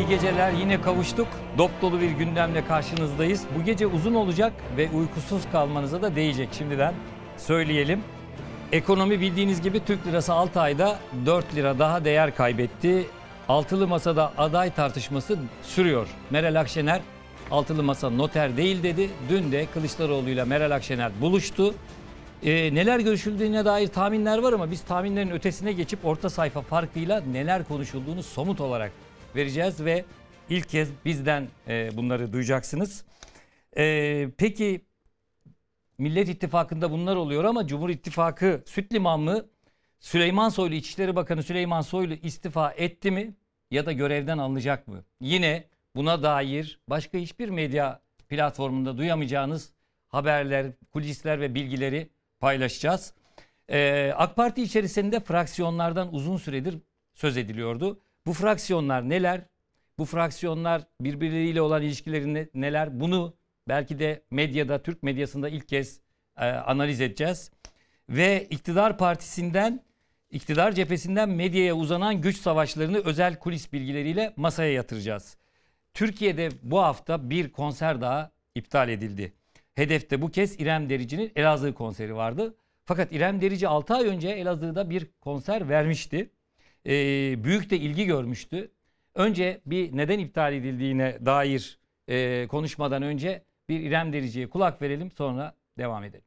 İyi geceler, yine kavuştuk. Dop dolu bir gündemle karşınızdayız. Bu gece uzun olacak ve uykusuz kalmanıza da değecek, şimdiden söyleyelim. Ekonomi bildiğiniz gibi Türk lirası 6 ayda 4 lira daha değer kaybetti. Altılı Masa'da aday tartışması sürüyor. Meral Akşener Altılı Masa noter değil dedi. Dün de Kılıçdaroğlu ile Meral Akşener buluştu. Neler görüşüldüğüne dair tahminler var ama biz tahminlerin ötesine geçip orta sayfa farkıyla neler konuşulduğunu somut olarak vereceğiz ve ilk kez bizden bunları duyacaksınız. Peki Millet İttifakı'nda bunlar oluyor ama Cumhur İttifakı süt limanlı Süleyman Soylu, İçişleri Bakanı Süleyman Soylu istifa etti mi ya da görevden alınacak mı? Yine buna dair başka hiçbir medya platformunda duyamayacağınız haberler, kulisler ve bilgileri paylaşacağız. AK Parti içerisinde fraksiyonlardan uzun süredir söz ediliyordu. Bu fraksiyonlar neler? Bu fraksiyonlar birbirleriyle olan ilişkileri neler? Bunu belki de medyada, Türk medyasında ilk kez analiz edeceğiz. Ve iktidar partisinden, iktidar cephesinden medyaya uzanan güç savaşlarını özel kulis bilgileriyle masaya yatıracağız. Türkiye'de bu hafta bir konser daha iptal edildi. Hedefte bu kez İrem Derici'nin Elazığ konseri vardı. Fakat İrem Derici 6 ay önce Elazığ'da bir konser vermişti. Büyük de ilgi görmüştü. Önce bir neden iptal edildiğine dair konuşmadan önce bir İrem Derici'ye kulak verelim, sonra devam edelim.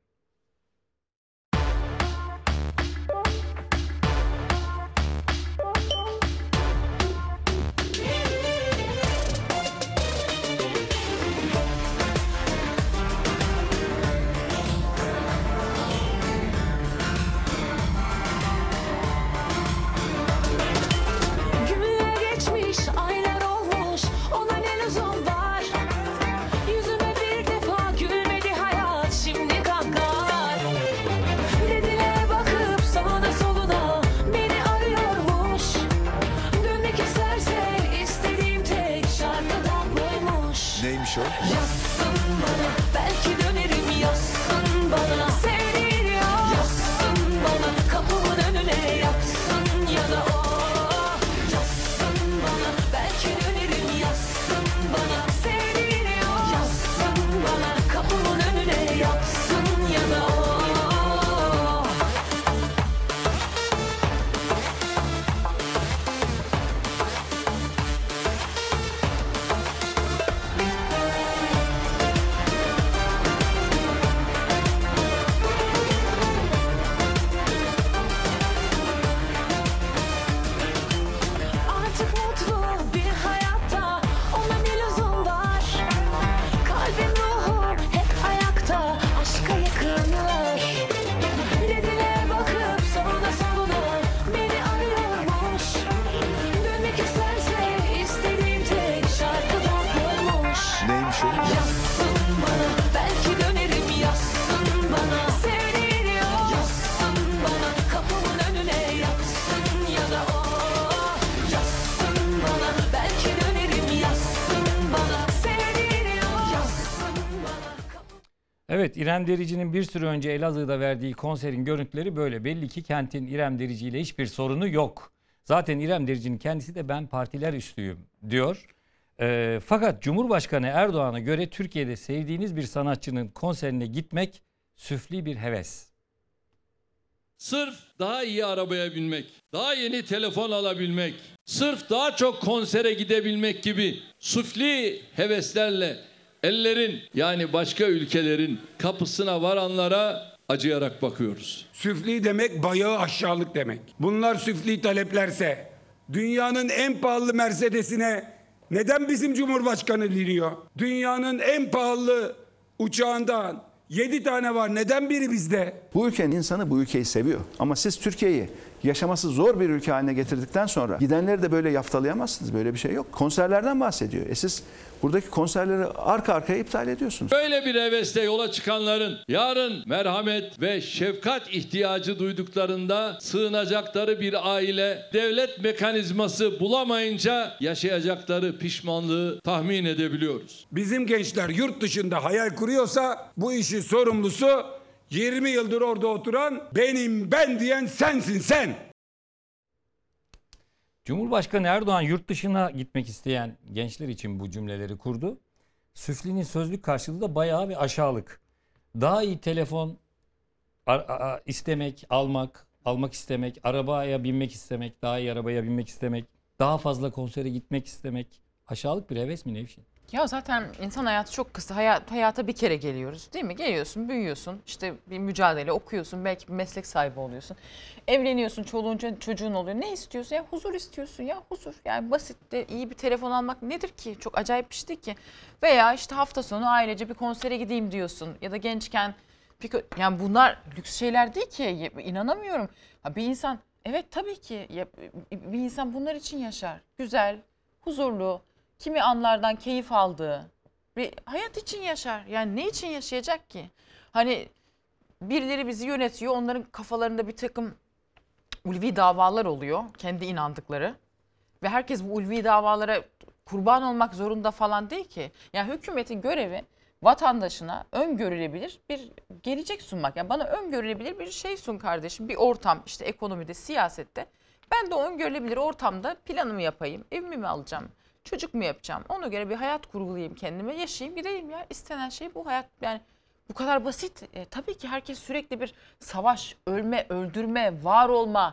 Neymiş o? Yazsın bana, belki dönerim, yazsın bana. Sevdiğin ya, yazsın bana. Kapımın önüne yapsın ya da o. Yazsın bana, belki dönerim, yazsın bana. Sevdiğin ya, yazsın bana. Kapımın önüne yapsın ya da o. Evet, İrem Derici'nin bir süre önce Elazığ'da verdiği konserin görüntüleri böyle. Belli ki kentin İrem Derici ile hiçbir sorunu yok. Zaten İrem Derici'nin kendisi de ben partiler üstüyüm diyor. Fakat Cumhurbaşkanı Erdoğan'a göre Türkiye'de sevdiğiniz bir sanatçının konserine gitmek süfli bir heves. Sırf daha iyi arabaya binmek, daha yeni telefon alabilmek, sırf daha çok konsere gidebilmek gibi süfli heveslerle ellerin, yani başka ülkelerin kapısına varanlara acıyarak bakıyoruz. Süfli demek bayağı aşağılık demek. Bunlar süfli taleplerse dünyanın en pahalı Mercedes'ine neden bizim Cumhurbaşkanı biniyor? Dünyanın en pahalı uçağından 7 tane var. Neden biri bizde? Bu ülkenin insanı bu ülkeyi seviyor. Ama siz Türkiye'yi yaşaması zor bir ülke haline getirdikten sonra gidenleri de böyle yaftalayamazsınız. Böyle bir şey yok. Konserlerden bahsediyor. Siz buradaki konserleri arka arkaya iptal ediyorsunuz. Böyle bir hevesle yola çıkanların yarın merhamet ve şefkat ihtiyacı duyduklarında sığınacakları bir aile, devlet mekanizması bulamayınca yaşayacakları pişmanlığı tahmin edebiliyoruz. Bizim gençler yurt dışında hayal kuruyorsa bu işin sorumlusu 20 yıldır orada oturan benim, ben diyen sensin sen. Cumhurbaşkanı Erdoğan yurt dışına gitmek isteyen gençler için bu cümleleri kurdu. Süfli'nin sözlük karşılığı da bayağı bir aşağılık. Daha iyi telefon istemek, almak istemek, arabaya binmek istemek, daha iyi arabaya binmek istemek, daha fazla konsere gitmek istemek. Aşağılık bir heves mi Nevşin? Ya zaten insan hayatı çok kısa. Hayata bir kere geliyoruz değil mi? Geliyorsun, büyüyorsun, işte bir mücadele okuyorsun, belki bir meslek sahibi oluyorsun. Evleniyorsun, çoluğun çocuğun oluyor. Ne istiyorsun? Ya huzur istiyorsun ya huzur. Yani basit de iyi bir telefon almak nedir ki? Çok acayip bir şey değil ki. Veya işte hafta sonu ailece bir konsere gideyim diyorsun. Ya da gençken yani bunlar lüks şeyler değil ki. İnanamıyorum. Bir insan evet tabii ki bir insan bunlar için yaşar. Güzel, huzurlu, kimi anlardan keyif aldığı bir hayat için yaşar. Yani ne için yaşayacak ki? Hani birileri bizi yönetiyor, onların kafalarında bir takım ulvi davalar oluyor, kendi inandıkları. Ve herkes bu ulvi davalara kurban olmak zorunda falan değil ki. Yani hükümetin görevi vatandaşına öngörülebilir bir gelecek sunmak. Yani bana öngörülebilir bir şey sun kardeşim, bir ortam, işte ekonomide, siyasette. Ben de o öngörülebilir ortamda planımı yapayım, evimi mi alacağım? Çocuk mu yapacağım? Ona göre bir hayat kurgulayayım kendime, yaşayayım, gideyim ya. İstenen şey bu hayat. Yani bu kadar basit. Tabii ki herkes sürekli bir savaş, ölme, öldürme, var olma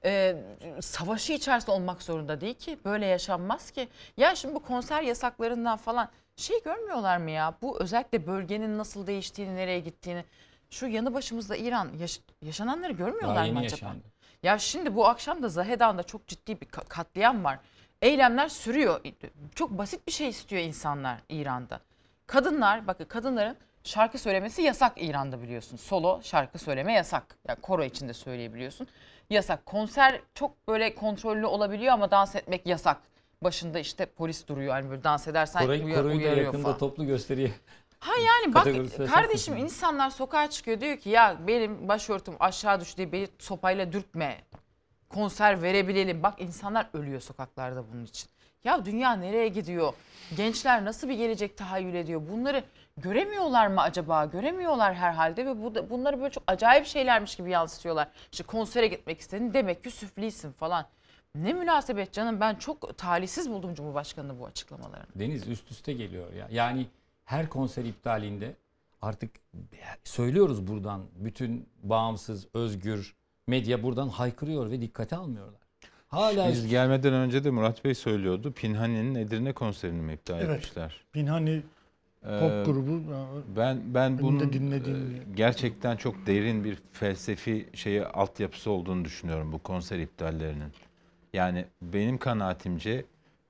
savaşı içerisinde olmak zorunda değil ki. Böyle yaşanmaz ki. Ya şimdi bu konser yasaklarından falan şey görmüyorlar mı ya? Bu özellikle bölgenin nasıl değiştiğini, nereye gittiğini. Şu yanı başımızda İran yaşananları görmüyorlar Daha mı yeni acaba? yaşandı. Ya şimdi bu akşam da Zahedan'da çok ciddi bir katliam var. Eylemler sürüyor. Çok basit bir şey istiyor insanlar İran'da. Kadınlar, bakın kadınların şarkı söylemesi yasak İran'da biliyorsun. Solo şarkı söyleme yasak. Yani koro içinde söyleyebiliyorsun. Yasak. Konser çok böyle kontrollü olabiliyor ama dans etmek yasak. Başında işte polis duruyor. Yani böyle dans edersen Koroyu da uyarıyor yakında falan. toplu gösteriye. Ha yani bak Kategorisi yasak kardeşim mı? insanlar sokağa çıkıyor diyor ki ya benim başörtüm aşağı düştü diye beni sopayla dürtme. Konser verebilelim. Bak insanlar ölüyor sokaklarda bunun için. Ya dünya nereye gidiyor? Gençler nasıl bir gelecek tahayyül ediyor? Bunları göremiyorlar mı acaba? Göremiyorlar herhalde ve bunları böyle çok acayip şeylermiş gibi yansıtıyorlar. İşte konsere gitmek istedin demek ki süflisin falan. Ne münasebet canım, ben çok talihsiz buldum Cumhurbaşkanı'nın bu açıklamalarını. Deniz üst üste geliyor ya. Yani her konser iptalinde artık söylüyoruz buradan, bütün bağımsız, özgür medya buradan haykırıyor ve dikkate almıyorlar. Hala Biz gelmeden önce de Murat Bey söylüyordu. Pinhani'nin Edirne konserini mi iptal etmişler? Pinhani pop grubu. Ben bunun da dinlediğim gerçekten çok derin bir felsefi altyapısı olduğunu düşünüyorum bu konser iptallerinin. Yani benim kanaatimce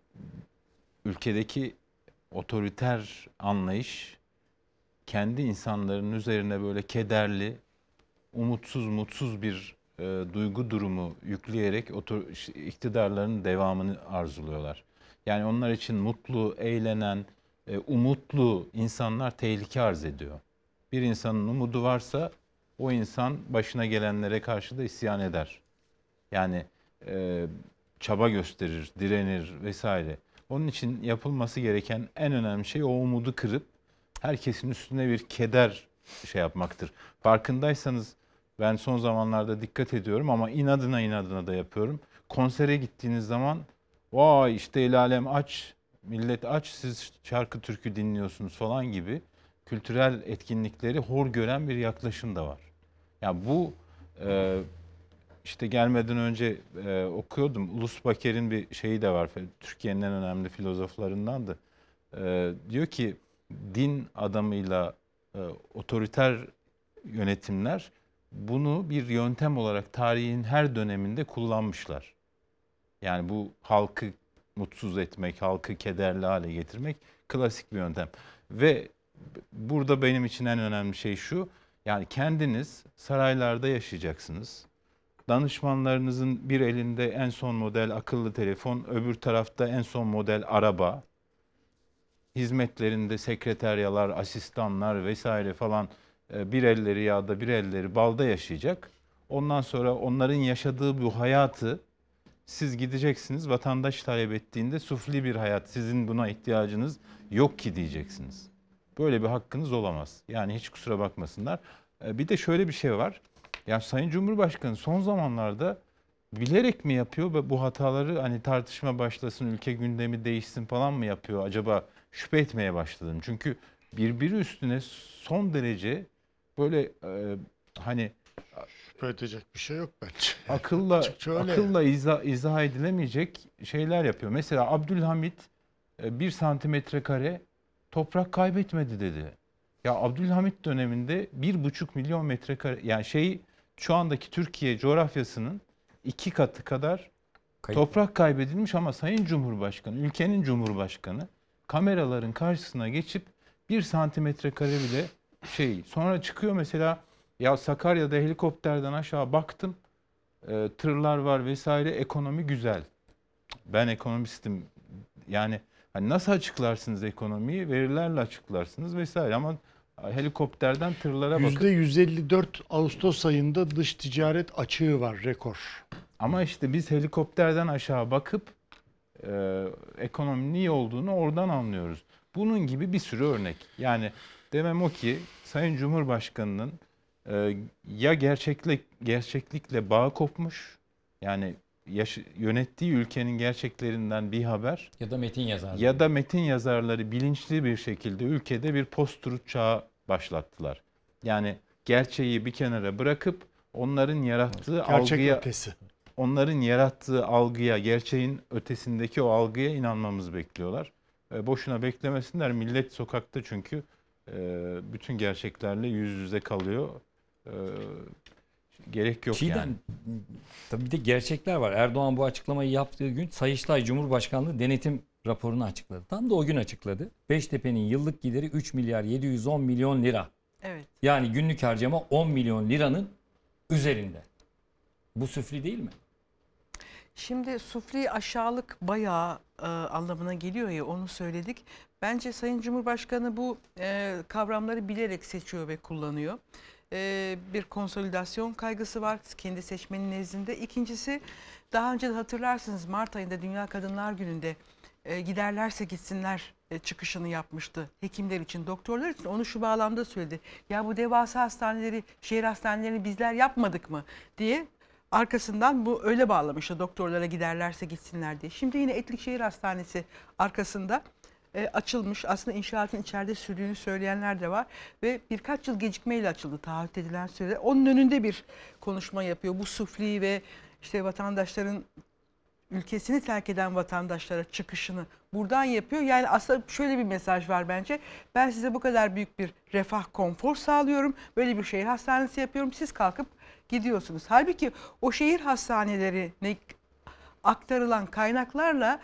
ülkedeki otoriter anlayış kendi insanların üzerine böyle kederli, umutsuz, mutsuz bir duygu durumu yükleyerek iktidarların devamını arzuluyorlar. Yani onlar için mutlu, eğlenen, umutlu insanlar tehlike arz ediyor. Bir insanın umudu varsa o insan başına gelenlere karşı da isyan eder. Yani çaba gösterir, direnir vesaire. Onun için yapılması gereken en önemli şey o umudu kırıp herkesin üstüne bir keder yapmaktır. Farkındaysanız ben son zamanlarda dikkat ediyorum ama inadına da yapıyorum. Konsere gittiğiniz zaman vay işte el alem aç, millet aç, siz şarkı türkü dinliyorsunuz falan gibi kültürel etkinlikleri hor gören bir yaklaşım da var. Yani bu işte gelmeden önce okuyordum. Ulus Baker'in bir şeyi de var. Türkiye'nin en önemli filozoflarındandı. Diyor ki din adamıyla otoriter yönetimler bunu bir yöntem olarak tarihin her döneminde kullanmışlar. Yani bu halkı mutsuz etmek, halkı kederli hale getirmek klasik bir yöntem. Ve burada benim için en önemli şey şu. Yani kendiniz saraylarda yaşayacaksınız. Danışmanlarınızın bir elinde en son model akıllı telefon, öbür tarafta en son model araba. Hizmetlerinde sekreteryalar, asistanlar vesaire falan bir elleri yağda bir elleri balda yaşayacak. Ondan sonra onların yaşadığı bu hayatı siz gideceksiniz, vatandaş talep ettiğinde sufli bir hayat, sizin buna ihtiyacınız yok ki diyeceksiniz. Böyle bir hakkınız olamaz. Yani hiç kusura bakmasınlar. Bir de şöyle bir şey var. Ya Sayın Cumhurbaşkanı son zamanlarda bilerek mi yapıyor ve bu hataları hani tartışma başlasın, ülke gündemi değişsin falan mı yapıyor? Acaba şüphe etmeye başladım. Çünkü birbiri üstüne son derece böyle hani Şüphe edecek bir şey yok bence. akılla Açıkça öyle. akılla izah edilemeyecek şeyler yapıyor. Mesela Abdülhamit 1 santimetre kare toprak kaybetmedi dedi. Ya Abdülhamit döneminde 1,5 milyon metrekare, yani şu andaki Türkiye coğrafyasının 2 katı kadar toprak kaybedilmiş ama Sayın Cumhurbaşkanı, ülkenin Cumhurbaşkanı kameraların karşısına geçip 1 santimetre kare bile sonra çıkıyor mesela, ya Sakarya'da helikopterden aşağı baktım, tırlar var vesaire, ekonomi güzel. Ben ekonomistim, yani hani nasıl açıklarsınız ekonomiyi? Verilerle açıklarsınız vesaire, ama helikopterden tırlara bakıp %154 Ağustos ayında dış ticaret açığı var, rekor. ama işte biz helikopterden aşağı bakıp ekonominin iyi olduğunu oradan anlıyoruz. Bunun gibi bir sürü örnek. Yani demem o ki Sayın Cumhurbaşkanı'nın ya gerçeklikle bağı kopmuş, yani yönettiği ülkenin gerçeklerinden bir haber, ya da metin yazarları bilinçli bir şekilde ülkede bir post-truth çağı başlattılar. Yani gerçeği bir kenara bırakıp onların yarattığı algıya, gerçeğin ötesindeki o algıya inanmamızı bekliyorlar. Boşuna beklemesinler. Millet sokakta çünkü bütün gerçeklerle yüz yüze kalıyor. Gerek yok yani. Tabii bir de gerçekler var. Erdoğan bu açıklamayı yaptığı gün Sayıştay Cumhurbaşkanlığı denetim raporunu açıkladı. Tam da o gün açıkladı. Beştepe'nin yıllık gideri 3 milyar 710 milyon lira. Evet. Yani günlük harcama 10 milyon liranın üzerinde. Bu süfli değil mi? Şimdi sufli aşağılık bayağı anlamına geliyor ya, onu söyledik. Bence Sayın Cumhurbaşkanı bu kavramları bilerek seçiyor ve kullanıyor. Bir konsolidasyon kaygısı var kendi seçmenin nezdinde. İkincisi, daha önce de hatırlarsınız Mart ayında Dünya Kadınlar Günü'nde giderlerse gitsinler çıkışını yapmıştı. Hekimler için, doktorlar için onu şu bağlamda söyledi. Ya bu devasa hastaneleri, şehir hastanelerini bizler yapmadık mı diye arkasından bu öyle bağlamıştı, doktorlara giderlerse gitsinler diye. Şimdi yine Etlikşehir Hastanesi arkasında açılmış. Aslında inşaatın içeride sürdüğünü söyleyenler de var ve birkaç yıl gecikmeyle açıldı taahhüt edilen sürede. Onun önünde bir konuşma yapıyor. Bu sufli ve işte vatandaşların, ülkesini terk eden vatandaşlara çıkışını buradan yapıyor. Yani aslında şöyle bir mesaj var bence. Ben size bu kadar büyük bir refah, konfor sağlıyorum. Böyle bir şehir hastanesi yapıyorum. Siz kalkıp gidiyorsunuz. Halbuki o şehir hastanelerine aktarılan kaynaklarla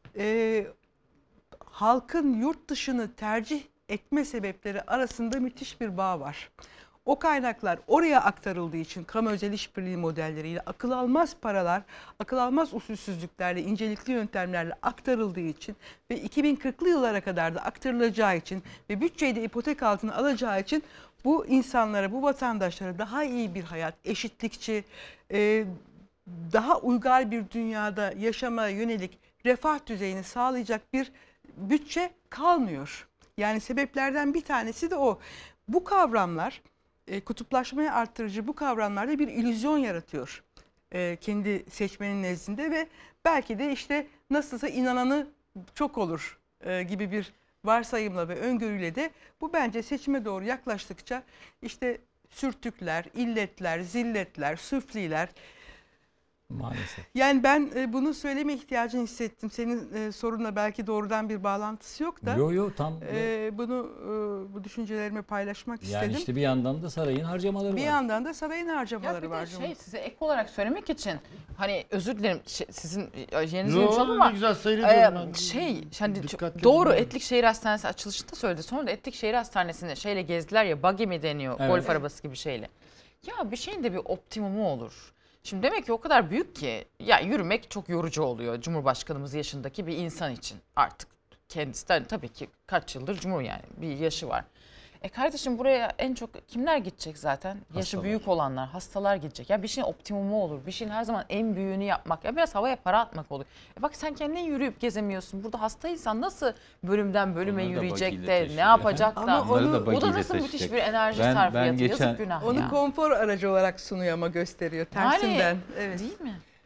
halkın yurt dışını tercih etme sebepleri arasında müthiş bir bağ var. O kaynaklar oraya aktarıldığı için kamu özel işbirliği modelleriyle, akıl almaz paralar, akıl almaz usulsüzlüklerle, incelikli yöntemlerle aktarıldığı için ve 2040'lı yıllara kadar da aktarılacağı için ve bütçeyi de ipotek altına alacağı için bu insanlara, bu vatandaşlara daha iyi bir hayat, eşitlikçi, daha uygar bir dünyada yaşamaya yönelik refah düzeyini sağlayacak bir bütçe kalmıyor. Yani sebeplerden bir tanesi de o. Bu kavramlar, kutuplaşmayı arttırıcı bu kavramlarda bir illüzyon yaratıyor kendi seçmenin nezdinde ve belki de işte nasılsa inananı çok olur gibi bir varsayımla ve öngörüyle de bu bence seçime doğru yaklaştıkça işte sürtükler, illetler, zilletler, süfliler. Maalesef. Yani ben bunu söyleme ihtiyacını hissettim. Senin sorunla belki doğrudan bir bağlantısı yok da. Yo tam. Bunu bu düşüncelerimi paylaşmak istedim. Yani işte bir yandan da sarayın harcamaları var. Bir yandan da sarayın harcamaları Ya var. bir de size ek olarak söylemek için hani özür dilerim sizin yerinize girmiş oldum ama güzel seyrediyorum hani Dikkatli doğru dinliyorum. Etlikşehir Hastanesi açılışında söyledi. Sonra da Etlikşehir Hastanesi'nde şeyle gezdiler ya, buggy mi deniyor, Evet. golf arabası gibi şeyle. Ya bir şeyin de bir optimumu olur. Şimdi demek ki o kadar büyük ki ya yürümek çok yorucu oluyor Cumhurbaşkanımız yaşındaki bir insan için. Artık kendisi de tabii ki kaç yıldır Cumhur, yani bir yaşı var. Kardeşim buraya en çok kimler gidecek zaten? Yaşı büyük olanlar, hastalar gidecek. Ya bir şeyin optimumu olur. Bir şeyin her zaman en büyüğünü yapmak. Ya biraz havaya para atmak olur. Bak sen kendin yürüyüp gezemiyorsun. Burada hasta insan nasıl bölümden bölüme Onları da yürüyecek bagiyle de taşıyacak. ne yapacak da. Ama Onları da O da bagiyle nasıl müthiş taşıyacak. bir enerji Ben sarfiyatı. geçen- Yazık günah Onu ya. konfor aracı olarak sunuyor ama gösteriyor tersinden. Yani, Evet. değil mi?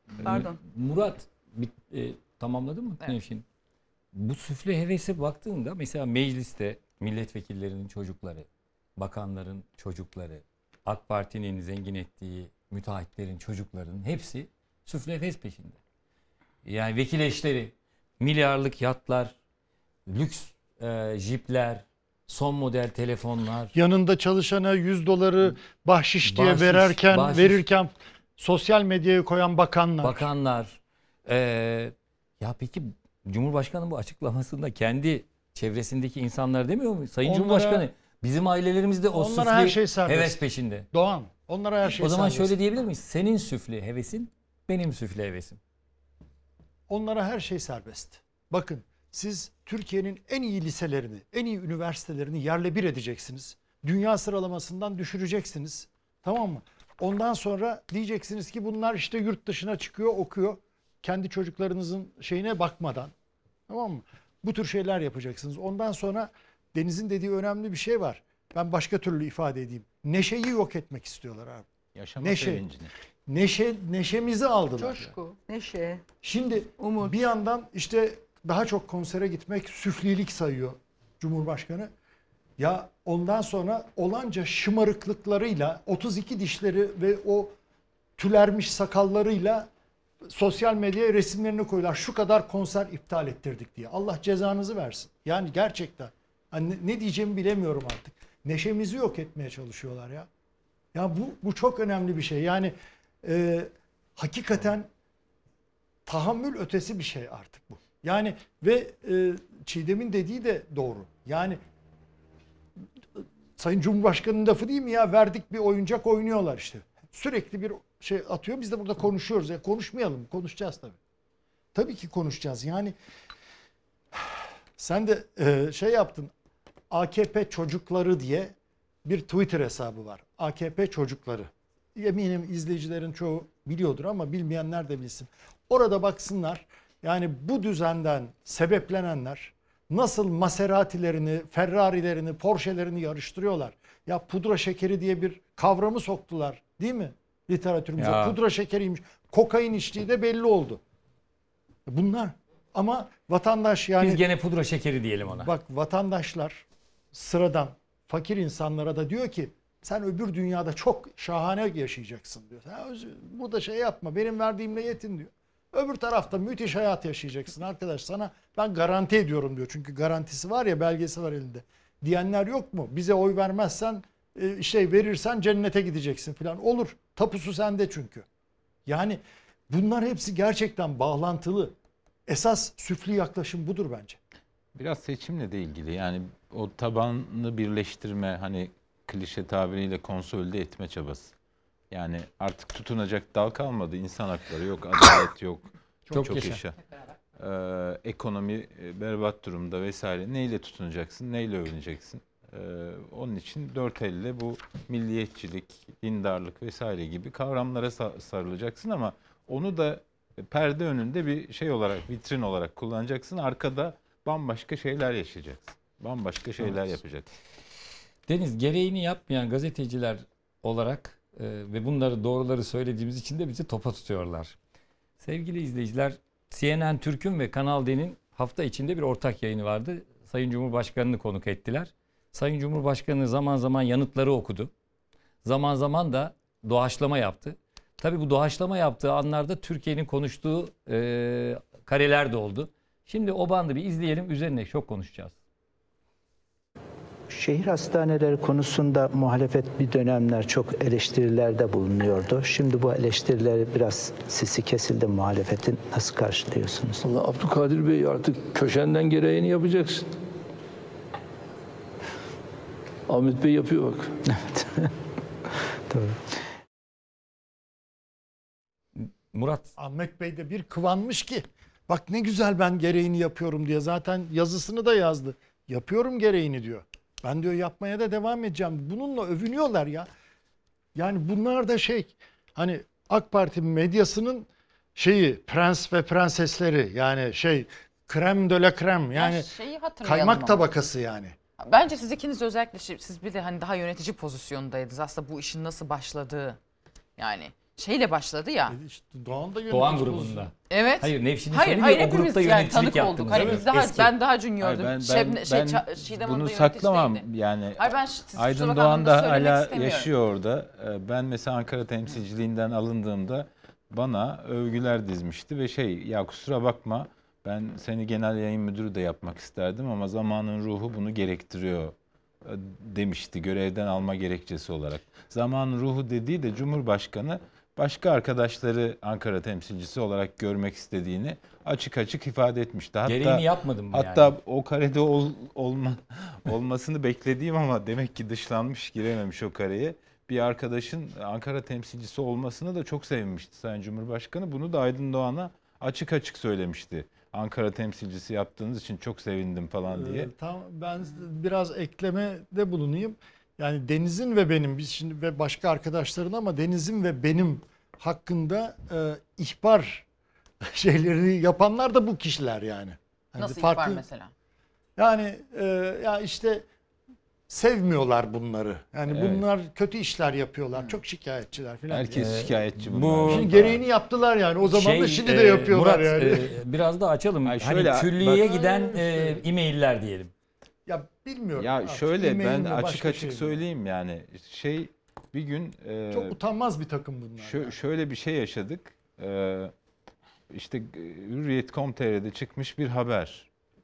Pardon. Murat tamamladın mı? Evet. Nevşin? Bu süfle hevesi baktığında mesela mecliste milletvekillerinin çocukları, bakanların çocukları, AK Parti'nin zengin ettiği müteahhitlerin çocuklarının hepsi süfle heves peşinde. Yani vekil eşleri, milyarlık yatlar, lüks jipler, son model telefonlar. Yanında çalışana 100 doları bahşiş diye Bahşiş, verirken sosyal medyaya koyan bakanlar. Bakanlar. Ya peki Cumhurbaşkanı bu açıklamasında kendi çevresindeki insanlar demiyor mu? Sayın Onlara- Cumhurbaşkanı bizim ailelerimizde o Onlara her süfli şey serbest. heves peşinde. Doğan, onlara her şey O zaman serbest. şöyle diyebilir miyiz? Senin süfli hevesin, benim süfli hevesim. Onlara her şey serbest. Bakın siz Türkiye'nin en iyi liselerini, en iyi üniversitelerini yerle bir edeceksiniz. Dünya sıralamasından düşüreceksiniz. Tamam mı? Ondan sonra diyeceksiniz ki bunlar işte yurt dışına çıkıyor, okuyor. Kendi çocuklarınızın şeyine bakmadan. Tamam mı? Bu tür şeyler yapacaksınız. Ondan sonra Deniz'in dediği önemli bir şey var. Ben başka türlü ifade edeyim. Neşeyi yok etmek istiyorlar abi. Yaşama Neşe. sevincini. Neşemizi aldılar. Coşku, neşe. Şimdi Umut. bir yandan işte daha çok konsere gitmek süflilik sayıyor Cumhurbaşkanı. Ya ondan sonra olanca şımarıklıklarıyla 32 dişleri ve o tülermiş sakallarıyla sosyal medyaya resimlerini koyuyorlar. Şu kadar konser iptal ettirdik diye. Allah cezanızı versin. Yani gerçekten hani ne diyeceğimi bilemiyorum artık. Neşemizi yok etmeye çalışıyorlar ya. Ya bu çok önemli bir şey. Yani hakikaten tahammül ötesi bir şey artık bu. Yani ve Çiğdem'in dediği de doğru. Yani Sayın Cumhurbaşkanı'nın lafı değil mi ya? Verdik bir oyuncak oynuyorlar işte. Sürekli bir şey atıyor. Biz de burada konuşuyoruz. Ya konuşmayalım. Konuşacağız tabii. Tabii ki konuşacağız. Yani sen de şey yaptın. AKP çocukları diye bir Twitter hesabı var. AKP çocukları. Eminim izleyicilerin çoğu biliyordur ama bilmeyenler de bilsin. Orada baksınlar. Yani bu düzenden sebeplenenler nasıl Maserati'lerini, Ferrari'lerini, Porsche'lerini yarıştırıyorlar. Ya pudra şekeri diye bir kavramı soktular değil mi? Literatürümüze. Ya. Pudra şekeriymiş. Kokain içtiği de belli oldu. Bunlar. Ama vatandaş yani... Biz gene pudra şekeri diyelim ona. Bak vatandaşlar sıradan fakir insanlara da diyor ki sen öbür dünyada çok şahane yaşayacaksın diyor. Burada şey yapma benim verdiğimle yetin diyor. Öbür tarafta müthiş hayat yaşayacaksın arkadaş sana ben garanti ediyorum diyor. Çünkü garantisi var ya belgesi var elinde. Diyenler yok mu? Bize oy vermezsen verirsen cennete gideceksin falan. Olur. Tapusu sende çünkü. Yani bunlar hepsi gerçekten bağlantılı. Esas süfli yaklaşım budur bence. Biraz seçimle de ilgili yani o tabanını birleştirme hani klişe tabiriyle konsolide etme çabası. Yani artık tutunacak dal kalmadı. İnsan hakları yok, adalet yok. Çok yaşa. yaşa. Ekonomi berbat durumda vesaire. Neyle tutunacaksın, neyle övüneceksin? Onun için dört elle bu milliyetçilik, dindarlık vesaire gibi kavramlara sarılacaksın ama onu da perde önünde bir şey olarak, vitrin olarak kullanacaksın. Arkada bambaşka şeyler yaşayacaksın. Bambaşka şeyler yapacaksın. Deniz, gereğini yapmayan gazeteciler olarak ve bunları doğruları söylediğimiz için de bizi topa tutuyorlar. Sevgili izleyiciler, CNN Türk'ün ve Kanal D'nin hafta içinde bir ortak yayını vardı. Sayın Cumhurbaşkanı'nı konuk ettiler. Sayın Cumhurbaşkanı zaman zaman yanıtları okudu. Zaman zaman da doğaçlama yaptı. Tabii bu doğaçlama yaptığı anlarda Türkiye'nin konuştuğu kareler de oldu. Şimdi o bandı bir izleyelim, üzerine çok konuşacağız. Şehir hastaneleri konusunda muhalefet bir dönemler çok eleştirilerde bulunuyordu. Şimdi bu eleştirileri biraz sesi kesildi muhalefetin. Nasıl karşılıyorsunuz? Allah Abdülkadir Bey artık köşenden gereğini yapacaksın. Ahmet Bey yapıyor bak. Evet. Doğru. Murat. Ahmet Bey de bir kıvanmış ki bak ne güzel ben gereğini yapıyorum diye zaten yazısını da yazdı. Yapıyorum gereğini diyor. Ben diyor yapmaya da devam edeceğim. Bununla övünüyorlar ya. Yani bunlar da hani AK Parti medyasının prens ve prensesleri yani krem de la krem yani kaymak tabakası yani. Bence siz ikiniz özellikle siz bir de hani daha yönetici pozisyondaydınız. Aslında bu işin nasıl başladığı yani şeyle başladı ya. İşte Doğan da Doğan yönetici grubunda. Evet. Hayır Nevşin'i Hayır, söyledi hayır ya, o hepimiz grupta yani yöneticilik tanık olduk. yaptınız. Hani Evet, biz daha eski. ben daha junior'dum. Hayır, Çiğdem bunu Hanım da saklamam yöneticiydi. yani. Hayır ben siz kusura Aydın bakmayın, Doğan onu da söylemek hala istemiyorum. yaşıyor orada. Ben mesela Ankara temsilciliğinden alındığımda bana övgüler dizmişti ve ya kusura bakma, ben seni genel yayın müdürü de yapmak isterdim ama zamanın ruhu bunu gerektiriyor demişti, görevden alma gerekçesi olarak. Zamanın ruhu dediği de Cumhurbaşkanı başka arkadaşları Ankara temsilcisi olarak görmek istediğini açık açık ifade etmişti. Gereğini yapmadım mı hatta yani? o karede olmasını beklediğim ama demek ki dışlanmış, girememiş o kareye. Bir arkadaşın Ankara temsilcisi olmasına da çok sevinmişti Sayın Cumhurbaşkanı. Bunu da Aydın Doğan'a açık açık söylemişti. Ankara temsilcisi yaptığınız için çok sevindim falan diye. Ben biraz eklemede bulunayım. Yani Deniz'in ve benim, biz şimdi ve başka arkadaşların ama Deniz'in ve benim hakkında ihbar şeylerini yapanlar da bu kişiler yani. Yani Nasıl ihbar mesela? Yani ya işte sevmiyorlar bunları. Yani Evet. bunlar kötü işler yapıyorlar. Çok şikayetçiler falan. Herkes şikayetçi bunlar. Şimdi gereğini yaptılar yani. O zaman da şimdi de yapıyorlar Murat, yani. Biraz da açalım. Hayır, şöyle, hani külliyeye bak- giden e-mailler diyelim. Ya bilmiyorum. Ya artık şöyle e-mail ben mi, açık başka açık şey mi? söyleyeyim yani bir gün Çok utanmaz bir takım bunlar. Yani. şöyle bir şey yaşadık. İşte Hürriyet.com.tr'de çıkmış bir haber.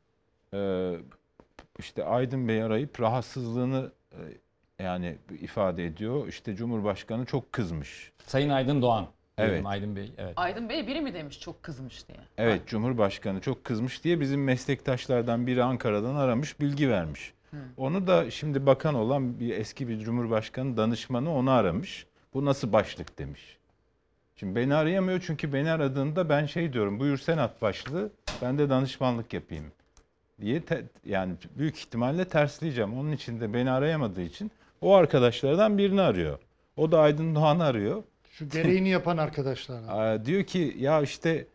İşte Aydın Bey arayıp rahatsızlığını yani ifade ediyor. İşte Cumhurbaşkanı çok kızmış. Sayın Aydın Doğan. Evet. Diyelim, Aydın Bey. Evet. Aydın Bey biri mi demiş çok kızmış diye. Evet, Cumhurbaşkanı çok kızmış diye bizim meslektaşlardan biri Ankara'dan aramış, bilgi vermiş. Onu da şimdi bakan olan eski bir Cumhurbaşkanı danışmanı onu aramış. Bu nasıl başlık demiş. Şimdi beni arayamıyor çünkü beni aradığında ben diyorum, buyur sen at başlığı, ben de danışmanlık yapayım diye yani büyük ihtimalle tersleyeceğim. Onun için de beni arayamadığı için o arkadaşlardan birini arıyor. O da Aydın Doğan'ı arıyor. Şu gereğini yapan arkadaşlar. Diyor ki ya işte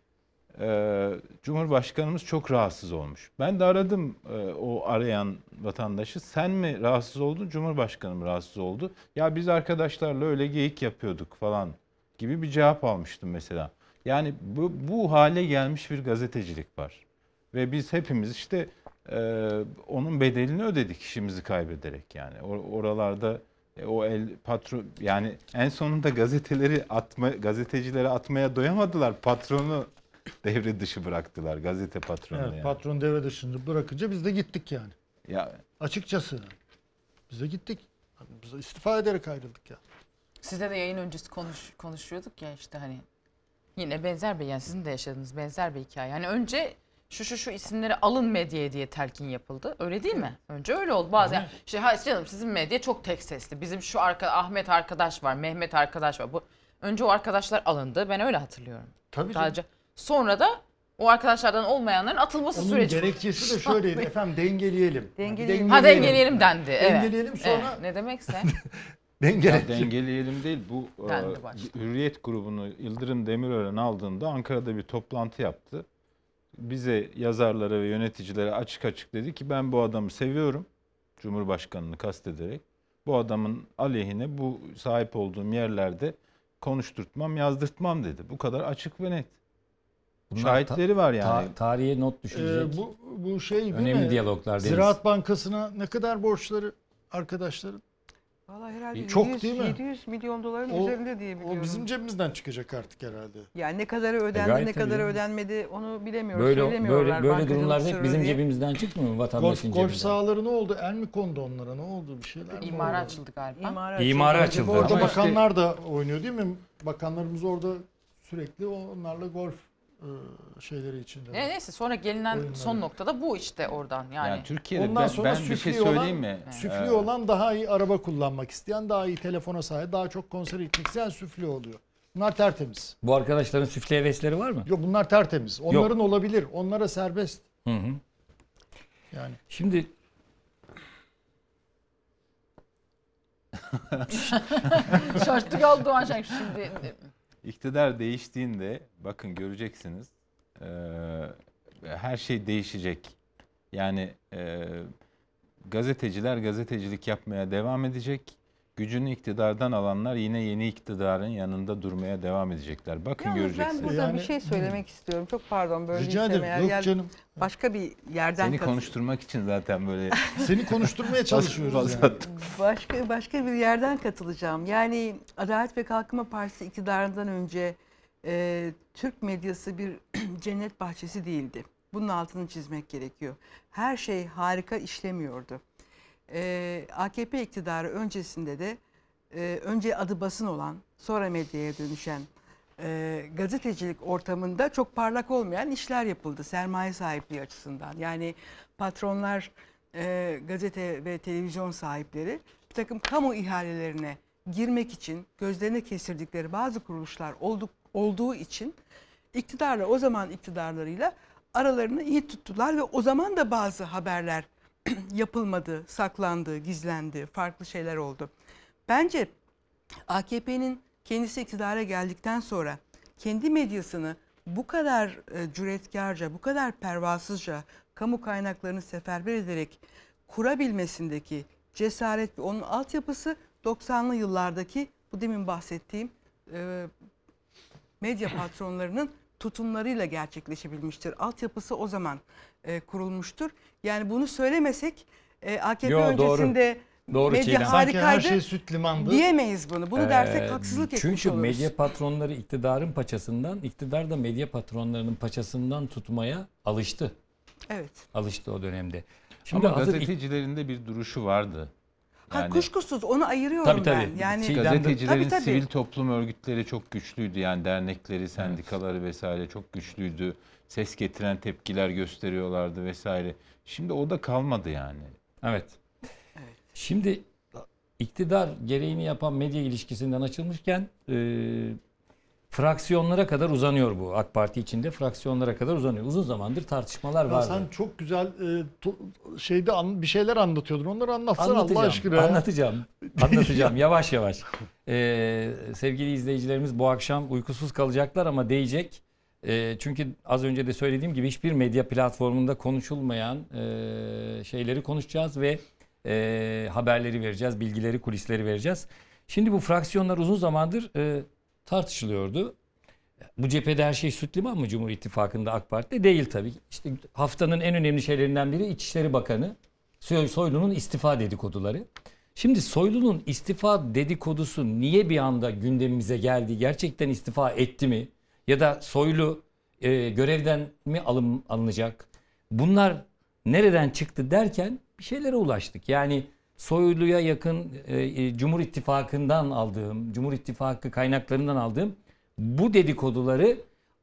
Cumhurbaşkanımız çok rahatsız olmuş. Ben de aradım o arayan vatandaşı. Sen mi rahatsız oldun, Cumhurbaşkanım rahatsız oldu. Ya biz arkadaşlarla öyle geyik yapıyorduk falan gibi bir cevap almıştım mesela. Yani bu hale gelmiş bir gazetecilik var. Ve biz hepimiz işte onun bedelini ödedik işimizi kaybederek yani. Oralarda o patron yani en sonunda gazetecileri atmaya doyamadılar. Patronu devre dışı bıraktılar, gazete patronu. Evet, yani. patron devre dışında bırakınca biz de gittik yani. Ya Açıkçası. Biz de gittik. Biz de istifa ederek ayrıldık ya. Sizle de yayın öncesi konuşuyorduk ya işte hani yine benzer bir yani sizin de yaşadığınız benzer bir hikaye. Yani önce şu isimleri alın medyaya diye telkin yapıldı. Öyle değil mi? Önce öyle oldu. Bazen işte canım sizin medya çok tek sesli. Bizim şu Ahmet arkadaş var, Mehmet arkadaş var. Önce o arkadaşlar alındı. Ben öyle hatırlıyorum. Tabii Sadece sonra da o arkadaşlardan olmayanların atılması Onun süreci. gerekçesi de şöyleydi. Efendim dengeleyelim. Dengeleyelim dendi. Evet. Dengeleyelim sonra. Evet, ne demekse. dengeleyelim değil. Bu Dendi başta. Hürriyet grubunu Yıldırım Demirören aldığında Ankara'da bir toplantı yaptı. Bize yazarlara ve yöneticilere açık açık dedi ki ben bu adamı seviyorum. Cumhurbaşkanını kastederek. Bu adamın aleyhine bu sahip olduğum yerlerde konuşturtmam, yazdırtmam dedi. Bu kadar açık ve net. Bunlar Şahitleri var yani. Tarihe not düşülecek. Bu şey değil önemli mi? diyaloglar. Deniz. Ziraat Bankası'na ne kadar borçları arkadaşların? Vallahi herhalde Çok 700, değil mi? 700 milyon doların üzerinde diye biliyorum. O bizim cebimizden çıkacak artık herhalde. Yani ne kadarı ödendi, gayet ne kadarı tabii. ödenmedi onu bilemiyoruz. Böyle Söylemiyorlar böyle bankacılık durumlarda hep sırrı bizim diye. cebimizden çıkmıyor mu vatandaşın Golf cebinden? sahaları ne oldu? El mi kondu onlara? Ne oldu? Bir şeyler mi İmara oldu? açıldı galiba. İmara açıldı. Orada Ama işte- bakanlar da oynuyor değil mi? Bakanlarımız orada sürekli onlarla golf şeyleri içinde. Neyse sonra gelinen Oyunları. son noktada bu işte oradan yani. Yani Türkiye'de Ondan sonra ben bir şey süfli söyleyeyim mi? Süfli olan daha iyi araba kullanmak isteyen, daha iyi telefona sahip, daha çok konsere gitmek isteyen süfli oluyor. Bunlar tertemiz. Bu arkadaşların süfle hevesleri var mı? Yok bunlar tertemiz. Onların olabilir. Onlara serbest. Hı. Yani. Şimdi Şaştı kaldı Doğan Şenk şimdi. İktidar değiştiğinde bakın göreceksiniz her şey değişecek. Yani gazeteciler gazetecilik yapmaya devam edecek. gücünü iktidardan alanlar yine yeni iktidarın yanında durmaya devam edecekler. Bakın Yalnız ben göreceksiniz. burada Yani- bir şey söylemek istiyorum. Çok pardon böyle Rica ederim. Yok canım. Başka bir yerden Seni kat- konuşturmak için zaten böyle Seni konuşturmaya çalışıyoruz. fazla yani. başka bir yerden katılacağım. Yani Adalet ve Kalkınma Partisi iktidarından önce Türk medyası bir cennet bahçesi değildi. Bunun altını çizmek gerekiyor. Her şey harika işlemiyordu. AKP iktidarı öncesinde de önce adı basın olan, sonra medyaya dönüşen gazetecilik ortamında çok parlak olmayan işler yapıldı sermaye sahipliği açısından. Yani patronlar, gazete ve televizyon sahipleri bir takım kamu ihalelerine girmek için gözlerine kestirdikleri bazı kuruluşlar olduğu için iktidarla, o zaman iktidarlarıyla aralarını iyi tuttular ve o zaman da bazı haberler yapılmadı, saklandı, gizlendi, farklı şeyler oldu. Bence AKP'nin kendisi iktidara geldikten sonra kendi medyasını bu kadar cüretkarca, bu kadar pervasızca kamu kaynaklarını seferber ederek kurabilmesindeki cesaret ve onun altyapısı 90'lı yıllardaki bu demin bahsettiğim medya patronlarının tutumlarıyla gerçekleşebilmiştir. Altyapısı o zaman kurulmuştur. Yani bunu söylemesek AKP öncesinde Doğru medya Çiğdem. Sanki her harikaydı şey süt limandı. diyemeyiz bunu. Bunu dersek haksızlık etmiş Çünkü oluruz. medya patronları iktidarın paçasından, iktidar da medya patronlarının paçasından tutmaya alıştı. Evet. Alıştı o dönemde. Şimdi ama hazır gazetecilerin de bir duruşu vardı. Ha, kuşkusuz onu ayırıyorum Tabii, ben. tabii. Yani Çiğdem- Gazetecilerin Tabii. sivil toplum örgütleri çok güçlüydü. Yani dernekleri, sendikaları vesaire çok güçlüydü. Ses getiren tepkiler gösteriyorlardı vesaire. Şimdi o da kalmadı yani. Evet. Şimdi iktidar gereğini yapan medya ilişkisinden açılmışken fraksiyonlara kadar uzanıyor bu. AK Parti içinde fraksiyonlara kadar uzanıyor. Uzun zamandır tartışmalar Ya vardı. sen çok güzel bir şeyler anlatıyordun. Onları anlatsana Allah aşkına. Anlatacağım yavaş yavaş. Sevgili izleyicilerimiz bu akşam uykusuz kalacaklar ama değecek. Çünkü az önce de söylediğim gibi hiçbir medya platformunda konuşulmayan şeyleri konuşacağız ve haberleri vereceğiz, bilgileri, kulisleri vereceğiz. Şimdi bu fraksiyonlar uzun zamandır tartışılıyordu. Bu cephede her şey süt liman mı Cumhur İttifakı'nda AK Parti'de? Değil tabii. İşte haftanın en önemli şeylerinden biri İçişleri Bakanı Soylu'nun istifa dedikoduları. Şimdi Soylu'nun istifa dedikodusu niye bir anda gündemimize geldi? Gerçekten istifa etti mi? Ya da Soylu görevden mi alınacak? Bunlar nereden çıktı derken bir şeylere ulaştık. Yani Soylu'ya yakın Cumhur İttifakı'ndan aldığım, Cumhur İttifakı kaynaklarından aldığım bu dedikoduları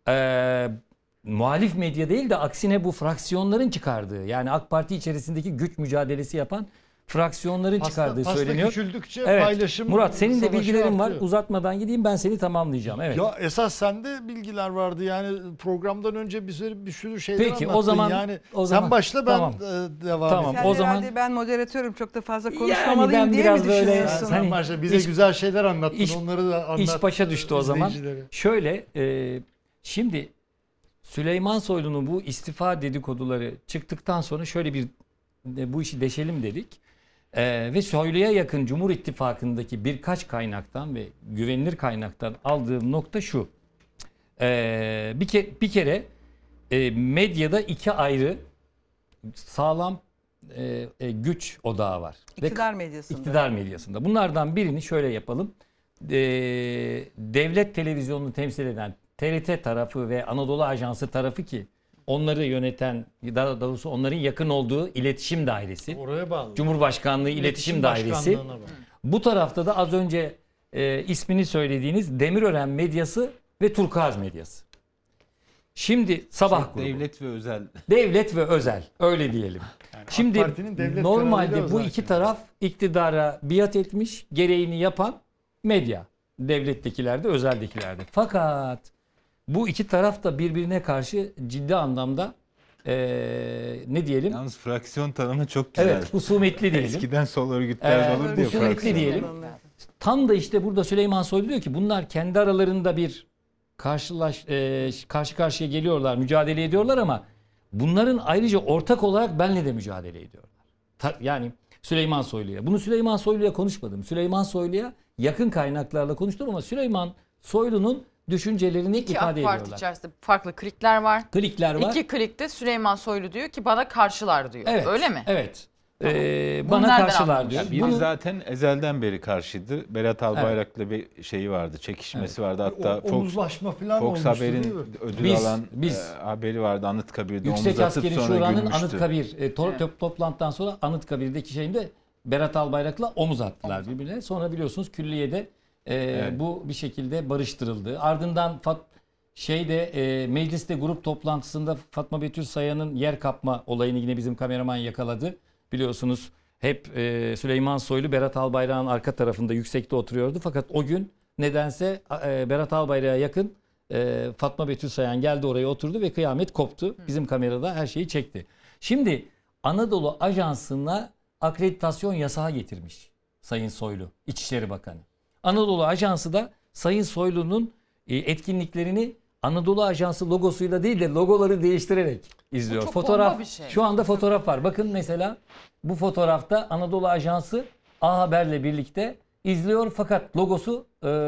muhalif medya değil de aksine bu fraksiyonların çıkardığı, yani AK Parti içerisindeki güç mücadelesi yapan fraksiyonların çıkardığı söyleniyor. Pasta küçüldükçe paylaşım. Murat senin de bilgilerin var. artıyor. Uzatmadan gideyim ben seni tamamlayacağım. Evet. Ya esas sende bilgiler vardı yani programdan önce bir sürü şeyler Peki, anlattın. o zaman- yani o zaman- sen başla ben tamam. devam Tamam. edeyim. Sen o zaman- herhalde ben moderatörüm çok da fazla Yani konuşmamalıyım ben diye biraz mi böyle- düşünüyorsun? Sen Hani başla bize iş- güzel şeyler anlattın. iş- Onları da anlat. İş başa düştü o zaman. izleyicilere. Şöyle şimdi Süleyman Soylu'nun bu istifa dedikoduları çıktıktan sonra şöyle bir bu işi deşelim dedik. Ve Soylu'ya yakın Cumhur İttifakı'ndaki birkaç kaynaktan ve güvenilir kaynaktan aldığım nokta şu. Bir kere medyada iki ayrı sağlam güç odağı var. İktidar medyasında. İktidar medyasında. Bunlardan birini şöyle yapalım. Devlet televizyonunu temsil eden TRT tarafı ve Anadolu Ajansı tarafı ki onları yöneten, daha doğrusu onların yakın olduğu iletişim dairesi. Oraya bağlı. Cumhurbaşkanlığı İletişim Dairesi. Başkanlığına bağlı. Bu tarafta da az önce ismini söylediğiniz Demirören medyası ve Turkuaz medyası. Şimdi sabah grubu. Devlet ve özel. Devlet ve özel öyle diyelim. Şimdi Parti'nin devlet kanalıyla normalde bu özel iki kanalı. taraf iktidara biat etmiş, gereğini yapan medya. Devlettekilerde, özeldekilerde. Fakat bu iki taraf da birbirine karşı ciddi anlamda ne diyelim? Yalnız fraksiyon tanımı çok güzel. Evet, husumetli diyelim. Eskiden sol örgütlerde Evet, olurdu ya husumetli fraksiyon. diyelim. Tam da işte burada Süleyman Soylu diyor ki bunlar kendi aralarında bir karşı karşıya geliyorlar, mücadele ediyorlar ama bunların ayrıca ortak olarak benle de mücadele ediyorlar. Yani Süleyman Soylu'ya. Bunu Süleyman Soylu'ya konuşmadım. Süleyman Soylu'ya yakın kaynaklarla konuştum ama Süleyman Soylu'nun düşüncelerini İki ifade AK Parti ediyorlar. içerisinde farklı klikler var. Klikler var. İki klikte Süleyman Soylu diyor ki bana karşılar diyor. Evet, Öyle mi? Evet. Bunu Bana nereden karşılar anlamış? diyor. Biri Bunu- zaten ezelden beri karşıydı. Berat Albayrak'la bir şeyi vardı, çekişmesi vardı. Hatta Omuzlaşma falan Fox olmuştu değil Haber'in mi? ödül alan biz haberi vardı Anıtkabir'de. Yüksek omuz atıp Askeri sonra Şura'nın gülmüştü. Anıtkabir toplantıdan sonra Anıtkabir'deki şeyinde Berat Albayrak'la omuz attılar birbirine. Sonra biliyorsunuz külliyede bu bir şekilde barıştırıldı. Ardından mecliste grup toplantısında Fatma Betül Sayan'ın yer kapma olayını yine bizim kameraman yakaladı. Biliyorsunuz hep Süleyman Soylu Berat Albayrak'ın arka tarafında yüksekte oturuyordu. Fakat o gün nedense Berat Albayrak'a yakın Fatma Betül Sayan geldi oraya oturdu ve kıyamet koptu. Bizim kamerada her şeyi çekti. Şimdi Anadolu Ajansı'na akreditasyon yasağı getirmiş Sayın Soylu, İçişleri Bakanı. Anadolu Ajansı da Sayın Soylu'nun etkinliklerini Anadolu Ajansı logosuyla değil de logoları değiştirerek izliyor. çok bomba bir şey. Şu anda fotoğraf var. Bakın mesela bu fotoğrafta Anadolu Ajansı A Haber'le birlikte izliyor fakat logosu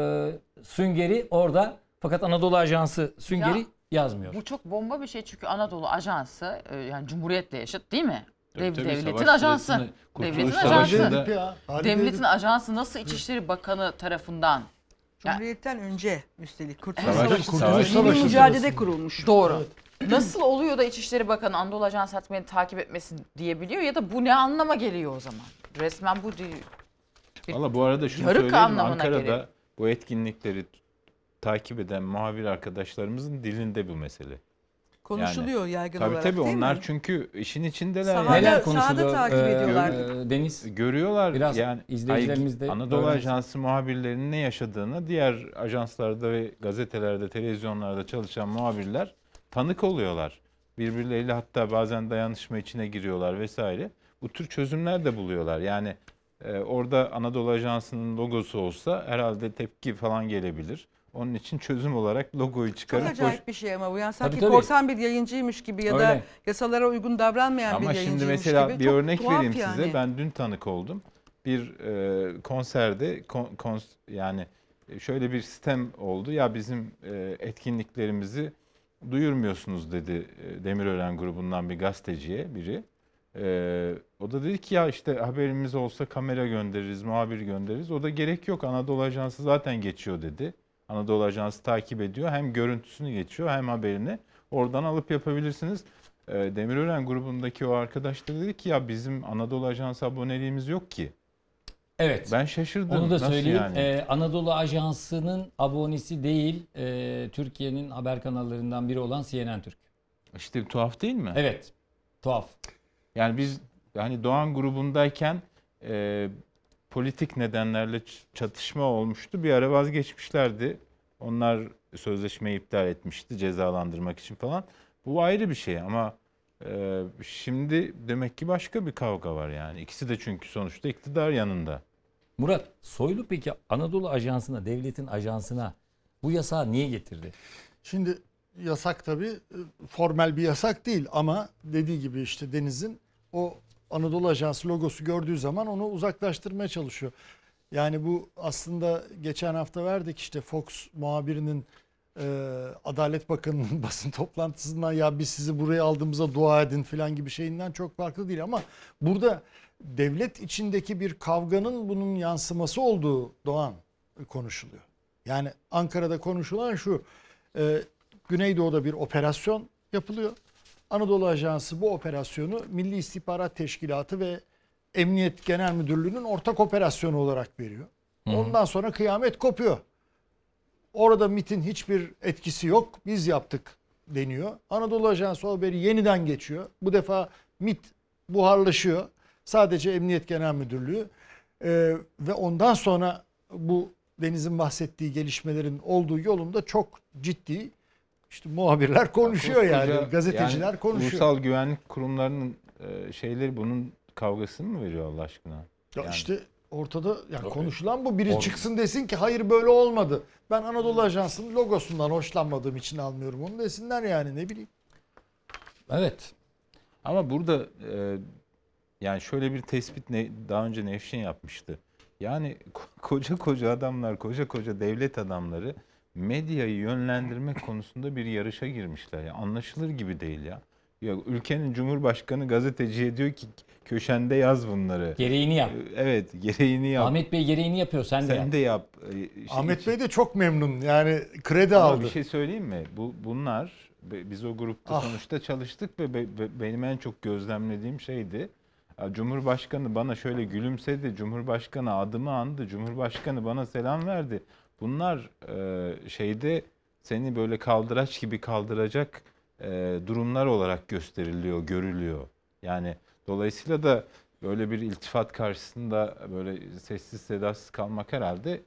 süngeri orada. Fakat Anadolu Ajansı süngeri Ya, yazmıyor. Bu çok bomba bir şey çünkü Anadolu Ajansı yani Cumhuriyet'le yaşıt değil mi? Tabii, Devletin savaş ajansı. sırasında, Kurtuluş Devletin Savaşı'nda- ajansı. Ya, Devletin ajansı nasıl İçişleri Bakanı tarafından? Cumhuriyet'ten önce üstelik Kurtuluş Savaş- Savaşı Kurtuluş sırasında Savaşı bir mücadelede sırasında. kurulmuş. Doğru. Nasıl oluyor da İçişleri Bakanı Anadolu Ajansı hakkında takip etmesin diyebiliyor ya da bu ne anlama geliyor o zaman? Resmen bu değil. Valla bu arada şunu Yarık söyleyeyim. anlamına Ankara'da geliyor. bu etkinlikleri takip eden muhabir arkadaşlarımızın dilinde bu mesele. Konuşuluyor yaygın Tabii olarak tabii değil onlar mi? çünkü işin içindeler. Sahada- yani. Neler sahada konuşuluyor? takip ediyorlar. Deniz. Görüyorlar Biraz yani izleyicilerimiz de Anadolu öğrensin. Ajansı muhabirlerinin ne yaşadığını diğer ajanslarda ve gazetelerde, televizyonlarda çalışan muhabirler tanık oluyorlar. Birbirleriyle hatta bazen dayanışma içine giriyorlar vesaire. Bu tür çözümler de buluyorlar. Yani orada Anadolu Ajansı'nın logosu olsa herhalde tepki falan gelebilir. Onun için çözüm olarak logoyu Çok çıkarıp acayip bir şey ama bu yani sanki tabii. korsan bir yayıncıymış gibi ya da Öyle. yasalara uygun davranmayan bir Ama yayıncıymış şimdi mesela gibi. bir Çok örnek tuhaf vereyim yani. size. Ben dün tanık oldum. Bir konserde yani şöyle bir sistem oldu. Ya bizim etkinliklerimizi duyurmuyorsunuz dedi Demirören grubundan bir gazeteciye biri. O da dedi ki ya işte haberimiz olsa kamera göndeririz, muhabir göndeririz. O da gerek yok. Anadolu Ajansı zaten geçiyor dedi. Anadolu Ajansı takip ediyor. Hem görüntüsünü geçiyor hem haberini. Oradan alıp yapabilirsiniz. Demirören grubundaki o arkadaş da dedi ki ya bizim Anadolu Ajansı aboneliğimiz yok ki. Evet. Ben şaşırdım. Onu da Nasıl söyleyeyim. yani? Anadolu Ajansı'nın abonesi değil, Türkiye'nin haber kanallarından biri olan CNN Türk. İşte tuhaf değil mi? Evet. Tuhaf. Yani biz hani Doğan grubundayken politik nedenlerle çatışma olmuştu. Bir ara vazgeçmişlerdi. Onlar sözleşmeyi iptal etmişti cezalandırmak için falan. Bu ayrı bir şey ama şimdi demek ki başka bir kavga var yani. İkisi de çünkü sonuçta iktidar yanında. Murat, Soylu peki Anadolu Ajansı'na, devletin ajansına bu yasağı niye getirdi? Şimdi yasak tabii formel bir yasak değil ama dediği gibi işte Deniz'in o Anadolu Ajansı logosu gördüğü zaman onu uzaklaştırmaya çalışıyor. Yani bu aslında geçen hafta verdik işte Fox muhabirinin Adalet Bakanı'nın basın toplantısından ya biz sizi buraya aldığımıza dua edin falan gibi şeyinden çok farklı değil ama burada devlet içindeki bir kavganın bunun yansıması olduğu Doğan konuşuluyor. Yani Ankara'da konuşulan şu Güneydoğu'da bir operasyon yapılıyor. Anadolu Ajansı bu operasyonu Milli İstihbarat Teşkilatı ve Emniyet Genel Müdürlüğü'nün ortak operasyonu olarak veriyor. Ondan sonra kıyamet kopuyor. Orada MİT'in hiçbir etkisi yok. Biz yaptık deniyor. Anadolu Ajansı haberi yeniden geçiyor. Bu defa MİT buharlaşıyor. Sadece Emniyet Genel Müdürlüğü ve ondan sonra bu Deniz'in bahsettiği gelişmelerin olduğu yolunda çok ciddi işte muhabirler konuşuyor yani gazeteciler yani konuşuyor. Ulusal güvenlik kurumlarının şeyleri bunun kavgasını mı veriyor Allah aşkına? Ya Yani. işte ortada yani konuşulan bu. Biri çıksın desin ki hayır böyle olmadı. Ben Anadolu Ajansı'nın logosundan hoşlanmadığım için almıyorum onu desinler yani ne bileyim. Evet. Ama burada Yani şöyle bir tespit daha önce Nevşin yapmıştı. Yani koca adamlar, koca devlet adamları medyayı yönlendirmek konusunda bir yarışa girmişler. Ya anlaşılır gibi değil ya. Ya ülkenin Cumhurbaşkanı gazeteciye diyor ki köşende yaz bunları. Gereğini yap. Evet, gereğini yap. Ahmet Bey gereğini yapıyor. Sen de yap. Ahmet Bey de çok memnun. Yani kredi Ama aldı. bir şey söyleyeyim mi? Bunlar biz o grupta sonuçta çalıştık ve benim en çok gözlemlediğim şeydi. Cumhurbaşkanı bana şöyle gülümsedi. Cumhurbaşkanı adımı andı. Cumhurbaşkanı bana selam verdi. Bunlar şeyde seni böyle kaldıraç gibi kaldıracak durumlar olarak görülüyor. Yani dolayısıyla da böyle bir iltifat karşısında böyle sessiz sedasız kalmak herhalde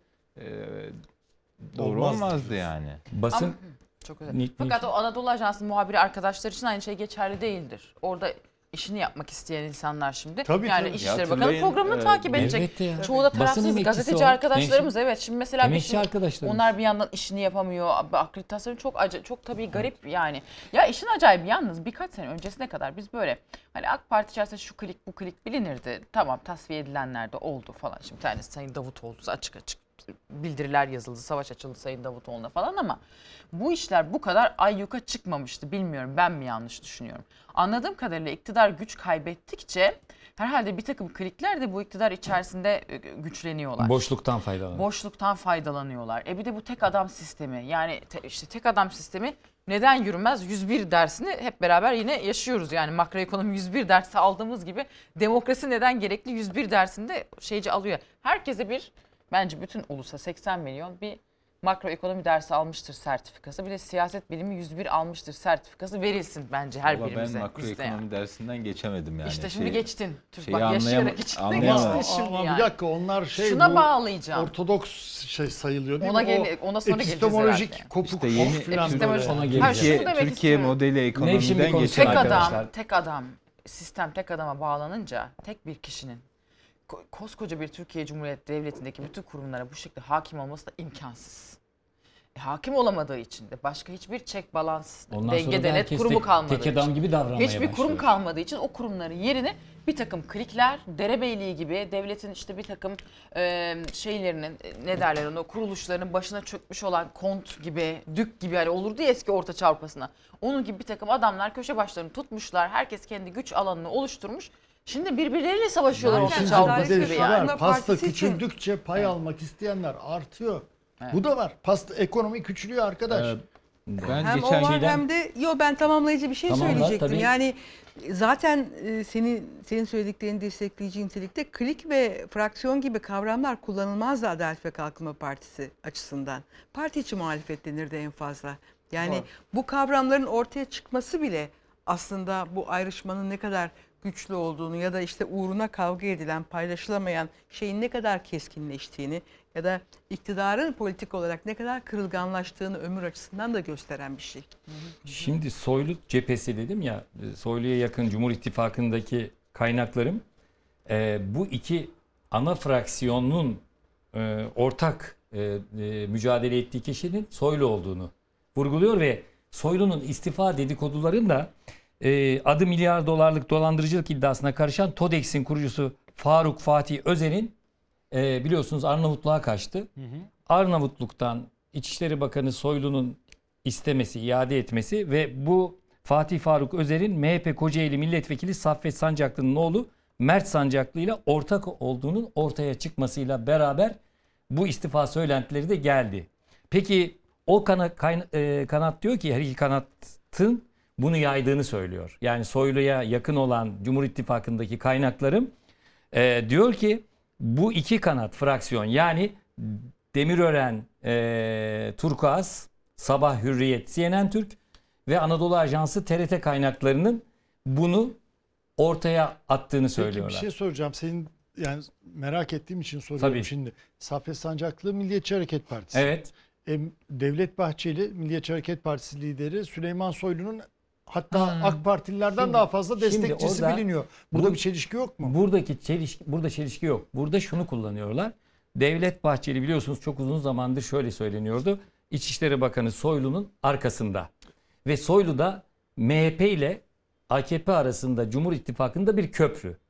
doğru olmazdı yani. Basın Ama, çok güzel. Fakat o Anadolu Ajansı muhabiri arkadaşlar için aynı şey geçerli değildir. Orada işini yapmak isteyen insanlar şimdi. Tabii, yani tabii. İçişleri Bakanı programını takip edecek. Evet ya. Çoğu da tarafsız gazeteci arkadaşlarımız. Evet, şimdi mesela emekçi arkadaşlarımız. onlar bir yandan işini yapamıyor. Akreditasyon çok tabii garip yani. Ya işin acayip yalnız birkaç sene öncesine kadar biz böyle hani AK Parti içerisinde şu klik bu klik bilinirdi. Tamam, tasfiye edilenler de oldu falan. Şimdi bir tanesi Sayın Davutoğlu açık bildiriler yazıldı, savaş açıldı Sayın Davutoğlu'na falan ama bu işler bu kadar ayyuka çıkmamıştı. Bilmiyorum, ben mi yanlış düşünüyorum. Anladığım kadarıyla iktidar güç kaybettikçe herhalde bir takım klikler de bu iktidar içerisinde güçleniyorlar. Boşluktan faydalanıyorlar. Bir de bu tek adam sistemi, yani işte tek adam sistemi neden yürümez? 101 dersini hep beraber yine yaşıyoruz. Yani makroekonomi 101 dersi aldığımız gibi demokrasi neden gerekli 101 dersinde şeyci alıyor. Herkese bence bütün ulusa 80 milyon bir makroekonomi dersi almıştır sertifikası. Bir de siyaset bilimi 101 almıştır sertifikası verilsin bence her birimize. Ben makroekonomi dersinden geçemedim yani. İşte şimdi geçtin. Bak yaşayarak geçtin şimdi yani. Bir dakika onlar şuna bağlayacağım. Ortodoks sayılıyor değil mi? Ona sonra epistemolojik kopuk falan. Türkiye modeli ekonomiden geçen arkadaşlar. Tek adam sistem tek adama bağlanınca tek bir kişinin koskoca bir Türkiye Cumhuriyeti Devleti'ndeki bütün kurumlara bu şekilde hakim olması da imkansız. Hakim olamadığı için de başka hiçbir check balans, denge denet kurumu kalmadığı tek adam gibi davranmaya hiçbir kurum kalmadığı için o kurumların yerine bir takım klikler, derebeyliği gibi devletin işte bir takım şeylerinin ne derler ona, kuruluşlarının başına çökmüş olan kont gibi, dük gibi hani olurdu ya eski Orta Çağ Avrupa'sına. Onun gibi bir takım adamlar köşe başlarını tutmuşlar. Herkes kendi güç alanını oluşturmuş. Şimdi birbirleriyle savaşıyorlar Orta Çağ Avrupa'sı gibi yani. Pasta küçüldükçe pay almak isteyenler artıyor. Evet. Bu da var. Ekonomi küçülüyor arkadaş. Hem o var hem de ben tamamlayıcı bir şey söyleyecektim. Tabii. Yani zaten senin söylediklerini destekleyici nitelikte klik ve fraksiyon gibi kavramlar kullanılmazdı Adalet ve Kalkınma Partisi açısından. Parti içi muhalefet denirdi en fazla. Yani bu kavramların ortaya çıkması bile aslında bu ayrışmanın ne kadar güçlü olduğunu ya da işte uğruna kavga edilen, paylaşılamayan şeyin ne kadar keskinleştiğini ya da iktidarın politik olarak ne kadar kırılganlaştığını ömür açısından da gösteren bir şey. Şimdi Soylu cephesi dedim ya, Soylu'ya yakın Cumhur İttifakı'ndaki kaynaklarım bu iki ana fraksiyonun ortak mücadele ettiği kişinin Soylu olduğunu vurguluyor ve Soylu'nun istifa dedikodularında adı milyar dolarlık dolandırıcılık iddiasına karışan TODEX'in kurucusu Faruk Fatih Özer'in biliyorsunuz Arnavutluğa kaçtı. Arnavutluk'tan İçişleri Bakanı Soylu'nun istemesi, iade etmesi ve bu Fatih Faruk Özer'in MHP Kocaeli Milletvekili Saffet Sancaklı'nın oğlu Mert Sancaklı ile ortak olduğunun ortaya çıkmasıyla beraber bu istifa söylentileri de geldi. Peki o kanat diyor ki her iki kanatın bunu yaydığını söylüyor. Yani Soylu'ya yakın olan Cumhur İttifakı'ndaki kaynaklarım diyor ki bu iki kanat fraksiyon yani Demirören, Turkuaz, Sabah Hürriyet, CNN Türk ve Anadolu Ajansı TRT kaynaklarının bunu ortaya attığını söylüyorlar. Peki bir şey soracağım. Senin yani merak ettiğim için soruyorum. Tabii. Şimdi. Saffet Sancaklı Milliyetçi Hareket Partisi. Evet. Devlet Bahçeli Milliyetçi Hareket Partisi lideri Süleyman Soylu'nun hatta AK Partililerden daha fazla destekçisi biliniyor. Burada bir çelişki yok mu? Burada çelişki yok. Burada şunu kullanıyorlar. Devlet Bahçeli biliyorsunuz çok uzun zamandır şöyle söyleniyordu. İçişleri Bakanı Soylu'nun arkasında. Ve Soylu da MHP ile AKP arasında Cumhur İttifakı'nda bir köprü.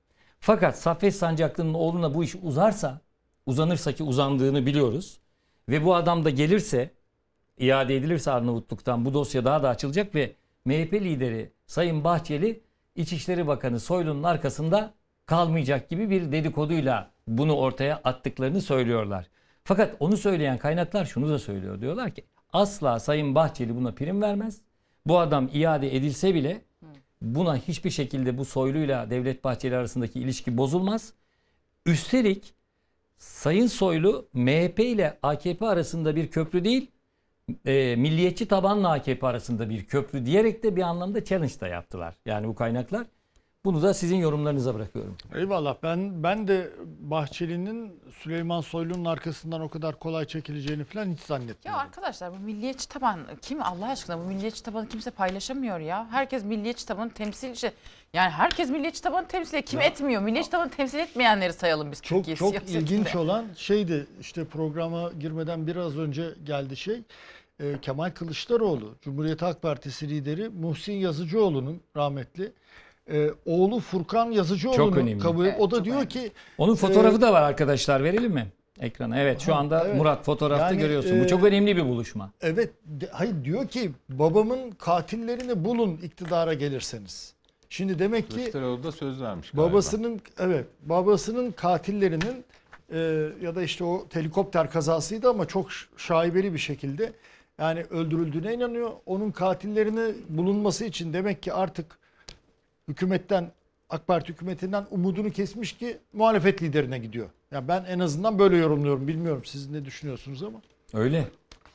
Fakat Saffet Sancaklı'nın oğluna bu iş uzanırsa ki uzandığını biliyoruz ve bu adam da gelirse, iade edilirse Arnavutluk'tan bu dosya daha da açılacak ve MHP lideri Sayın Bahçeli İçişleri Bakanı Soylu'nun arkasında kalmayacak gibi bir dedikoduyla bunu ortaya attıklarını söylüyorlar. Fakat onu söyleyen kaynaklar şunu da söylüyor. Diyorlar ki asla Sayın Bahçeli buna prim vermez. Bu adam iade edilse bile buna hiçbir şekilde bu Soylu'yla Devlet Bahçeli arasındaki ilişki bozulmaz. Üstelik Sayın Soylu MHP ile AKP arasında bir köprü değil, milliyetçi tabanla AKP arasında bir köprü diyerek de bir anlamda challenge da yaptılar. Yani bu kaynaklar. Bunu da sizin yorumlarınıza bırakıyorum. Eyvallah. Ben de Bahçeli'nin Süleyman Soylu'nun arkasından o kadar kolay çekileceğini falan hiç zannetmiyorum. Ya arkadaşlar bu milliyetçi taban kim Allah aşkına, bu milliyetçi tabanı kimse paylaşamıyor ya. Herkes milliyetçi tabanı temsilci. Yani herkes milliyetçi tabanı temsil ediyor. Kim etmiyor? Milliyetçi tabanı temsil etmeyenleri sayalım biz Türkiye Çok siyasetinde. ilginç olan şeydi, işte programa girmeden biraz önce geldi Kemal Kılıçdaroğlu, Cumhuriyet Halk Partisi lideri Muhsin Yazıcıoğlu'nun rahmetli oğlu Furkan Yazıcıoğlu'nu kabul ediyor. O da diyor ki onun fotoğrafı da var arkadaşlar, verelim mi ekrana? Evet, şu anda evet. Murat fotoğrafta Yani, görüyorsun. Bu çok önemli bir buluşma. Evet, hayır diyor ki babamın katillerini bulun iktidara gelirseniz. Şimdi demek ki Kılıçdaroğlu da söz vermiş galiba. babasının katillerinin ya da işte o helikopter kazasıydı ama çok şaibeli bir şekilde yani öldürüldüğüne inanıyor. Onun katillerinin bulunması için demek ki artık hükümetten, AK Parti hükümetinden umudunu kesmiş ki muhalefet liderine gidiyor. Yani ben en azından böyle yorumluyorum. Bilmiyorum siz ne düşünüyorsunuz ama. Öyle.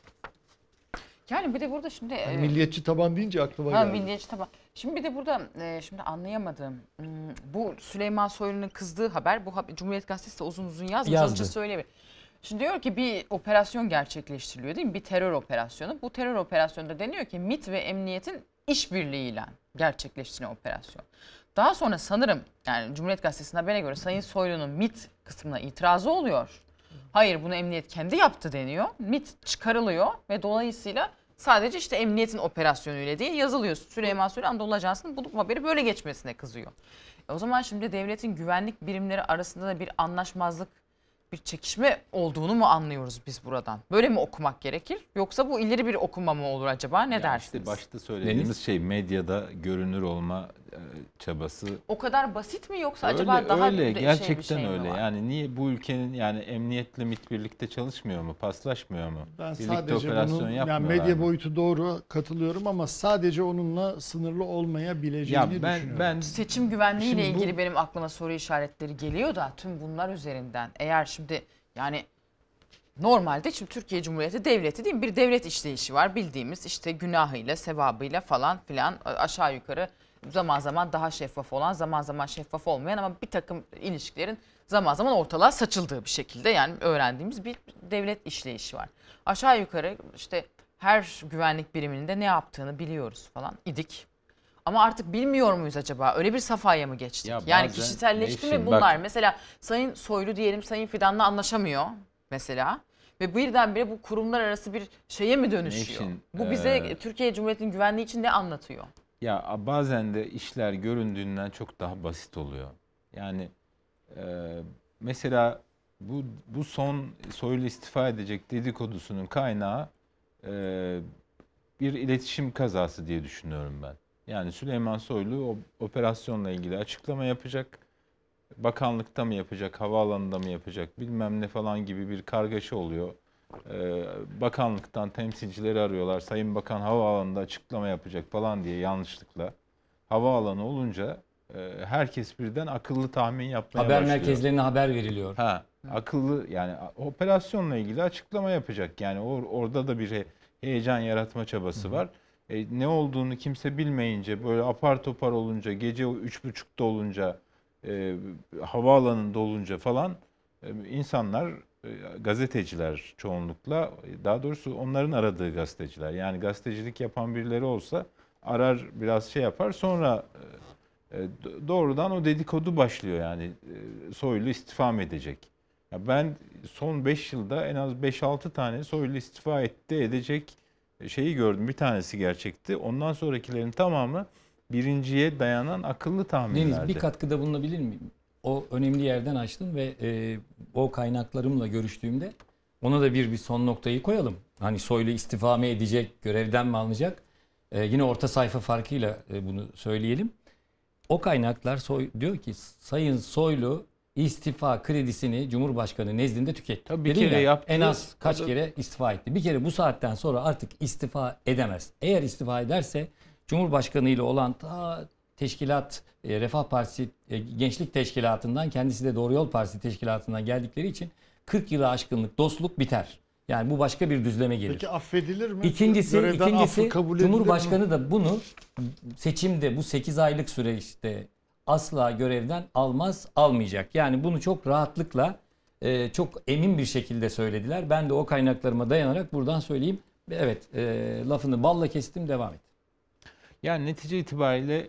Yani bir de burada şimdi Milliyetçi taban deyince aklıma geldi. Milliyetçi taban. Şimdi bir de burada şimdi anlayamadığım bu Süleyman Soylu'nun kızdığı haber, bu Cumhuriyet Gazetesi de uzun uzun yazmış. Azıcık söyleyeyim. Şimdi diyor ki bir operasyon gerçekleştiriliyor değil mi? Bir terör operasyonu. Bu terör operasyonunda deniyor ki MİT ve emniyetin işbirliğiyle gerçekleştirilen operasyon. Daha sonra sanırım yani Cumhuriyet Gazetesi'nin haberine göre Sayın Soylu'nun MİT kısmına itirazı oluyor. Hayır, bunu emniyet kendi yaptı deniyor. MİT çıkarılıyor ve dolayısıyla sadece işte emniyetin operasyonuyla değil yazılıyor. Süleyman Soylu Anadolu Ajansı'nın bu haberi böyle geçmesine kızıyor. O zaman şimdi devletin güvenlik birimleri arasında da bir anlaşmazlık, bir çekişme olduğunu mu anlıyoruz biz buradan? Böyle mi okumak gerekir? Yoksa bu ileri bir okuma mı olur acaba? Ne dersiniz? İşte başta söylediğimiz şey medyada görünür olma çabası. O kadar basit mi yoksa acaba daha öyle, gerçekten bir şey öyle. mi var? Yani niye bu ülkenin yani emniyetle MİT birlikte çalışmıyor mu? Paslaşmıyor mu? Ben birlikte sadece bunun yani medya boyutu doğru, katılıyorum ama sadece onunla sınırlı olmayabileceğini düşünüyorum. Seçim güvenliğiyle ilgili benim aklıma soru işaretleri geliyor da tüm bunlar üzerinden. Eğer şimdi yani normalde şimdi Türkiye Cumhuriyeti devleti değil mi? Bir devlet işleyişi var bildiğimiz, işte günahıyla, sevabıyla falan filan aşağı yukarı zaman zaman daha şeffaf olan, zaman zaman şeffaf olmayan ama bir takım ilişkilerin zaman zaman ortalığa saçıldığı bir şekilde yani öğrendiğimiz bir devlet işleyişi var. Aşağı yukarı işte her güvenlik biriminin de ne yaptığını biliyoruz falan idik. Ama artık bilmiyor muyuz acaba? Öyle bir safhaya mı geçtik? Yani kişiselleşti mi bunlar? Mesela Sayın Soylu diyelim Sayın Fidan'la anlaşamıyor mesela. Ve birdenbire bu kurumlar arası bir şeye mi dönüşüyor? Bu bize Türkiye Cumhuriyeti'nin güvenliği için ne anlatıyor? Ya bazen de işler göründüğünden çok daha basit oluyor. Yani mesela bu son Soylu istifa edecek dedikodusunun kaynağı bir iletişim kazası diye düşünüyorum ben. Yani Süleyman Soylu o operasyonla ilgili açıklama yapacak. Bakanlıkta mı yapacak, havaalanında mı yapacak bilmem ne falan gibi bir kargaşa oluyor. Bakanlıktan temsilcileri arıyorlar. Sayın Bakan havaalanında açıklama yapacak falan diye yanlışlıkla. Havaalanı olunca herkes birden akıllı tahmin yapmaya başlıyor. Haber merkezlerine haber veriliyor. Akıllı yani operasyonla ilgili açıklama yapacak. Yani orada da bir heyecan yaratma çabası var. Ne olduğunu kimse bilmeyince böyle apar topar olunca gece 3.30'da olunca havaalanında olunca falan insanlar gazeteciler çoğunlukla daha doğrusu onların aradığı gazeteciler yani gazetecilik yapan birileri olsa arar biraz şey yapar sonra doğrudan o dedikodu başlıyor yani Soylu istifa mı edecek? Ya ben son 5 yılda en az 5-6 tane Soylu istifa edecek şeyi gördüm. Bir tanesi gerçekti. Ondan sonrakilerin tamamı birinciye dayanan akıllı tahminlerdi. Deniz bir katkıda bulunabilir miyim? o önemli yerden açtın ve o kaynaklarımla görüştüğümde ona da bir son noktayı koyalım. Hani Soylu istifa mı edecek, görevden mi alınacak? Yine orta sayfa farkıyla bunu söyleyelim. O kaynaklar diyor ki Sayın Soylu istifa kredisini Cumhurbaşkanı nezdinde tüketti. Tabii bir Dedin kere ya, yaptı. en az kaç kere istifa etti. Bir kere bu saatten sonra artık istifa edemez. Eğer istifa ederse Cumhurbaşkanı ile olan teşkilat, Refah Partisi Gençlik Teşkilatı'ndan, kendisi de Doğru Yol Partisi Teşkilatı'ndan geldikleri için 40 yılı aşkınlık dostluk biter. Yani bu başka bir düzleme gelir. Peki affedilir mi? İkincisi Kabul edilir Cumhurbaşkanı mi? da bunu seçimde, bu 8 aylık süreçte asla görevden almayacak. Yani bunu çok rahatlıkla, çok emin bir şekilde söylediler. Ben de o kaynaklarıma dayanarak buradan söyleyeyim. Evet, lafını balla kestim, devam et. Yani netice itibariyle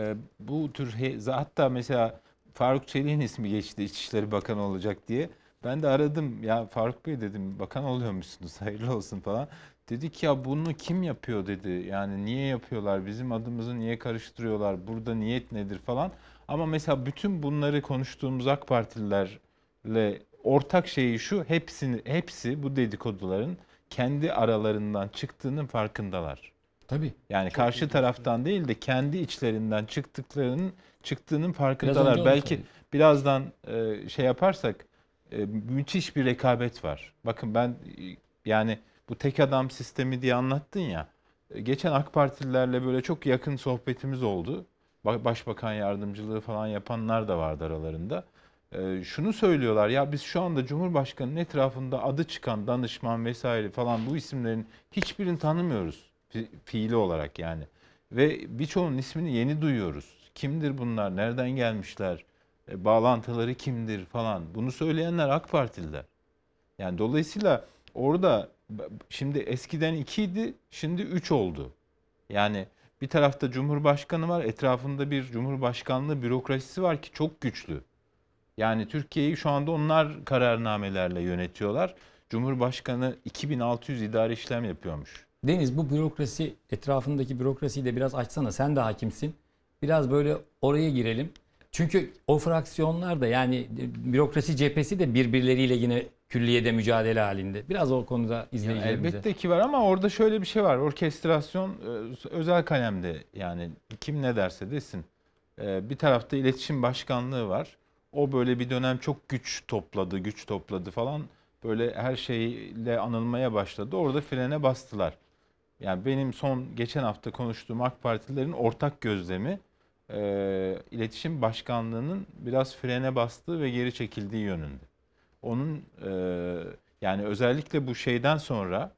bu tür hatta mesela Faruk Çelik'in ismi geçti İçişleri Bakanı olacak diye. Ben de aradım, ya Faruk Bey dedim, bakan oluyormuşsunuz, hayırlı olsun falan. Dedik ya bunu kim yapıyor dedi. Yani niye yapıyorlar, bizim adımızı niye karıştırıyorlar, burada niyet nedir falan. Ama mesela bütün bunları konuştuğumuz AK Partililerle ortak şeyi şu, hepsi bu dedikoduların kendi aralarından çıktığının farkındalar. Tabii. Yani karşı taraftan değil de kendi içlerinden çıktığının farkındalar. Belki birazdan şey yaparsak müthiş bir rekabet var. Bakın ben yani bu tek adam sistemi diye anlattın ya. Geçen AK Partililerle böyle çok yakın sohbetimiz oldu. Başbakan yardımcılığı falan yapanlar da vardı aralarında. Şunu söylüyorlar, ya biz şu anda Cumhurbaşkanı'nın etrafında adı çıkan danışman vesaire falan bu isimlerin hiçbirini tanımıyoruz. Fiili olarak yani. Ve birçoğunun ismini yeni duyuyoruz. Kimdir bunlar? Nereden gelmişler? Bağlantıları kimdir falan. Bunu söyleyenler AK Partililer. Yani dolayısıyla orada şimdi eskiden 2 idi, şimdi 3 oldu. Yani bir tarafta Cumhurbaşkanı var, etrafında bir Cumhurbaşkanlığı bürokrasisi var ki çok güçlü. Yani Türkiye'yi şu anda onlar kararnamelerle yönetiyorlar. Cumhurbaşkanı 2600 idari işlem yapıyormuş. Deniz, bu bürokrasi, etrafındaki bürokrasiyi de biraz açsana. Sen de hakimsin. Biraz böyle oraya girelim. Çünkü o fraksiyonlar da, yani bürokrasi cephesi de birbirleriyle yine külliyede mücadele halinde. Biraz o konuda izleyicilerimize. Elbette ki var ama orada şöyle bir şey var. Orkestrasyon özel kalemde, yani kim ne derse desin. Bir tarafta iletişim başkanlığı var. O böyle bir dönem çok güç topladı falan. Böyle her şeyle anılmaya başladı. Orada frene bastılar. Yani benim geçen hafta konuştuğum AK Partililerin ortak gözlemi iletişim başkanlığının biraz frene bastığı ve geri çekildiği yönünde. Onun yani özellikle bu şeyden sonra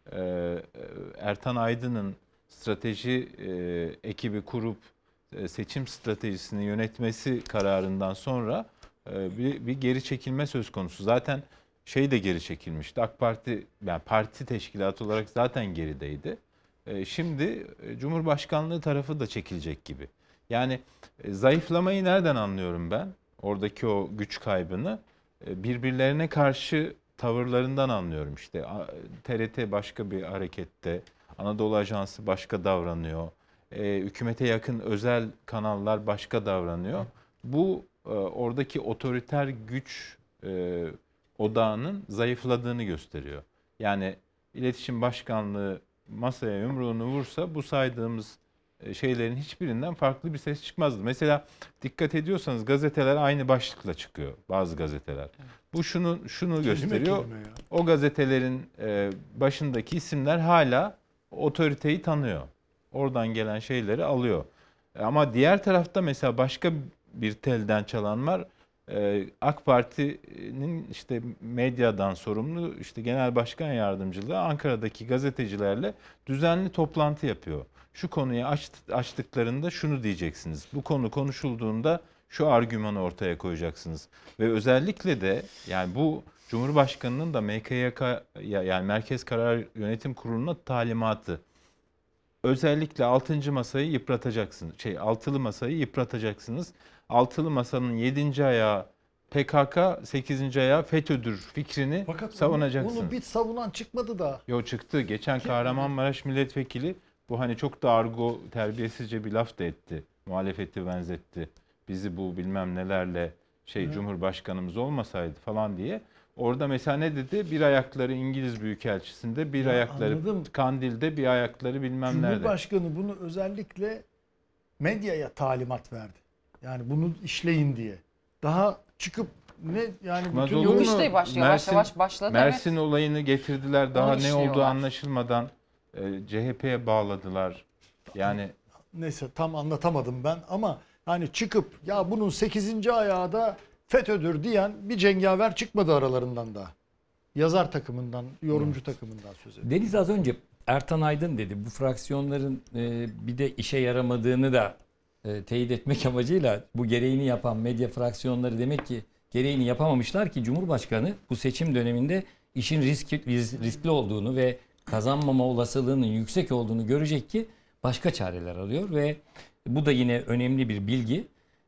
Ertan Aydın'ın strateji ekibi kurup seçim stratejisini yönetmesi kararından sonra bir geri çekilme söz konusu. Zaten de geri çekilmişti. AK Parti, yani parti teşkilatı olarak zaten gerideydi. Şimdi Cumhurbaşkanlığı tarafı da çekilecek gibi. Yani zayıflamayı nereden anlıyorum ben? Oradaki o güç kaybını birbirlerine karşı tavırlarından anlıyorum. İşte TRT başka bir harekette, Anadolu Ajansı başka davranıyor. Hükümete yakın özel kanallar başka davranıyor. Bu oradaki otoriter güç odağının zayıfladığını gösteriyor. Yani iletişim başkanlığı masaya yumruğunu vursa bu saydığımız şeylerin hiçbirinden farklı bir ses çıkmazdı. Mesela dikkat ediyorsanız gazeteler aynı başlıkla çıkıyor, bazı gazeteler. Bu şunu gösteriyor. O gazetelerin başındaki isimler hala otoriteyi tanıyor. Oradan gelen şeyleri alıyor. Ama diğer tarafta mesela başka bir telden çalan var. AK Parti'nin işte medyadan sorumlu işte Genel Başkan Yardımcılığı Ankara'daki gazetecilerle düzenli toplantı yapıyor. Şu konuyu açtıklarında şunu diyeceksiniz. Bu konu konuşulduğunda şu argümanı ortaya koyacaksınız. Ve özellikle de yani bu Cumhurbaşkanı'nın da MKYK, yani Merkez Karar Yönetim Kurulu'na talimatı. Özellikle 6. masayı yıpratacaksınız. Altılı masayı yıpratacaksınız. Altılı masanın 7. ayağı PKK, 8. ayağı FETÖ'dür fikrini savunacaksınız. Bunu bir savunan çıkmadı da. Yo, çıktı. Geçen Kahramanmaraş milletvekili bu hani çok da argo, terbiyesizce bir laf da etti. Muhalefeti benzetti. Bizi bu bilmem nelerle Cumhurbaşkanımız olmasaydı falan diye. Orada mesela ne dedi? Bir ayakları İngiliz Büyükelçisi'nde, bir ayakları anladım. Kandil'de, bir ayakları bilmem nerede. Cumhurbaşkanı bunu özellikle medyaya talimat verdi. Yani bunu işleyin diye. Daha çıkıp yani Çıkmaz bütün olur Yok mu? işte yavaş yavaş başladı. Mersin olayını getirdiler. Daha Onu ne olduğu işliyorlar. anlaşılmadan CHP'ye bağladılar. Yani neyse tam anlatamadım ben ama hani çıkıp ya bunun 8. ayağı da FETÖ'dür diyen bir cengaver çıkmadı aralarından da. Yazar takımından, yorumcu takımından söz ediyor. Deniz az önce Ertan Aydın dedi. Bu fraksiyonların bir de işe yaramadığını da teyit etmek amacıyla bu gereğini yapan medya fraksiyonları demek ki gereğini yapamamışlar ki Cumhurbaşkanı bu seçim döneminde işin riskli olduğunu ve kazanmama olasılığının yüksek olduğunu görecek ki başka çareler arıyor ve bu da yine önemli bir bilgi.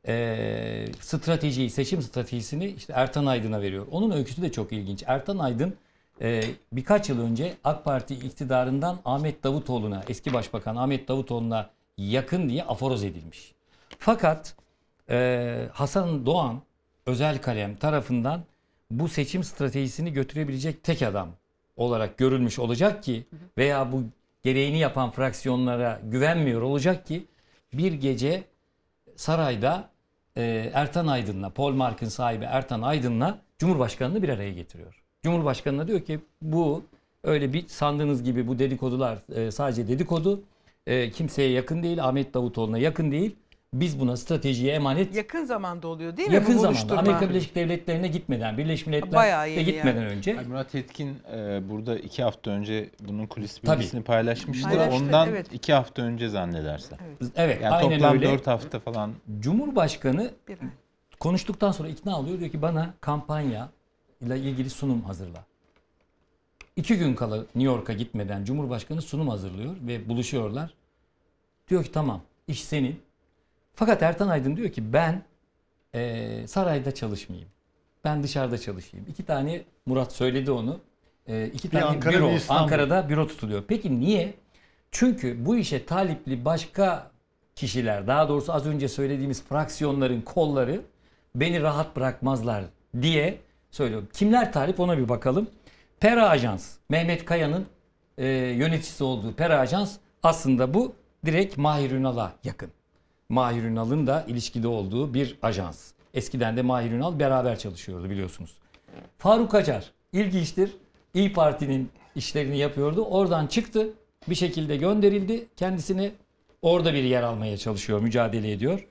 Seçim stratejisini işte Ertan Aydın'a veriyor. Onun öyküsü de çok ilginç. Ertan Aydın birkaç yıl önce AK Parti iktidarından Ahmet Davutoğlu'na, eski başbakan Ahmet Davutoğlu'na yakın diye aforoz edilmiş. Fakat Hasan Doğan özel kalem tarafından bu seçim stratejisini götürebilecek tek adam olarak görülmüş olacak ki veya bu gereğini yapan fraksiyonlara güvenmiyor olacak ki bir gece sarayda Ertan Aydın'la, Polmark'ın sahibi Ertan Aydın'la Cumhurbaşkanı'nı bir araya getiriyor. Cumhurbaşkanı'na diyor ki bu öyle bir sandığınız gibi bu dedikodular sadece dedikodu. Kimseye yakın değil, Ahmet Davutoğlu'na yakın değil. Biz buna stratejiye emanet. Yakın zamanda oluyor değil mi Yakın bu zamanda buluşturma? Amerika Birleşik Devletleri'ne gitmeden, Birleşmiş Bayağı Milletler'e yeni gitmeden yani. önce. Murat Yetkin burada 2 hafta önce bunun kulis Tabii. bilgisini paylaşmıştı. Paylaştı, Ondan evet. 2 hafta önce zannedersem. Evet, Yani aynen toplam öyle. 4 hafta falan. Cumhurbaşkanı Bir ay. konuştuktan sonra ikna oluyor. Diyor ki bana kampanya ile ilgili sunum hazırla. 2 gün kala New York'a gitmeden Cumhurbaşkanı sunum hazırlıyor ve buluşuyorlar. Diyor ki tamam iş senin. Fakat Ertan Aydın diyor ki ben sarayda çalışmayayım. Ben dışarıda çalışayım. 2 tane Murat söyledi onu. 2 tane Ankara, büro. bir İstanbul. Ankara'da büro tutuluyor. Peki niye? Çünkü bu işe talipli başka kişiler, daha doğrusu az önce söylediğimiz fraksiyonların kolları beni rahat bırakmazlar diye söylüyorum. Kimler talip ona bir bakalım. Pera Ajans, Mehmet Kaya'nın yöneticisi olduğu Pera Ajans aslında bu direkt Mahir Ünal'a yakın. Mahir Ünal'ın da ilişkide olduğu bir ajans. Eskiden de Mahir Ünal beraber çalışıyordu biliyorsunuz. Faruk Acar ilginçtir. İYİ Parti'nin işlerini yapıyordu. Oradan çıktı. Bir şekilde gönderildi. Kendisine orada bir yer almaya çalışıyor. Mücadele ediyor.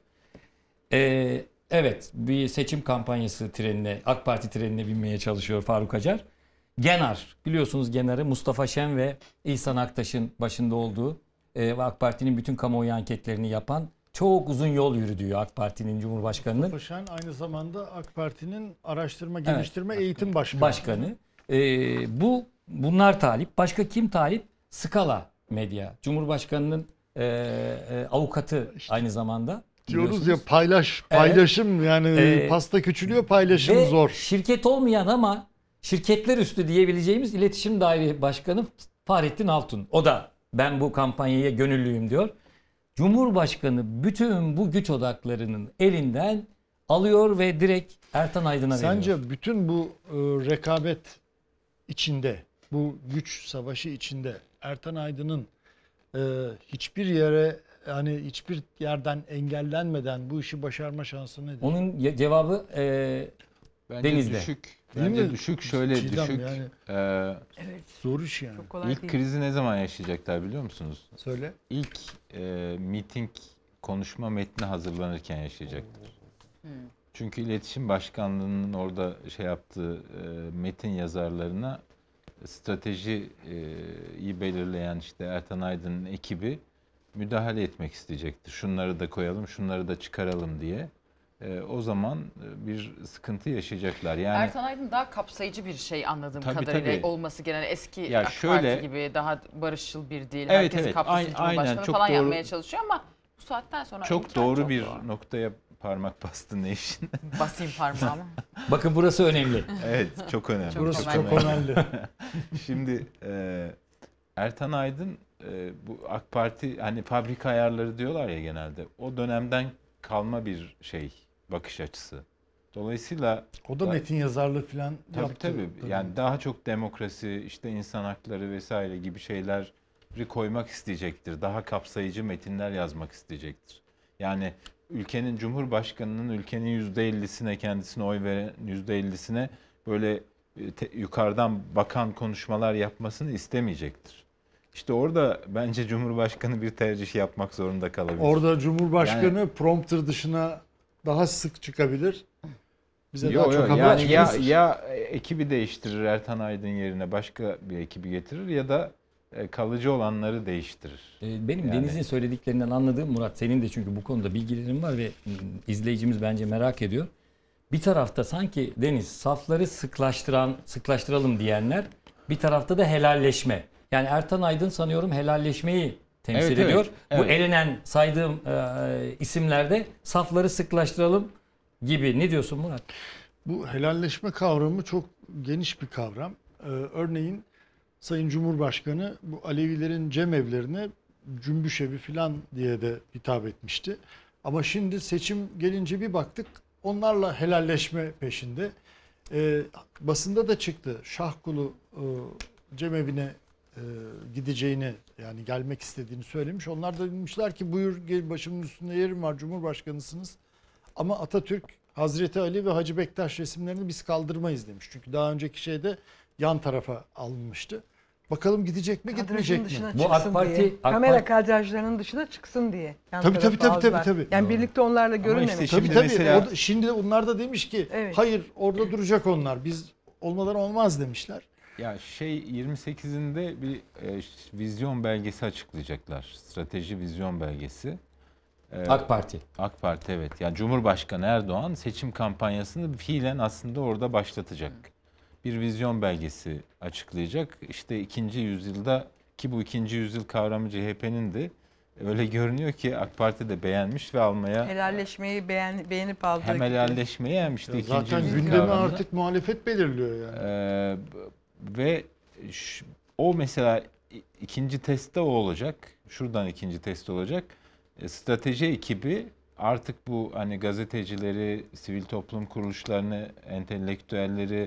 Evet bir seçim kampanyası trenine, AK Parti trenine binmeye çalışıyor Faruk Acar. Genar biliyorsunuz Genar'ı Mustafa Şen ve İhsan Aktaş'ın başında olduğu ve AK Parti'nin bütün kamuoyu anketlerini yapan çok uzun yol yürüdüğü AK Parti'nin Cumhurbaşkanı'nın Paşan aynı zamanda AK Parti'nin araştırma, geliştirme, eğitim başkanı. Bunlar talip. Başka kim talip? Skala Medya. Cumhurbaşkanı'nın avukatı aynı zamanda. Diyoruz ya paylaşım yani pasta küçülüyor, paylaşım Ve zor. şirket olmayan ama şirketler üstü diyebileceğimiz İletişim Daire Başkanı Fahrettin Altun. O da ben bu kampanyaya gönüllüyüm diyor. Cumhurbaşkanı bütün bu güç odaklarının elinden alıyor ve direkt Ertan Aydın'a veriyor. Sence bütün bu rekabet içinde, bu güç savaşı içinde Ertan Aydın'ın hiçbir yere yani hiçbir yerden engellenmeden bu işi başarma şansı nedir? Onun cevabı Bence Deniz'de. düşük. Değil Bence mi? düşük. Şöyle Çiğdem düşük. yani. Evet. Zor iş yani. Çok kolay İlk değil. krizi ne zaman yaşayacaklar biliyor musunuz? Söyle. İlk miting konuşma metni hazırlanırken yaşayacaklar. Çünkü İletişim Başkanlığı'nın orada yaptığı metin yazarlarına stratejiyi belirleyen işte Ertan Aydın'ın ekibi müdahale etmek isteyecektir. Şunları da koyalım, şunları da çıkaralım diye. O zaman bir sıkıntı yaşayacaklar. Yani Ertan Aydın daha kapsayıcı bir şey anladığım Tabii, kadarıyla tabii. olması genel eski Ya AK şöyle- Parti gibi daha barışçıl bir değil. Evet, Herkesi evet. kapsasın Aynen, Cumhurbaşkanı çok falan doğru. yapmaya çalışıyor ama bu saatten sonra çok imkan doğru çok bir zor. noktaya parmak bastın Nevşin. Basayım parmağımı. bakın burası önemli. Evet, çok önemli. Burası temel. çok önemli. Şimdi Ertan Aydın bu AK Parti hani fabrika ayarları diyorlar ya genelde. O dönemden kalma bir bakış açısı. Dolayısıyla O da metin yazarlığı falan yaptı. tabii. Yani daha çok demokrasi, işte insan hakları vesaire gibi şeyleri koymak isteyecektir. Daha kapsayıcı metinler yazmak isteyecektir. Yani ülkenin Cumhurbaşkanı'nın ülkenin %50'sine, kendisine oy veren %50'sine böyle yukarıdan bakan konuşmalar yapmasını istemeyecektir. İşte orada bence Cumhurbaşkanı bir tercih yapmak zorunda kalabilir. Orada Cumhurbaşkanı prompter dışına daha sık çıkabilir. Bize daha çok haber çıkarır. Ya ekibi değiştirir, Ertan Aydın yerine başka bir ekibi getirir ya da kalıcı olanları değiştirir. Benim Deniz'in söylediklerinden anladığım, Murat senin de çünkü bu konuda bilgilerin var ve izleyicimiz bence merak ediyor. Bir tarafta sanki Deniz safları sıklaştıralım diyenler, bir tarafta da helalleşme. Yani Ertan Aydın sanıyorum helalleşmeyi temsil ediyor. Bu elenen saydığım isimlerde safları sıklaştıralım gibi. Ne diyorsun Murat? Bu helalleşme kavramı çok geniş bir kavram. Örneğin Sayın Cumhurbaşkanı bu Alevilerin cemevlerine cümbüş evi falan diye de hitap etmişti. Ama şimdi seçim gelince bir baktık onlarla helalleşme peşinde. Basında da çıktı. Şahkulu cemevine gideceğini, yani gelmek istediğini söylemiş. Onlar da demişler ki buyur gel, başımın üstünde yerim var, Cumhurbaşkanısınız. Ama Atatürk, Hazreti Ali ve Hacı Bektaş resimlerini biz kaldırmayız demiş. Çünkü daha önceki şeyde yan tarafa alınmıştı. Bakalım gidecek mi gitmeyecek mi? Bu AK Parti kamera kadrajlarının dışına çıksın diye. Tabii. Yani birlikte onlarla görünmemek. Işte Tabii. mesela... Şimdi onlar da demiş ki hayır orada duracak onlar. Biz olmadan olmaz demişler. Ya 28'inde bir vizyon belgesi açıklayacaklar. Strateji vizyon belgesi. AK Parti. AK Parti evet. Yani Cumhurbaşkanı Erdoğan seçim kampanyasını fiilen aslında orada başlatacak. Bir vizyon belgesi açıklayacak. İşte 2. yüzyılda, ki bu 2. yüzyıl kavramı CHP'nin de öyle görünüyor ki AK Parti de beğenmiş ve almaya... Helalleşmeyi beğenip aldığı hem helalleşmeyi hem işte 2. Zaten yüzyıl gündemi kavramını. artık muhalefet belirliyor yani. Ve o mesela ikinci testte o olacak. Şuradan ikinci test olacak. Strateji ekibi artık bu hani gazetecileri, sivil toplum kuruluşlarını, entelektüelleri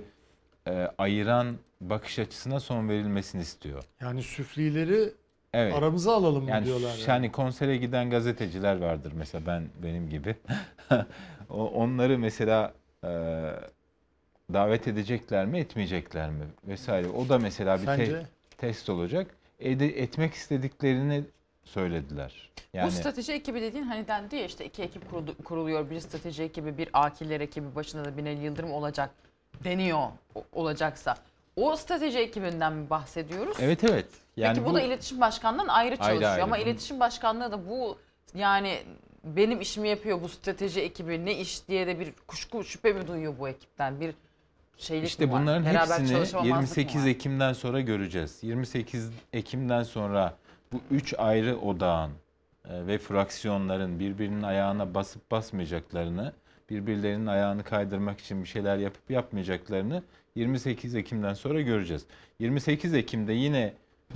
ayıran bakış açısına son verilmesini istiyor. Yani süflileri aramıza alalım mı diyorlar. Yani konsere giden gazeteciler vardır mesela benim gibi. Onları mesela davet edecekler mi, etmeyecekler mi vesaire. O da mesela bir test olacak. Etmek istediklerini söylediler. Yani, bu strateji ekibi dediğin hani dendi ya işte 2 ekip kuruluyor. Bir strateji ekibi, bir Akiller ekibi, başında da Binali Yıldırım olacak deniyor olacaksa. O strateji ekibinden mi bahsediyoruz? Evet. Yani peki bu da iletişim başkanlığından ayrı çalışıyor. Ayrı. Ama iletişim başkanlığı da bu yani benim işimi yapıyor bu strateji ekibi ne iş diye de bir kuşku şüphe mi duyuyor bu ekipten? Bir şeylik İşte mi var? bunların Beraber hepsini 28 mı var? Ekim'den sonra göreceğiz. 28 Ekim'den sonra bu 3 ayrı odağın ve fraksiyonların birbirinin ayağına basıp basmayacaklarını, birbirlerinin ayağını kaydırmak için bir şeyler yapıp yapmayacaklarını 28 Ekim'den sonra göreceğiz. 28 Ekim'de yine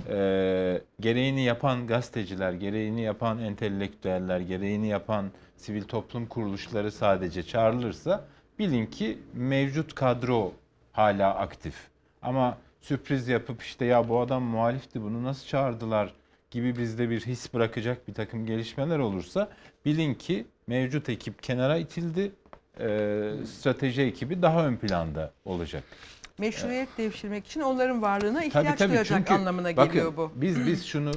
gereğini yapan gazeteciler, gereğini yapan entelektüeller, gereğini yapan sivil toplum kuruluşları sadece çağrılırsa bilin ki mevcut kadro hala aktif. Ama sürpriz yapıp işte ya bu adam muhalifti bunu nasıl çağırdılar gibi bizde bir his bırakacak bir takım gelişmeler olursa bilin ki mevcut ekip kenara itildi. Strateji ekibi daha ön planda olacak. Meşruiyet devşirmek için onların varlığına ihtiyaç duyacak çünkü, anlamına geliyor bu. Biz şunu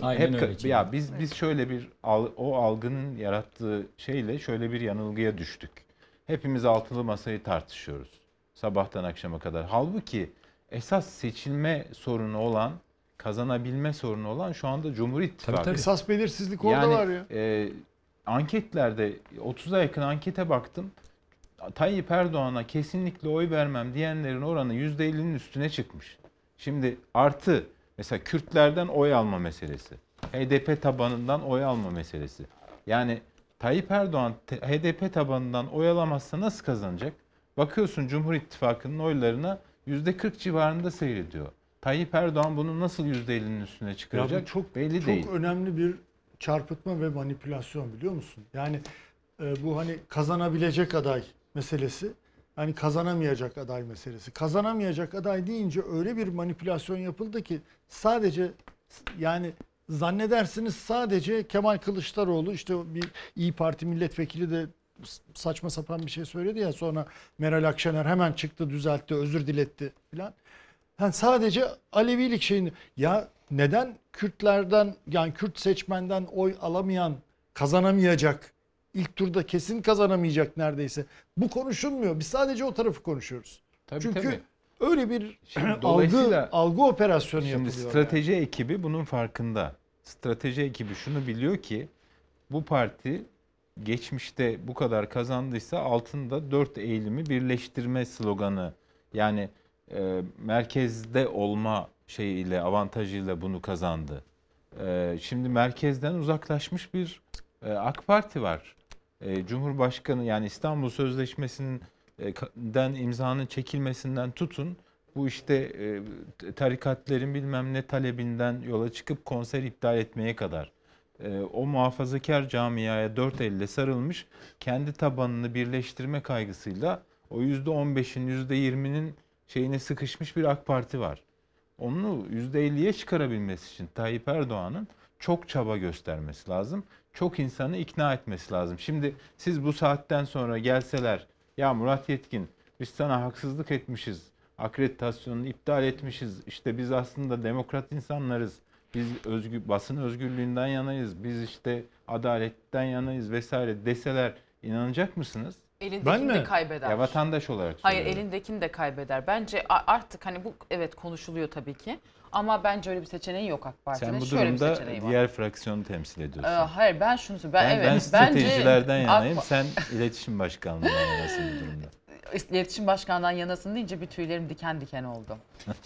biz şöyle bir o algının yarattığı şeyle şöyle bir yanılgıya düştük. Hepimiz altılı masayı tartışıyoruz sabahtan akşama kadar. Halbuki esas seçilme sorunu olan, kazanabilme sorunu olan şu anda Cumhur İttifakı. Tabii. Esas belirsizlik orada var ya. Anketlerde 30'a yakın ankete baktım. Tayyip Erdoğan'a kesinlikle oy vermem diyenlerin oranı %50'nin üstüne çıkmış. Şimdi artı mesela Kürtlerden oy alma meselesi. HDP tabanından oy alma meselesi. Yani Tayyip Erdoğan HDP tabanından oy alamazsa nasıl kazanacak? Bakıyorsun Cumhur İttifakı'nın oylarına %40 civarında seyrediyor. Tayyip Erdoğan bunu nasıl %50'nin üstüne çıkaracak? Ya çok, belli değil. Çok önemli bir çarpıtma ve manipülasyon biliyor musun? Yani bu hani kazanabilecek aday meselesi. hani kazanamayacak aday meselesi. Kazanamayacak aday deyince öyle bir manipülasyon yapıldı ki sadece yani zannedersiniz sadece Kemal Kılıçdaroğlu işte bir İYİ Parti milletvekili de saçma sapan bir şey söyledi ya, sonra Meral Akşener hemen çıktı, düzeltti, özür diletti filan. Yani sadece Alevilik şeyini, ya neden Kürtlerden, yani Kürt seçmenden oy alamayan kazanamayacak, ilk turda kesin kazanamayacak neredeyse, bu konuşulmuyor. Biz sadece o tarafı konuşuyoruz. Çünkü öyle bir algı operasyonu yapılıyor. Şimdi strateji ekibi bunun farkında. Strateji ekibi şunu biliyor ki bu parti geçmişte bu kadar kazandıysa altında 4 eğilimi birleştirme sloganı, yani merkezde olma şeyiyle, avantajıyla bunu kazandı. Şimdi merkezden uzaklaşmış bir AK Parti var. Cumhurbaşkanı, yani İstanbul Sözleşmesi'nden imzanın çekilmesinden tutun, bu işte tarikatlerin bilmem ne talebinden yola çıkıp konser iptal etmeye kadar o muhafazakar camiaya dört elle sarılmış, kendi tabanını birleştirme kaygısıyla o %15'in %20'nin şeyine sıkışmış bir AK Parti var. Onu %50'ye çıkarabilmesi için Tayyip Erdoğan'ın çok çaba göstermesi lazım. Çok insanı ikna etmesi lazım. Şimdi siz bu saatten sonra gelseler, ya Murat Yetkin biz sana haksızlık etmişiz, akreditasyonunu iptal etmişiz, işte biz aslında demokrat insanlarız, biz basın özgürlüğünden yanayız, biz işte adaletten yanayız vesaire deseler inanacak mısınız? Elindekini de kaybeder. Ya vatandaş olarak Hayır, elindekini de kaybeder. Bence artık hani bu evet konuşuluyor tabii ki. Ama bence öyle bir seçeneği yok AK Parti'de. Sen bu şöyle durumda bir diğer fraksiyonu temsil ediyorsun. Hayır, ben şunu söylüyorum. Ben stratejilerden yanayım. Sen iletişim başkanlığından yanasın bu durumda. İletişim başkanından yanasın deyince bir tüylerim diken diken oldu.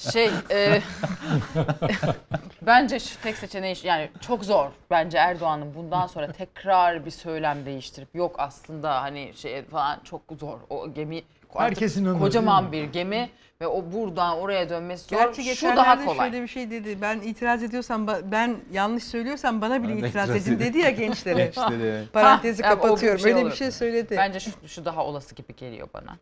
Bence şu tek seçeneği, yani çok zor. Bence Erdoğan'ın bundan sonra tekrar bir söylem değiştirip yok aslında hani şey falan, çok zor. O gemi herkesin kocaman bir gemi ve o buradan oraya dönmesi zor. Gerçi şu daha kolay. şöyle bir şey dedi. Ben itiraz ediyorsam, ben yanlış söylüyorsam bana bile itiraz edin dedi ya gençlere. Parantezi kapatıyorum. Öyle bir şey söyledi. Bence şu daha olası gibi geliyor bana.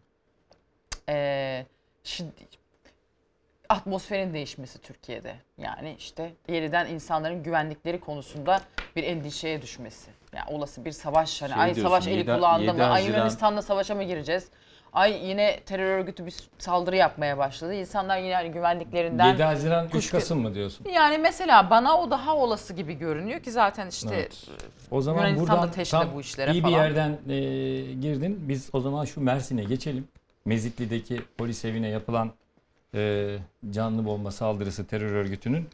Atmosferin değişmesi Türkiye'de. Yani işte yeniden insanların güvenlikleri konusunda bir endişeye düşmesi. Yani olası bir savaş, hani ay savaş eli kulağında mı? Ay Yunanistan'la savaşa mı gireceğiz? Ay yine terör örgütü bir saldırı yapmaya başladı. İnsanlar yine hani güvenliklerinden... 7 Haziran 3 Kasım mı diyorsun? Yani mesela bana o daha olası gibi görünüyor ki zaten işte evet. O zaman Yunanistan'da teşne bu işlere iyi falan. Bir yerden girdin. Biz o zaman şu Mersin'e geçelim. Mezitli'deki polis evine yapılan canlı bomba saldırısı terör örgütünün.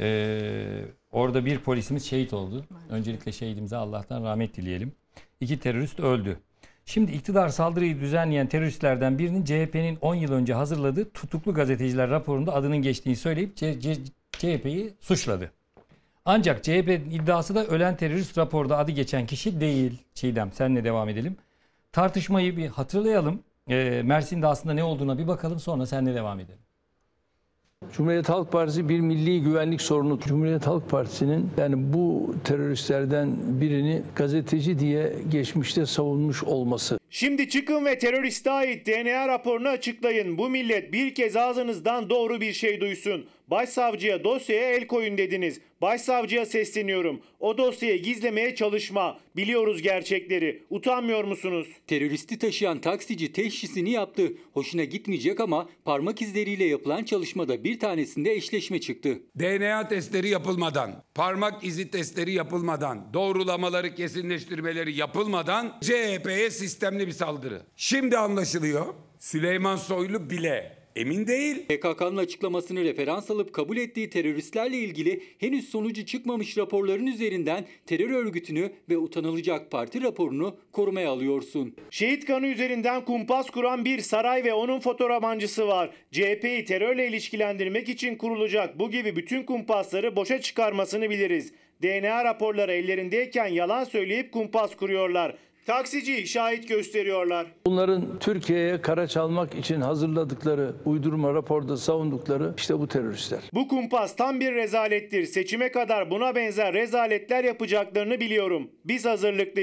Orada bir polisimiz şehit oldu. Öncelikle şehidimize Allah'tan rahmet dileyelim. 2 terörist öldü. Şimdi iktidar saldırıyı düzenleyen teröristlerden birinin CHP'nin 10 yıl önce hazırladığı tutuklu gazeteciler raporunda adının geçtiğini söyleyip CHP'yi suçladı. Ancak CHP'nin iddiası da ölen terörist raporda adı geçen kişi değil. Çiğdem, seninle devam edelim. Tartışmayı bir hatırlayalım. Mersin'de aslında ne olduğuna bir bakalım, sonra seninle devam edelim. Cumhuriyet Halk Partisi bir milli güvenlik sorunu. Cumhuriyet Halk Partisi'nin yani bu teröristlerden birini gazeteci diye geçmişte savunmuş olması. Şimdi çıkın ve teröriste ait DNA raporunu açıklayın. Bu millet bir kez ağzınızdan doğru bir şey duysun. Başsavcıya dosyaya el koyun dediniz. Başsavcıya sesleniyorum. O dosyayı gizlemeye çalışma. Biliyoruz gerçekleri. Utanmıyor musunuz? Teröristi taşıyan taksici teşhisini yaptı. Hoşuna gitmeyecek ama parmak izleriyle yapılan çalışmada bir tanesinde eşleşme çıktı. DNA testleri yapılmadan, parmak izi testleri yapılmadan, doğrulamaları, kesinleştirmeleri yapılmadan CHP'ye sistemli bir saldırı. Şimdi anlaşılıyor. Süleyman Soylu bile emin değil. PKK'nın açıklamasını referans alıp kabul ettiği teröristlerle ilgili henüz sonucu çıkmamış raporların üzerinden terör örgütünü ve utanılacak parti raporunu korumaya alıyorsun. Şehit kanı üzerinden kumpas kuran bir saray ve onun fotoğrafmancısı var. CHP'yi terörle ilişkilendirmek için kurulacak bu gibi bütün kumpasları boşa çıkarmasını biliriz. DNA raporları ellerindeyken yalan söyleyip kumpas kuruyorlar. Taksiciyi şahit gösteriyorlar. Bunların Türkiye'ye kara çalmak için hazırladıkları, uydurma raporda savundukları işte bu teröristler. Bu kumpas tam bir rezalettir. Seçime kadar buna benzer rezaletler yapacaklarını biliyorum. Biz hazırlıklıyız.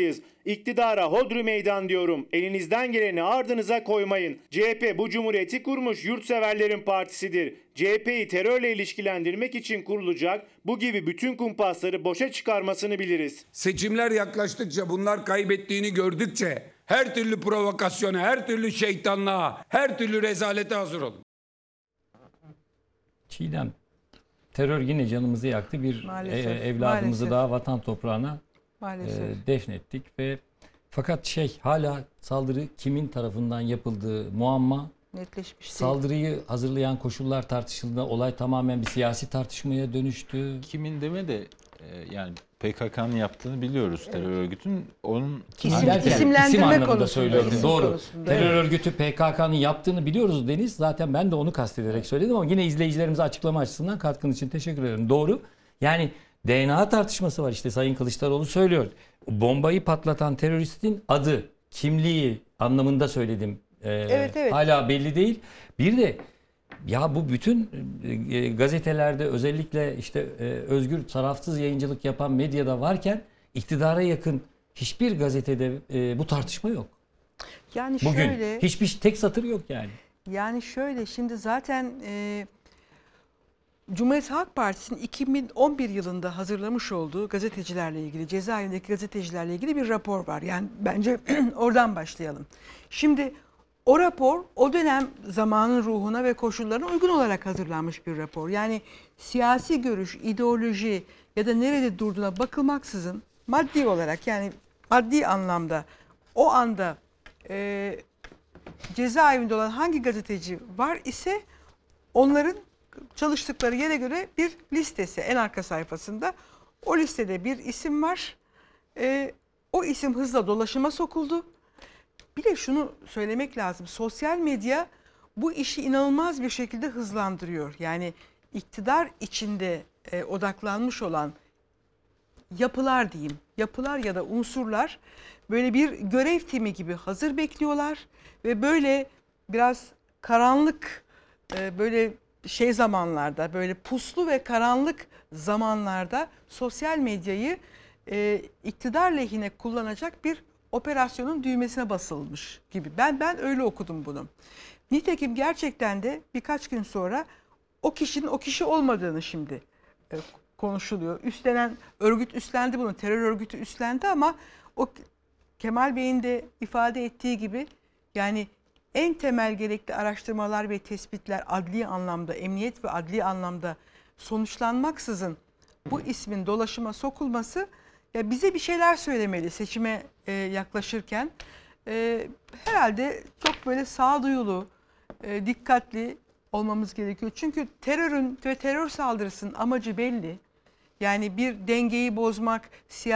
İktidara hodri meydan diyorum. Elinizden geleni ardınıza koymayın. CHP bu cumhuriyeti kurmuş yurtseverlerin partisidir. CHP'yi terörle ilişkilendirmek için kurulacak bu gibi bütün kumpasları boşa çıkarmasını biliriz. Seçimler yaklaştıkça, bunlar kaybettiğini gördükçe her türlü provokasyona, her türlü şeytanlığa, her türlü rezalete hazır olun. Çiğdem, terör yine canımızı yaktı. Bir evladımızı maalesef. daha vatan toprağına defnettik ve fakat hala saldırı kimin tarafından yapıldığı muamma. Netleşmiş değil. Saldırıyı hazırlayan koşullar tartışıldığında olay tamamen bir siyasi tartışmaya dönüştü. Kimin deme de yani PKK'nın yaptığını biliyoruz, terör örgütünün. Onun İsimlendirme isim anlamında konusunda, söylüyorum. isim Doğru. konusunda, Terör evet. örgütü PKK'nın yaptığını biliyoruz Deniz. Zaten ben de onu kastederek söyledim ama yine izleyicilerimize açıklama açısından katkın için teşekkür ederim. Doğru. Yani DNA tartışması var, işte Sayın Kılıçdaroğlu söylüyor. Bombayı patlatan teröristin adı, kimliği anlamında söyledim. Evet. Hala belli değil. Bir de ya bu bütün gazetelerde özellikle işte özgür, tarafsız yayıncılık yapan medyada varken iktidara yakın hiçbir gazetede bu tartışma yok. Yani Bugün şöyle, hiçbir tek satır yok yani. Yani şöyle, şimdi zaten Cumhuriyet Halk Partisi'nin 2011 yılında hazırlamış olduğu gazetecilerle ilgili, cezaevindeki gazetecilerle ilgili bir rapor var. Yani bence oradan başlayalım. Şimdi o rapor o dönem zamanın ruhuna ve koşullarına uygun olarak hazırlanmış bir rapor. Yani siyasi görüş, ideoloji ya da nerede durduğuna bakılmaksızın maddi olarak, yani maddi anlamda o anda cezaevinde olan hangi gazeteci var ise onların çalıştıkları yere göre bir listesi en arka sayfasında. O listede bir isim var. O isim hızla dolaşıma sokuldu. Bir de şunu söylemek lazım. Sosyal medya bu işi inanılmaz bir şekilde hızlandırıyor. Yani iktidar içinde odaklanmış olan yapılar diyeyim, yapılar ya da unsurlar böyle bir görev timi gibi hazır bekliyorlar ve böyle biraz karanlık, böyle zamanlarda, böyle puslu ve karanlık zamanlarda sosyal medyayı iktidar lehine kullanacak bir operasyonun düğmesine basılmış gibi. Ben öyle okudum bunu. Nitekim gerçekten de birkaç gün sonra o kişinin o kişi olmadığını şimdi konuşuluyor. Örgüt üstlendi bunu, terör örgütü üstlendi ama o Kemal Bey'in de ifade ettiği gibi yani en temel gerekli araştırmalar ve tespitler adli anlamda, emniyet ve adli anlamda sonuçlanmaksızın bu ismin dolaşıma sokulması ya bize bir şeyler söylemeli seçime yaklaşırken. Herhalde çok böyle sağduyulu, dikkatli olmamız gerekiyor. Çünkü terörün ve terör saldırısının amacı belli. Yani bir dengeyi bozmak,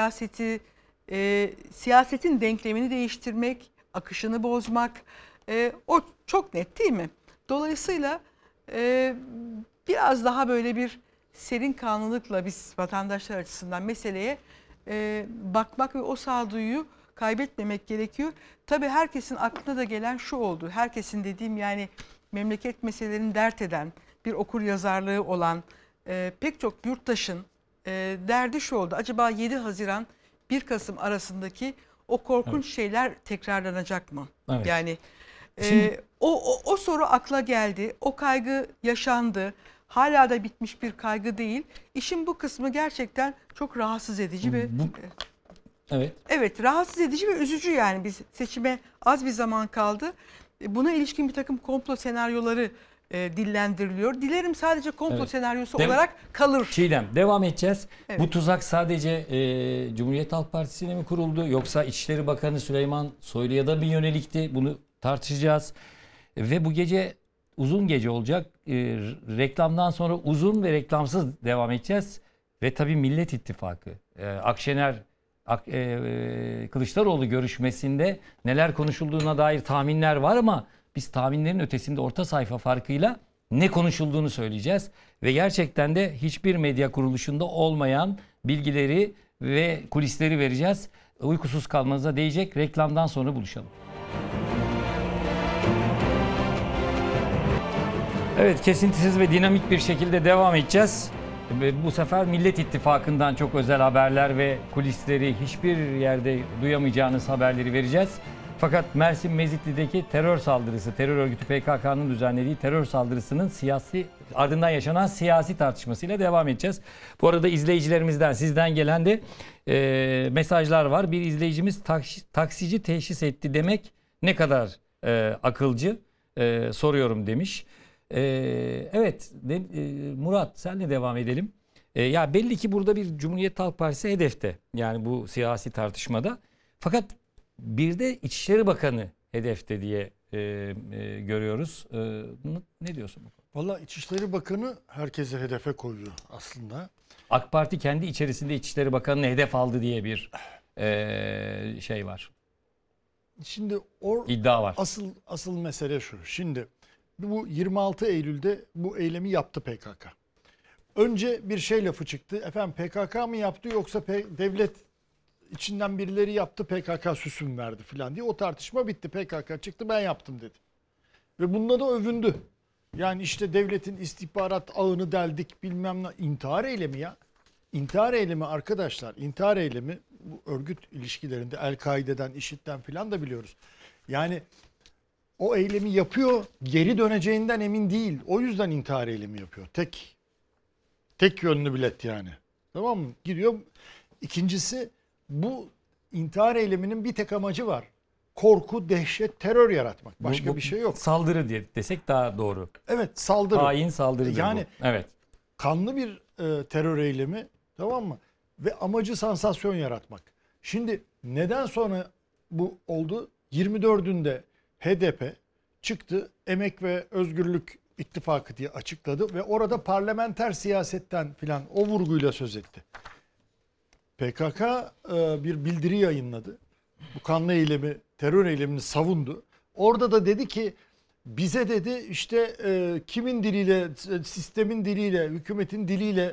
siyasetin denklemini değiştirmek, akışını bozmak, o çok net değil mi? Dolayısıyla biraz daha böyle bir serin kanlılıkla biz vatandaşlar açısından meseleye bakmak ve o sağduyuyu kaybetmemek gerekiyor. Tabii herkesin aklına da gelen şu oldu. Herkesin dediğim yani memleket meselelerini dert eden, bir okur yazarlığı olan pek çok yurttaşın derdi şu oldu. Acaba 7 Haziran 1 Kasım arasındaki o korkunç şeyler tekrarlanacak mı? Evet. Yani o soru akla geldi. O kaygı yaşandı. Hala da bitmiş bir kaygı değil. İşin bu kısmı gerçekten çok rahatsız edici ve evet rahatsız edici ve üzücü yani. Biz seçime az bir zaman kaldı. Buna ilişkin bir takım komplo senaryoları dillendiriliyor. Dilerim sadece komplo senaryosu olarak kalır. Çiğdem, devam edeceğiz. Evet. Bu tuzak sadece Cumhuriyet Halk Partisi'ne mi kuruldu yoksa İçişleri Bakanı Süleyman Soylu'ya da mı yönelikti? Bunu tartışacağız. Ve bu gece uzun gece olacak. Reklamdan sonra uzun ve reklamsız devam edeceğiz. Ve tabii Millet İttifakı. Akşener Kılıçdaroğlu görüşmesinde neler konuşulduğuna dair tahminler var ama biz tahminlerin ötesinde orta sayfa farkıyla ne konuşulduğunu söyleyeceğiz. Ve gerçekten de hiçbir medya kuruluşunda olmayan bilgileri ve kulisleri vereceğiz. Uykusuz kalmanıza değecek. Reklamdan sonra buluşalım. Evet, kesintisiz ve dinamik bir şekilde devam edeceğiz. Bu sefer Millet İttifakı'ndan çok özel haberler ve kulisleri hiçbir yerde duyamayacağınız haberleri vereceğiz. Fakat Mersin Mezitli'deki terör saldırısı, terör örgütü PKK'nın düzenlediği terör saldırısının ardından yaşanan siyasi tartışmasıyla devam edeceğiz. Bu arada izleyicilerimizden, sizden gelen de mesajlar var. Bir izleyicimiz taksici teşhis etti demek ne kadar akılcı soruyorum demiş. Evet Murat, senle devam edelim. Ya belli ki burada bir Cumhuriyet Halk Partisi hedefte. Yani bu siyasi tartışmada. Fakat bir de İçişleri Bakanı hedefte diye görüyoruz. Ne diyorsun? Vallahi İçişleri Bakanı herkese hedefe koyuyor aslında. AK Parti kendi içerisinde İçişleri Bakanı'nı hedef aldı diye bir şey var. Şimdi iddia var. Asıl mesele şu. Şimdi bu 26 Eylül'de bu eylemi yaptı PKK. Önce bir şey lafı çıktı. Efendim PKK mı yaptı yoksa devlet içinden birileri yaptı, PKK süsü mü verdi falan diye o tartışma bitti. PKK çıktı, ben yaptım dedi. Ve bununla da övündü. Yani işte devletin istihbarat ağını deldik bilmem ne. İntihar eylemi ya. İntihar eylemi arkadaşlar. İntihar eylemi bu örgüt ilişkilerinde El-Kaide'den, IŞİD'den falan da biliyoruz. Yani o eylemi yapıyor, geri döneceğinden emin değil. O yüzden intihar eylemi yapıyor. Tek yönlü bilet yani. Tamam mı? Gidiyor. İkincisi, bu intihar eyleminin bir tek amacı var. Korku, dehşet, terör yaratmak. Başka bir şey yok. Saldırı diye desek daha doğru. Evet, saldırı. Hain saldırıdır yani, bu. Evet. Kanlı bir terör eylemi, tamam mı? Ve amacı sansasyon yaratmak. Şimdi neden sonra bu oldu? 24'ünde HDP çıktı, Emek ve Özgürlük İttifakı diye açıkladı ve orada parlamenter siyasetten filan o vurguyla söz etti. PKK bir bildiri yayınladı. Bu kanlı eylemi, terör eylemini savundu. Orada da dedi ki bize dedi işte kimin diliyle, sistemin diliyle, hükümetin diliyle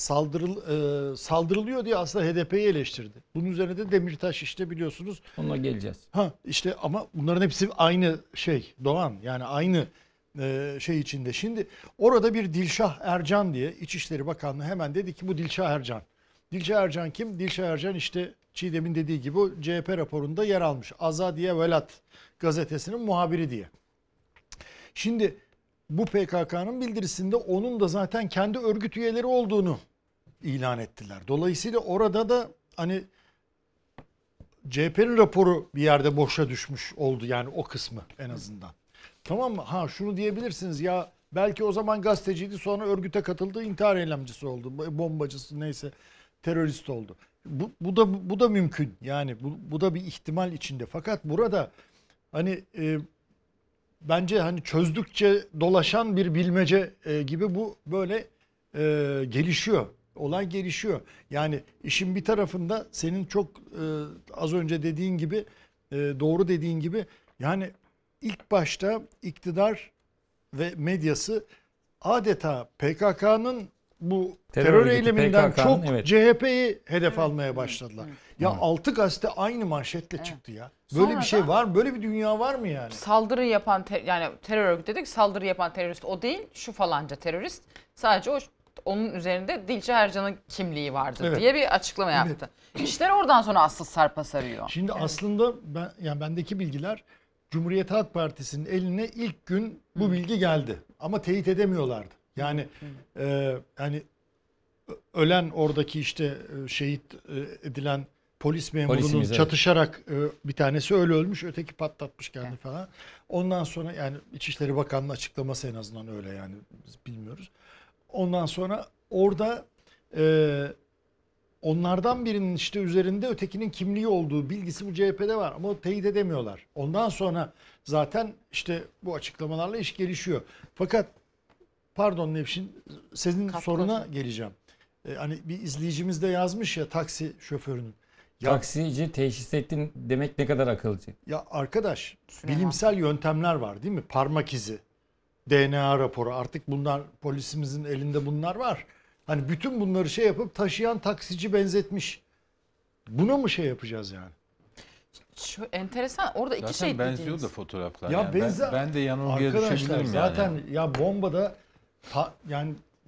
saldırılıyor diye aslında HDP'yi eleştirdi. Bunun üzerine de Demirtaş işte biliyorsunuz. Onunla geleceğiz. İşte ama bunların hepsi aynı şey Doğan, yani aynı şey içinde. Şimdi orada bir Dilşah Ercan diye İçişleri Bakanlığı hemen dedi ki bu Dilşah Ercan. Dilşah Ercan kim? Dilşah Ercan işte Çiğdem'in dediği gibi o CHP raporunda yer almış. Azadiye Velat gazetesinin muhabiri diye. Şimdi bu PKK'nın bildirisinde onun da zaten kendi örgüt üyeleri olduğunu ilan ettiler. Dolayısıyla orada da hani CHP'nin raporu bir yerde boşa düşmüş oldu yani o kısmı en azından. Tamam mı? Ha şunu diyebilirsiniz ya belki o zaman gazeteciydi sonra örgüte katıldı, intihar eylemcisi oldu. Bombacısı neyse terörist oldu. Bu da mümkün. Yani bu da bir ihtimal içinde. Fakat burada hani bence hani çözdükçe dolaşan bir bilmece gibi bu böyle gelişiyor. Olay gelişiyor. Yani işin bir tarafında senin çok az önce dediğin gibi doğru dediğin gibi yani ilk başta iktidar ve medyası adeta PKK'nın bu terör eyleminden çok evet. CHP'yi hedef almaya başladılar. Ya 6 gazete aynı manşetle çıktı ya. Böyle Sonra bir şey da var, böyle bir dünya var mı yani? Saldırı yapan yani terör örgütü dedik, saldırı yapan terörist o değil, şu falanca terörist. Sadece onun üzerinde Dilşah Ercan'ın kimliği vardır diye bir açıklama yaptı. İşler oradan sonra asıl sarpa sarıyor. Şimdi aslında bendeki bilgiler Cumhuriyet Halk Partisi'nin eline ilk gün bu bilgi geldi. Ama teyit edemiyorlardı. Yani yani ölen oradaki işte şehit edilen polis memurunun çatışarak bir tanesi öyle ölmüş, öteki patlatmış kendini falan. Ondan sonra yani İçişleri Bakanlığı açıklaması en azından öyle yani biz bilmiyoruz. Ondan sonra orada onlardan birinin işte üzerinde ötekinin kimliği olduğu bilgisi bu CHP'de var ama teyit edemiyorlar. Ondan sonra zaten işte bu açıklamalarla iş gelişiyor. Fakat pardon Nevşin, senin soruna geleceğim. Hani bir izleyicimiz de yazmış ya taksi şoförünün. Ya, taksici teşhis ettin demek ne kadar akılcı. Ya arkadaş bilimsel yöntemler var değil mi? Parmak izi, DNA raporu, artık bunlar polisimizin elinde bunlar var. Hani bütün bunları şey yapıp taşıyan taksici benzetmiş. Buna mı şey yapacağız yani? Şu enteresan orada iki şey dediğiniz. Benziyor da fotoğraflar. Ya yani. Ben de yanılgıya düşebilirim yani. Zaten ya bombada yani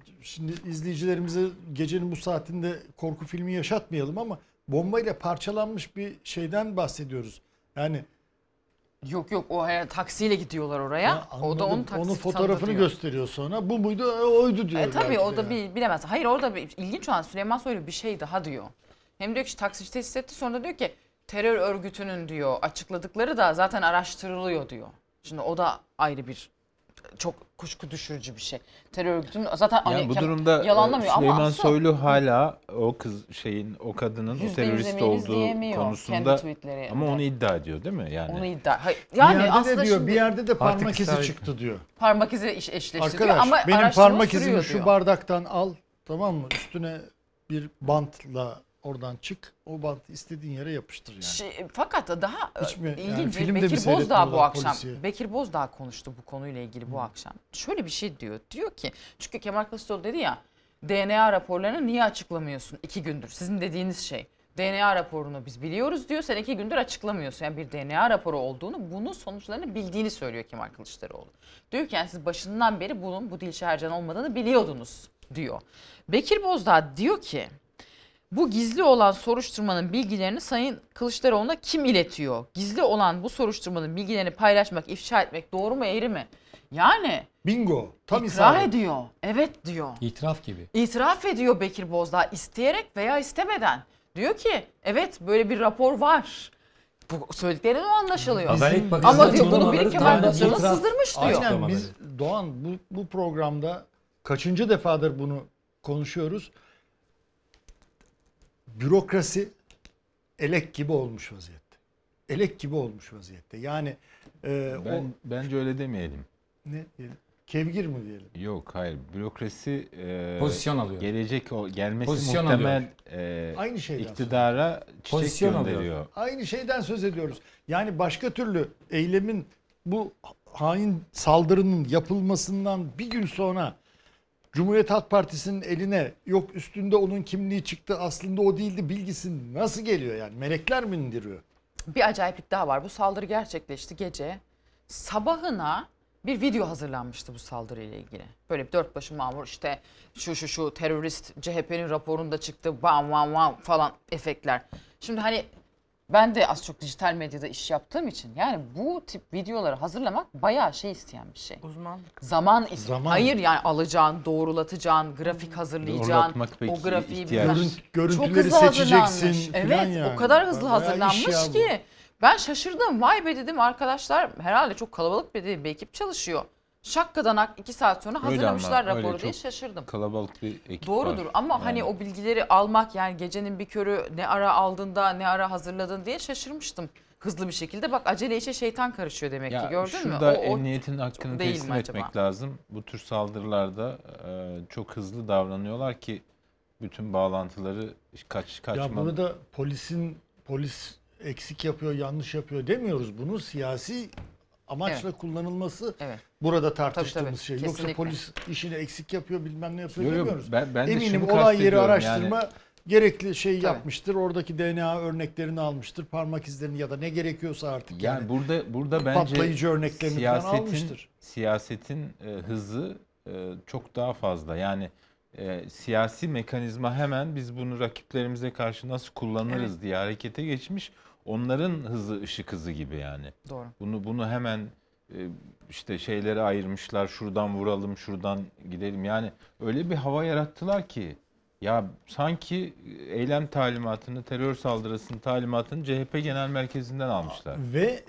şimdi izleyicilerimize gecenin bu saatinde korku filmi yaşatmayalım ama bombayla parçalanmış bir şeyden bahsediyoruz. Yani Yok o taksiyle gidiyorlar oraya. ya O da onun onun fotoğrafını tanıtıyor. gösteriyor sonra. Bu muydu? Oydu diyor. Tabii belki o de da yani. bilemez. Hayır orada ilginç olan Süleyman Soylu bir şey daha diyor. Hem diyor ki taksici tesis etti, sonra da diyor ki terör örgütünün diyor açıkladıkları da zaten araştırılıyor diyor. Şimdi o da ayrı bir çok kuşku düşürücü bir şey. Terör örgütünün zaten Yani bu durumda yalanlamıyor Süleyman ama Soylu hala o kadının o %100 terörist emeğiniz olduğu diyemiyor kendi konusunda tweetlerinde. ama onu iddia ediyor değil mi? Yani onu iddia. Hayır, Bir yani yerde aslında de diyor, şimdi bir yerde de parmak Artık izi sahip- çıktı diyor. parmak izi eşleştiriyor Arkadaş ama benim araştırma parmak izimi sürüyor şu diyor. bardaktan al, tamam mı? Üstüne bir bantla oradan çık. O bantı istediğin yere yapıştır yani. Fakat daha Hiç mi- yani ilginç filmde mi Bekir Bozdağ bu seyretmiyorlar akşam. polisiye? Bekir Bozdağ konuştu bu konuyla ilgili bu akşam. Şöyle bir şey diyor. Diyor ki çünkü Kemal Kılıçdaroğlu dedi ya DNA raporlarını niye açıklamıyorsun 2 gündür? Sizin dediğiniz şey. DNA raporunu biz biliyoruz diyor. Sen 2 gündür açıklamıyorsun. Yani bir DNA raporu olduğunu, bunun sonuçlarını bildiğini söylüyor Kemal Kılıçdaroğlu. Diyor ki yani siz başından beri bunun bu Dilşah Ercan olmadığını biliyordunuz diyor. Bekir Bozdağ diyor ki bu gizli olan soruşturmanın bilgilerini Sayın Kılıçdaroğlu'na kim iletiyor? Gizli olan bu soruşturmanın bilgilerini paylaşmak, ifşa etmek doğru mu eğri mi? Yani Bingo. Tam ikrah isabet. ediyor. Evet diyor. İtiraf gibi. İtiraf ediyor Bekir Bozdağ isteyerek veya istemeden. Diyor ki evet böyle bir rapor var. Bu söylediklerinden o anlaşılıyor. Adalet Bakanı Ama diyor bunu biri açıklamaları Kemal tam Kılıçdaroğlu'na itiraf. sızdırmış diyor. Aynen biz Doğan bu programda kaçıncı defadır bunu konuşuyoruz. Bürokrasi elek gibi olmuş vaziyette. Elek gibi olmuş vaziyette. Yani bence öyle demeyelim. ne diyelim? Kevgir mi diyelim? Yok hayır. Bürokrasi Pozisyon alıyor. gelmesi Pozisyon muhtemel Aynı şeyden iktidara çiçek Pozisyon alıyor. gönderiyor. Aynı şeyden söz ediyoruz. Yani başka türlü eylemin bu hain saldırının yapılmasından bir gün sonra Cumhuriyet Halk Partisi'nin eline yok üstünde onun kimliği çıktı aslında o değildi bilgisi nasıl geliyor yani? Melekler mi indiriyor? Bir acayiplik daha var. Bu saldırı gerçekleşti gece. Sabahına bir video hazırlanmıştı bu saldırıyla ilgili. Böyle bir 4 başı mamur işte şu terörist CHP'nin raporunda çıktı bam bam bam falan efektler. Şimdi hani ben de az çok dijital medyada iş yaptığım için yani bu tip videoları hazırlamak bayağı şey isteyen bir şey. Uzmanlık. Zaman istiyor. Zaman. Hayır yani alacağın, doğrulatacağın, grafik hazırlayacaksın. Doğrulatmak pek O grafiği ihtiyaç. bilmem. Görüntüleri Çok hızlı seçeceksin hazırlanmış. falan Evet yani. o kadar hızlı Bayağı iş hazırlanmış ya bu. ki. Ben şaşırdım. Vay be dedim arkadaşlar herhalde çok kalabalık bir ekip çalışıyor. Şakkadanak 2 saat sonra Öyle hazırlamışlar ama, öyle raporu diye çok şaşırdım. Kalabalık bir ekip Doğrudur var. ama Yani hani o bilgileri almak yani gecenin bir körü ne ara aldığında ne ara hazırladın diye şaşırmıştım. Hızlı bir şekilde bak acele işe şeytan karışıyor demek ki gördün mü? Şurada emniyetin hakkını değil teslim mi acaba? etmek lazım. Bu tür saldırılarda çok hızlı davranıyorlar ki bütün bağlantıları kaçma. Ya bunu da polis eksik yapıyor, yanlış yapıyor demiyoruz. Bunun siyasi amaçla kullanılması burada tartıştığımız Tabii. şey. Kesinlikle. Yoksa polis işini eksik yapıyor, bilmem ne yapıyor Yok, demiyoruz. ben de Eminim şunu olay yeri kastediyorum araştırma gerekli şeyi Tabii. yapmıştır. Oradaki DNA örneklerini almıştır, parmak izlerini ya da ne gerekiyorsa artık Yani burada bence patlayıcı örneklerini falan almıştır. Siyasetin hızı çok daha fazla. Yani siyasi mekanizma hemen biz bunu rakiplerimize karşı nasıl kullanırız diye harekete geçmiş. Onların hızı ışık hızı gibi yani. Doğru. Bunu hemen işte şeylere ayırmışlar. Şuradan vuralım, şuradan gidelim. Yani öyle bir hava yarattılar ki ya sanki eylem talimatını, terör saldırısının talimatını CHP Genel Merkezi'nden almışlar. Ve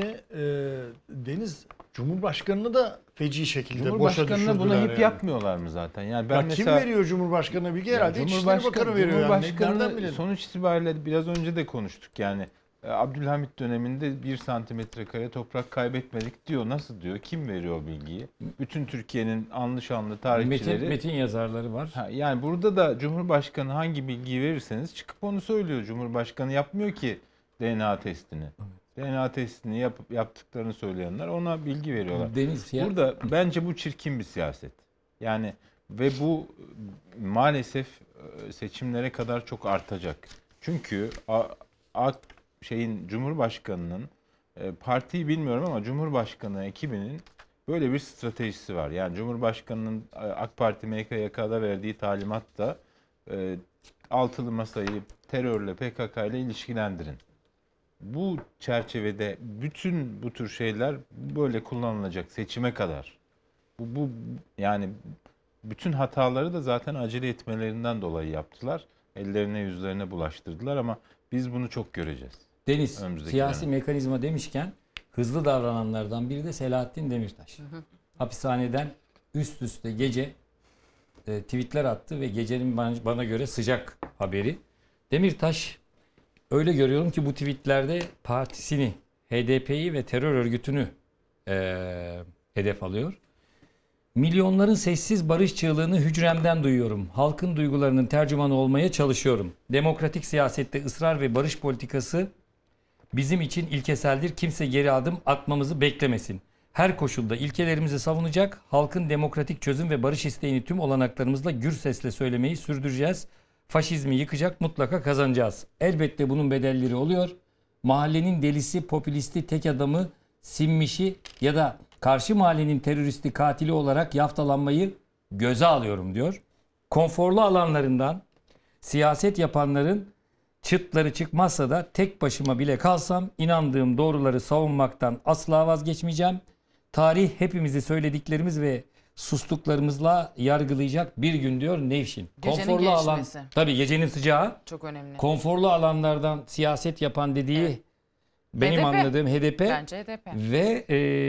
Deniz Cumhurbaşkanı'nı da feci şekilde boşa Cumhurbaşkanı'na bunu düşürdüler hep yapmıyorlar mı zaten? Yani ben ya mesela, kim veriyor Cumhurbaşkanı'na bilgi? Herhalde İçişleri Bakanı veriyor. Cumhurbaşkanı Nereden bilelim? sonuç itibariyle biraz önce de konuştuk yani. Abdülhamit döneminde 1 santimetre kare toprak kaybetmedik diyor. Nasıl diyor? Kim veriyor o bilgiyi? Bütün Türkiye'nin anlı şanlı tarihçileri. Metin yazarları var. Yani burada da Cumhurbaşkanı hangi bilgiyi verirseniz çıkıp onu söylüyor. Cumhurbaşkanı yapmıyor ki DNA testini. DNA testini yaptıklarını söyleyenler ona bilgi veriyorlar. Burada bence bu çirkin bir siyaset. Yani ve bu maalesef seçimlere kadar çok artacak. Çünkü Cumhurbaşkanının partiyi bilmiyorum ama Cumhurbaşkanı ekibinin Böyle bir stratejisi var. Yani Cumhurbaşkanı'nın AK Parti MKYK'da verdiği talimat da altılı masayı terörle, PKK ile ilişkilendirin. Bu çerçevede bütün bu tür şeyler böyle kullanılacak seçime kadar. Bu yani bütün hataları da zaten acele etmelerinden dolayı yaptılar. Ellerine yüzlerine bulaştırdılar ama biz bunu çok göreceğiz. Deniz, siyasi mekanizma demişken hızlı davrananlardan biri de Selahattin Demirtaş. Hapishaneden üst üste gece tweetler attı ve gecenin bana göre sıcak haberi. Demirtaş, öyle görüyorum ki bu tweetlerde partisini, HDP'yi ve terör örgütünü hedef alıyor. Milyonların sessiz barış çığlığını hücremden duyuyorum. Halkın duygularının tercümanı olmaya çalışıyorum. Demokratik siyasette ısrar ve barış politikası bizim için ilkeseldir. Kimse geri adım atmamızı beklemesin. Her koşulda ilkelerimizi savunacak, halkın demokratik çözüm ve barış isteğini tüm olanaklarımızla gür sesle söylemeyi sürdüreceğiz. Faşizmi yıkacak, mutlaka kazanacağız. Elbette bunun bedelleri oluyor. Mahallenin delisi, popülisti, tek adamı, simmişi ya da karşı mahallenin teröristi, katili olarak yaftalanmayı göze alıyorum diyor. Konforlu alanlarından siyaset yapanların çıtları çıkmazsa da tek başıma bile kalsam inandığım doğruları savunmaktan asla vazgeçmeyeceğim. Tarih hepimizi söylediklerimiz ve sustuklarımızla yargılayacak bir gün diyor Nevşin. Gecenin Konforlu alan, gelişmesi. tabii gecenin sıcağı. Çok önemli. Konforlu alanlardan siyaset yapan dediği benim HDP. anladığım HDP. Bence HDP. Ve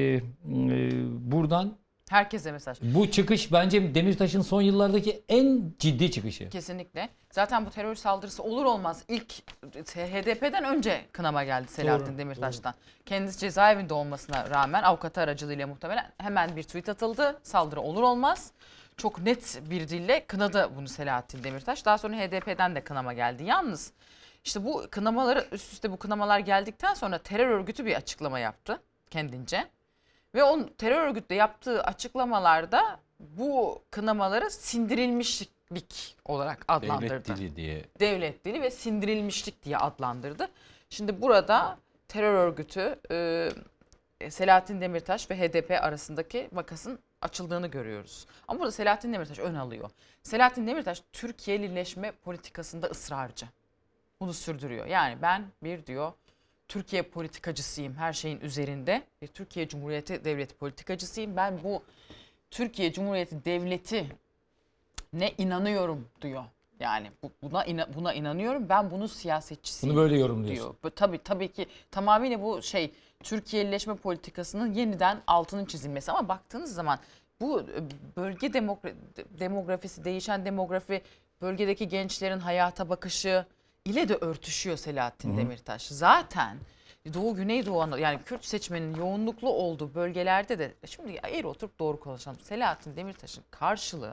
buradan herkese mesaj. Bu çıkış bence Demirtaş'ın son yıllardaki en ciddi çıkışı. Kesinlikle. Zaten bu terör saldırısı olur olmaz ilk HDP'den önce kınama geldi Selahattin Demirtaş'tan. Kendisi cezaevinde olmasına rağmen avukatı aracılığıyla muhtemelen hemen bir tweet atıldı. Saldırı olur olmaz. Çok net bir dille kınadı bunu Selahattin Demirtaş. Daha sonra HDP'den de kınama geldi. Yalnız işte bu kınamaları üst üste bu kınamalar geldikten sonra terör örgütü bir açıklama yaptı kendince. Ve o terör örgütü yaptığı açıklamalarda bu kınamaları sindirilmişlik olarak adlandırdı. Devlet dili diye. Devlet dili ve sindirilmişlik diye adlandırdı. Şimdi burada terör örgütü Selahattin Demirtaş ve HDP arasındaki makasın açıldığını görüyoruz. Ama burada Selahattin Demirtaş ön alıyor. Selahattin Demirtaş Türkiye'lileşme politikasında ısrarcı. Bunu sürdürüyor. Yani ben bir diyor Türkiye politikacısıyım, her şeyin üzerinde. Bir Türkiye Cumhuriyeti Devleti politikacısıyım. Ben bu Türkiye Cumhuriyeti Devleti ne inanıyorum diyor. Yani buna inanıyorum. Ben bunun siyasetçisiyim. Bunu böyle yorumluyorsun. Diyor. Tabii ki tamamıyla bu Türkiye'lileşme politikasının yeniden altının çizilmesi. Ama baktığınız zaman bu bölge demografisi, değişen demografi, bölgedeki gençlerin hayata bakışı ile de örtüşüyor Selahattin Demirtaş. Zaten Doğu Güneydoğu Anadolu yani Kürt seçmenin yoğunluklu olduğu bölgelerde de şimdi eğri oturup doğru konuşalım. Selahattin Demirtaş'ın karşılığı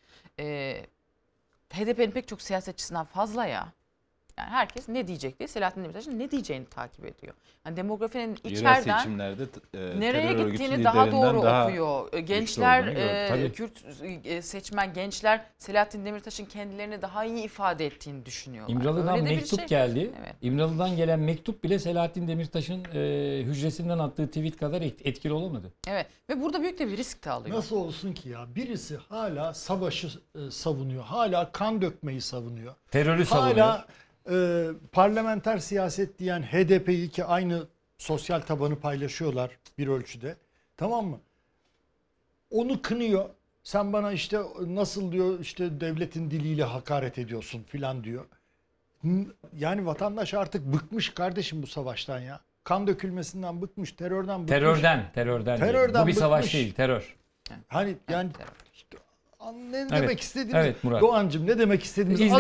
HDP'nin pek çok siyasetçisinden fazla ya. Yani herkes ne diyecek diye Selahattin Demirtaş'ın ne diyeceğini takip ediyor. Yani demografinin içeriden seçimlerde nereye gittiğini daha doğru okuyor. Gençler, Kürt seçmen gençler Selahattin Demirtaş'ın kendilerini daha iyi ifade ettiğini düşünüyorlar. İmralı'dan mektup geldi. Evet. İmralı'dan gelen mektup bile Selahattin Demirtaş'ın hücresinden attığı tweet kadar etkili olamadı. Evet ve burada büyük de bir risk de alıyor. Nasıl olsun ki ya? Birisi hala savaşı savunuyor. Hala kan dökmeyi savunuyor. Terörü savunuyor. Hala parlamenter siyaset diyen HDP'yi ki aynı sosyal tabanı paylaşıyorlar bir ölçüde. Tamam mı? Onu kınıyor. Sen bana işte nasıl diyor işte devletin diliyle hakaret ediyorsun filan diyor. Yani vatandaş artık bıkmış kardeşim bu savaştan ya. Kan dökülmesinden bıkmış, terörden bıkmış. Terörden. Bu bir savaş değil, terör. Hani yani ne demek istediğimiz evet, Murat. Doğancığım ne demek istediğimiz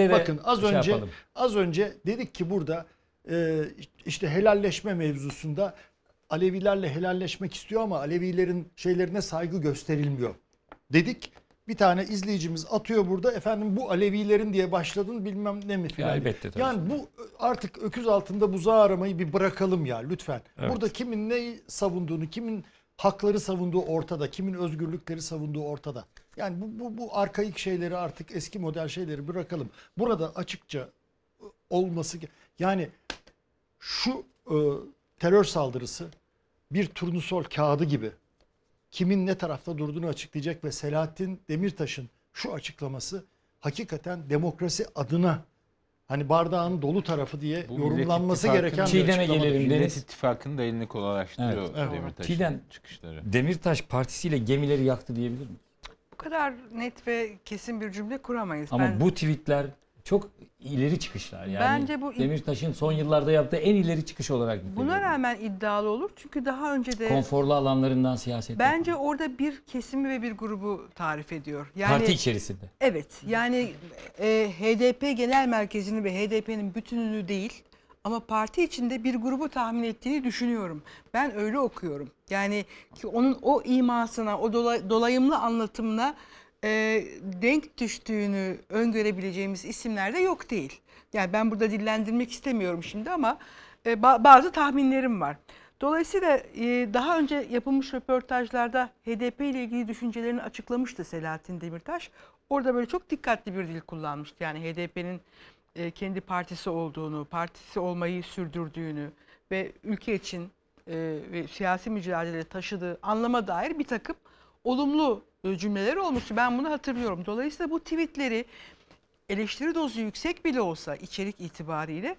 az önce dedik ki burada işte helalleşme mevzusunda Alevilerle helalleşmek istiyor ama Alevilerin şeylerine saygı gösterilmiyor dedik. Bir tane izleyicimiz atıyor burada efendim bu Alevilerin diye başladın bilmem ne mi filan. Elbette, yani bu artık öküz altında buzağı aramayı bir bırakalım ya lütfen. Evet. Burada kimin neyi savunduğunu, kimin hakları savunduğu ortada, kimin özgürlükleri savunduğu ortada. Yani bu arkaik şeyleri artık eski model şeyleri bırakalım. Burada açıkça olması yani şu terör saldırısı bir turnusol kağıdı gibi kimin ne tarafta durduğunu açıklayacak ve Selahattin Demirtaş'ın şu açıklaması hakikaten demokrasi adına hani bardağın dolu tarafı diye Bu yorumlanması Millet gereken bir Çiğdem'e açıklama. gelelim. Millet Deniz. İttifakı'nın da elini kolaylaştırıyor Evet. Demirtaş'ın Çiğdem, çıkışları. Demirtaş partisiyle gemileri yaktı diyebilir miyiz? Bu kadar net ve kesin bir cümle kuramayız. Ama bu tweetler çok ileri çıkışlar. Yani Bence bu Demirtaş'ın son yıllarda yaptığı en ileri çıkış olarak buna niteleniyor. rağmen iddialı olur. Çünkü daha önce de Konforlu alanlarından siyaset bence yapıyor. orada bir kesimi ve bir grubu tarif ediyor. Yani Parti içerisinde. evet, yani HDP genel merkezini ve HDP'nin bütününü değil ama parti içinde bir grubu tahmin ettiğini düşünüyorum. Ben öyle okuyorum. Yani ki onun o imasına, o dolayımlı anlatımına denk düştüğünü öngörebileceğimiz isimler de yok değil. Yani ben burada dillendirmek istemiyorum şimdi ama bazı tahminlerim var. Dolayısıyla daha önce yapılmış röportajlarda HDP ile ilgili düşüncelerini açıklamıştı Selahattin Demirtaş. Orada böyle çok dikkatli bir dil kullanmıştı. Yani HDP'nin kendi partisi olduğunu, partisi olmayı sürdürdüğünü ve ülke için ve siyasi mücadele taşıdığı anlama dair bir takım olumlu cümleler olmuştu. Ben bunu hatırlıyorum. Dolayısıyla bu tweetleri eleştiri dozu yüksek bile olsa içerik itibariyle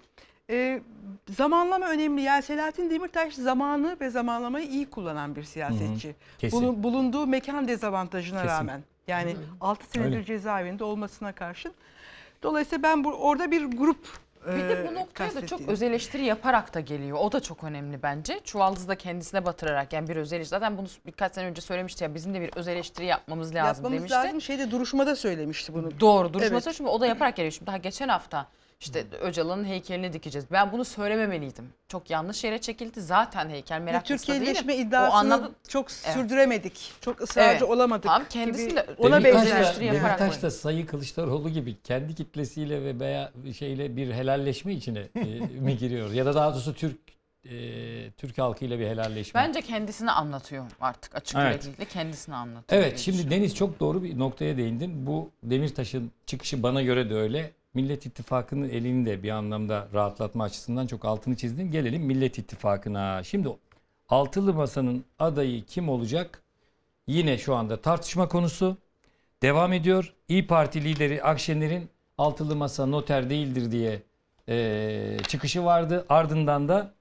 zamanlama önemli. Yani Selahattin Demirtaş zamanı ve zamanlamayı iyi kullanan bir siyasetçi. Kesin. Bulunduğu mekan dezavantajına Kesin. rağmen. Yani 6 senedir Öyle. cezaevinde olmasına karşın. Dolayısıyla ben orada bir grup Bir de bu noktaya da çok öz eleştiri yaparak da geliyor. O da çok önemli bence. Çuvaldızı da kendisine batırarak, yani bir öz eleştiri. Zaten bunu birkaç sene önce söylemişti ya, bizim de bir öz eleştiri yapmamız lazım demişti. lazım. Duruşmada söylemişti bunu. Doğru, duruşma Evet. çünkü o da yaparak geliyor. Şimdi daha geçen hafta işte Öcalan'ın heykelini dikeceğiz. Ben bunu söylememeliydim. Çok yanlış yere çekildi. Zaten heykel meraklısı da değilim. Türkiye'leşme O iddiasını anlamda çok sürdüremedik. Çok ısrarcı Evet. olamadık. Tam kendisi de ona Demirtaş benzer. eleştiri yaparak Demirtaş da Sayın Kılıçdaroğlu gibi kendi kitlesiyle ve veya şeyle bir helalleşme içine mi giriyor? Ya da daha doğrusu Türk halkıyla bir helalleşme. Bence kendisini anlatıyor artık, açık Evet. yüreklilikle kendisini anlatıyor. Evet, şimdi Deniz çok doğru bir noktaya değindin. Bu Demirtaş'ın çıkışı bana göre de öyle. Millet İttifakı'nın elini de bir anlamda rahatlatma açısından çok altını çizdin. Gelelim Millet İttifakı'na. Şimdi Altılı Masa'nın adayı kim olacak? Yine şu anda tartışma konusu. Devam ediyor. İYİ Parti lideri Akşener'in Altılı Masa noter değildir diye çıkışı vardı. Ardından da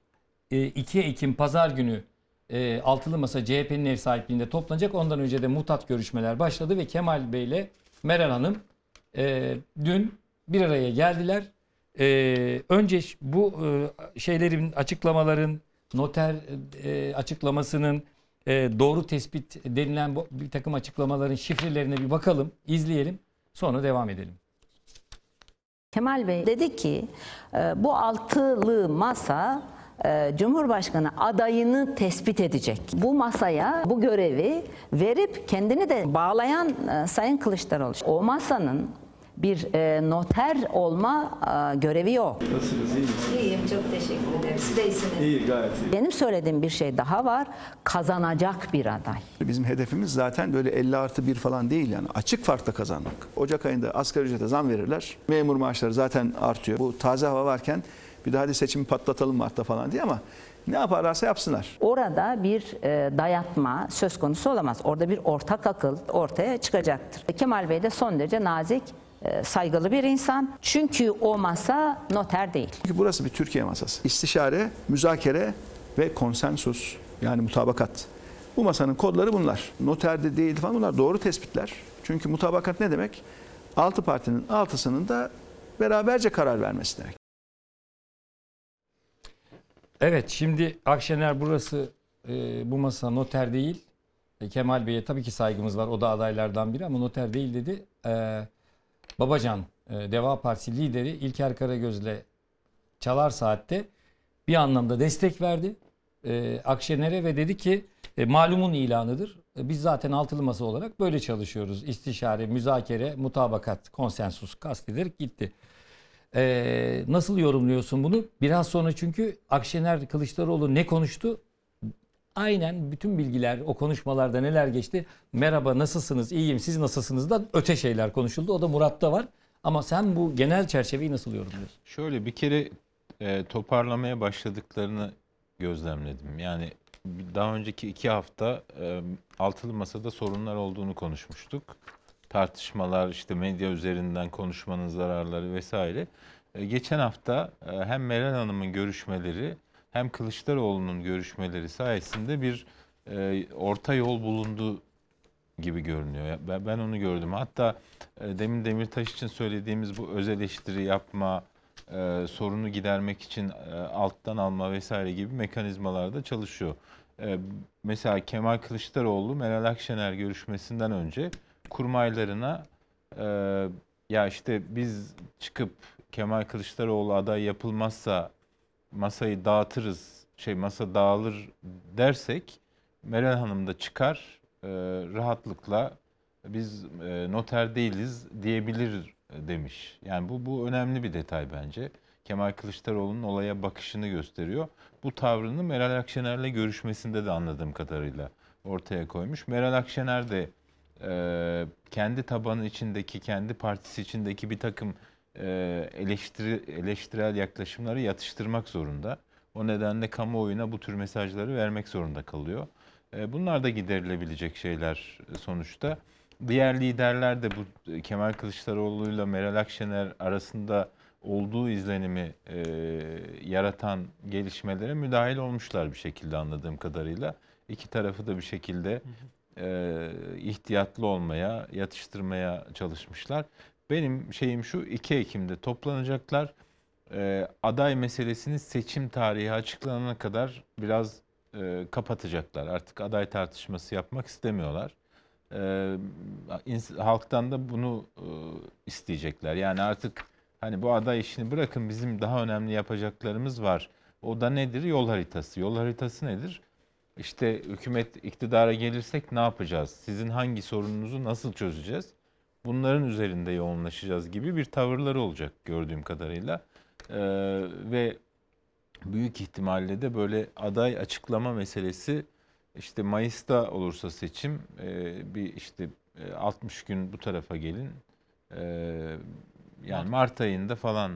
2 Ekim Pazar günü Altılı Masa CHP'nin ev sahipliğinde toplanacak. Ondan önce de mutat görüşmeler başladı ve Kemal Bey ile Meral Hanım dün bir araya geldiler. Önce bu şeylerin, açıklamaların, noter açıklamasının doğru tespit denilen bir takım açıklamaların şifrelerine bir bakalım, izleyelim. Sonra devam edelim. Kemal Bey dedi ki bu altılı masa Cumhurbaşkanı adayını tespit edecek. Bu masaya bu görevi verip kendini de bağlayan Sayın Kılıçdaroğlu. O masanın bir noter olma görevi yok. Nasılsınız? İyi misiniz? İyiyim, çok teşekkür ederim. Siz de iyisiniz. İyi, gayet iyi. Benim söylediğim bir şey daha var. Kazanacak bir aday. Bizim hedefimiz zaten böyle 50+1 falan değil, yani açık farkla kazanmak. Ocak ayında asgari ücrete zam verirler. Memur maaşları zaten artıyor. Bu taze hava varken bir daha hadi seçimi patlatalım Mart'ta falan diye, ama ne yaparlarsa yapsınlar. Orada bir dayatma söz konusu olamaz. Orada bir ortak akıl ortaya çıkacaktır. Kemal Bey de son derece nazik, saygılı bir insan. Çünkü o masa noter değil. Çünkü burası bir Türkiye masası. İstişare, müzakere ve konsensus, yani mutabakat. Bu masanın kodları bunlar. Noterde değil falan, bunlar doğru tespitler. Çünkü mutabakat ne demek? 6 partinin 6'sının da beraberce karar vermesi demek. Evet, şimdi Akşener burası bu masa noter değil. Kemal Bey'e tabii ki saygımız var. O da adaylardan biri ama noter değil dedi. Babacan, Deva Partisi lideri İlker Karagöz'le Çalar Saat'te bir anlamda destek verdi Akşener'e ve dedi ki malumun ilanıdır. Biz zaten altılı masa olarak böyle çalışıyoruz. İstişare, müzakere, mutabakat, konsensus kastederek gitti. Nasıl yorumluyorsun bunu? Biraz sonra çünkü Akşener Kılıçdaroğlu ne konuştu? Aynen bütün bilgiler, o konuşmalarda neler geçti? Merhaba, nasılsınız? İyiyim, siz nasılsınız da öte şeyler konuşuldu. O da Murat'ta var. Ama sen bu genel çerçeveyi nasıl yorumluyorsun? Şöyle bir kere toparlamaya başladıklarını gözlemledim. Yani daha önceki 2 hafta altılı masada sorunlar olduğunu konuşmuştuk. Tartışmalar, işte medya üzerinden konuşmanın zararları vesaire. Geçen hafta hem Meral Hanım'ın görüşmeleri hem Kılıçdaroğlu'nun görüşmeleri sayesinde bir orta yol bulundu gibi görünüyor. Ben onu gördüm. Hatta demin Demirtaş için söylediğimiz bu öz eleştiri yapma, sorunu gidermek için alttan alma vesaire gibi mekanizmalarda çalışıyor. Mesela Kemal Kılıçdaroğlu Meral Akşener görüşmesinden önce kurmaylarına ya işte biz çıkıp Kemal Kılıçdaroğlu aday yapılmazsa masayı dağıtırız, masa dağılır dersek Meral Hanım da çıkar rahatlıkla biz noter değiliz diyebilir demiş. Yani bu önemli bir detay bence. Kemal Kılıçdaroğlu'nun olaya bakışını gösteriyor. Bu tavrını Meral Akşener'le görüşmesinde de anladığım kadarıyla ortaya koymuş. Meral Akşener de kendi tabanı içindeki, kendi partisi içindeki bir takım eleştirel yaklaşımları yatıştırmak zorunda. O nedenle kamuoyuna bu tür mesajları vermek zorunda kalıyor. Bunlar da giderilebilecek şeyler sonuçta. Diğer liderler de bu Kemal Kılıçdaroğlu ile Meral Akşener arasında olduğu izlenimi yaratan gelişmelere müdahil olmuşlar bir şekilde anladığım kadarıyla. İki tarafı da bir şekilde ihtiyatlı olmaya, yatıştırmaya çalışmışlar. Benim şeyim şu, 2 Ekim'de toplanacaklar. Aday meselesini seçim tarihi açıklanana kadar biraz kapatacaklar. Artık aday tartışması yapmak istemiyorlar. Halktan da bunu isteyecekler. Yani artık hani bu aday işini bırakın, bizim daha önemli yapacaklarımız var. O da nedir? Yol haritası. Yol haritası nedir? İşte hükümet iktidara gelirsek ne yapacağız? Sizin hangi sorununuzu nasıl çözeceğiz? Bunların üzerinde yoğunlaşacağız gibi bir tavırları olacak gördüğüm kadarıyla. Ve büyük ihtimalle de böyle aday açıklama meselesi, işte Mayıs'ta olursa seçim, bir işte 60 gün bu tarafa gelin. Yani Mart ayında falan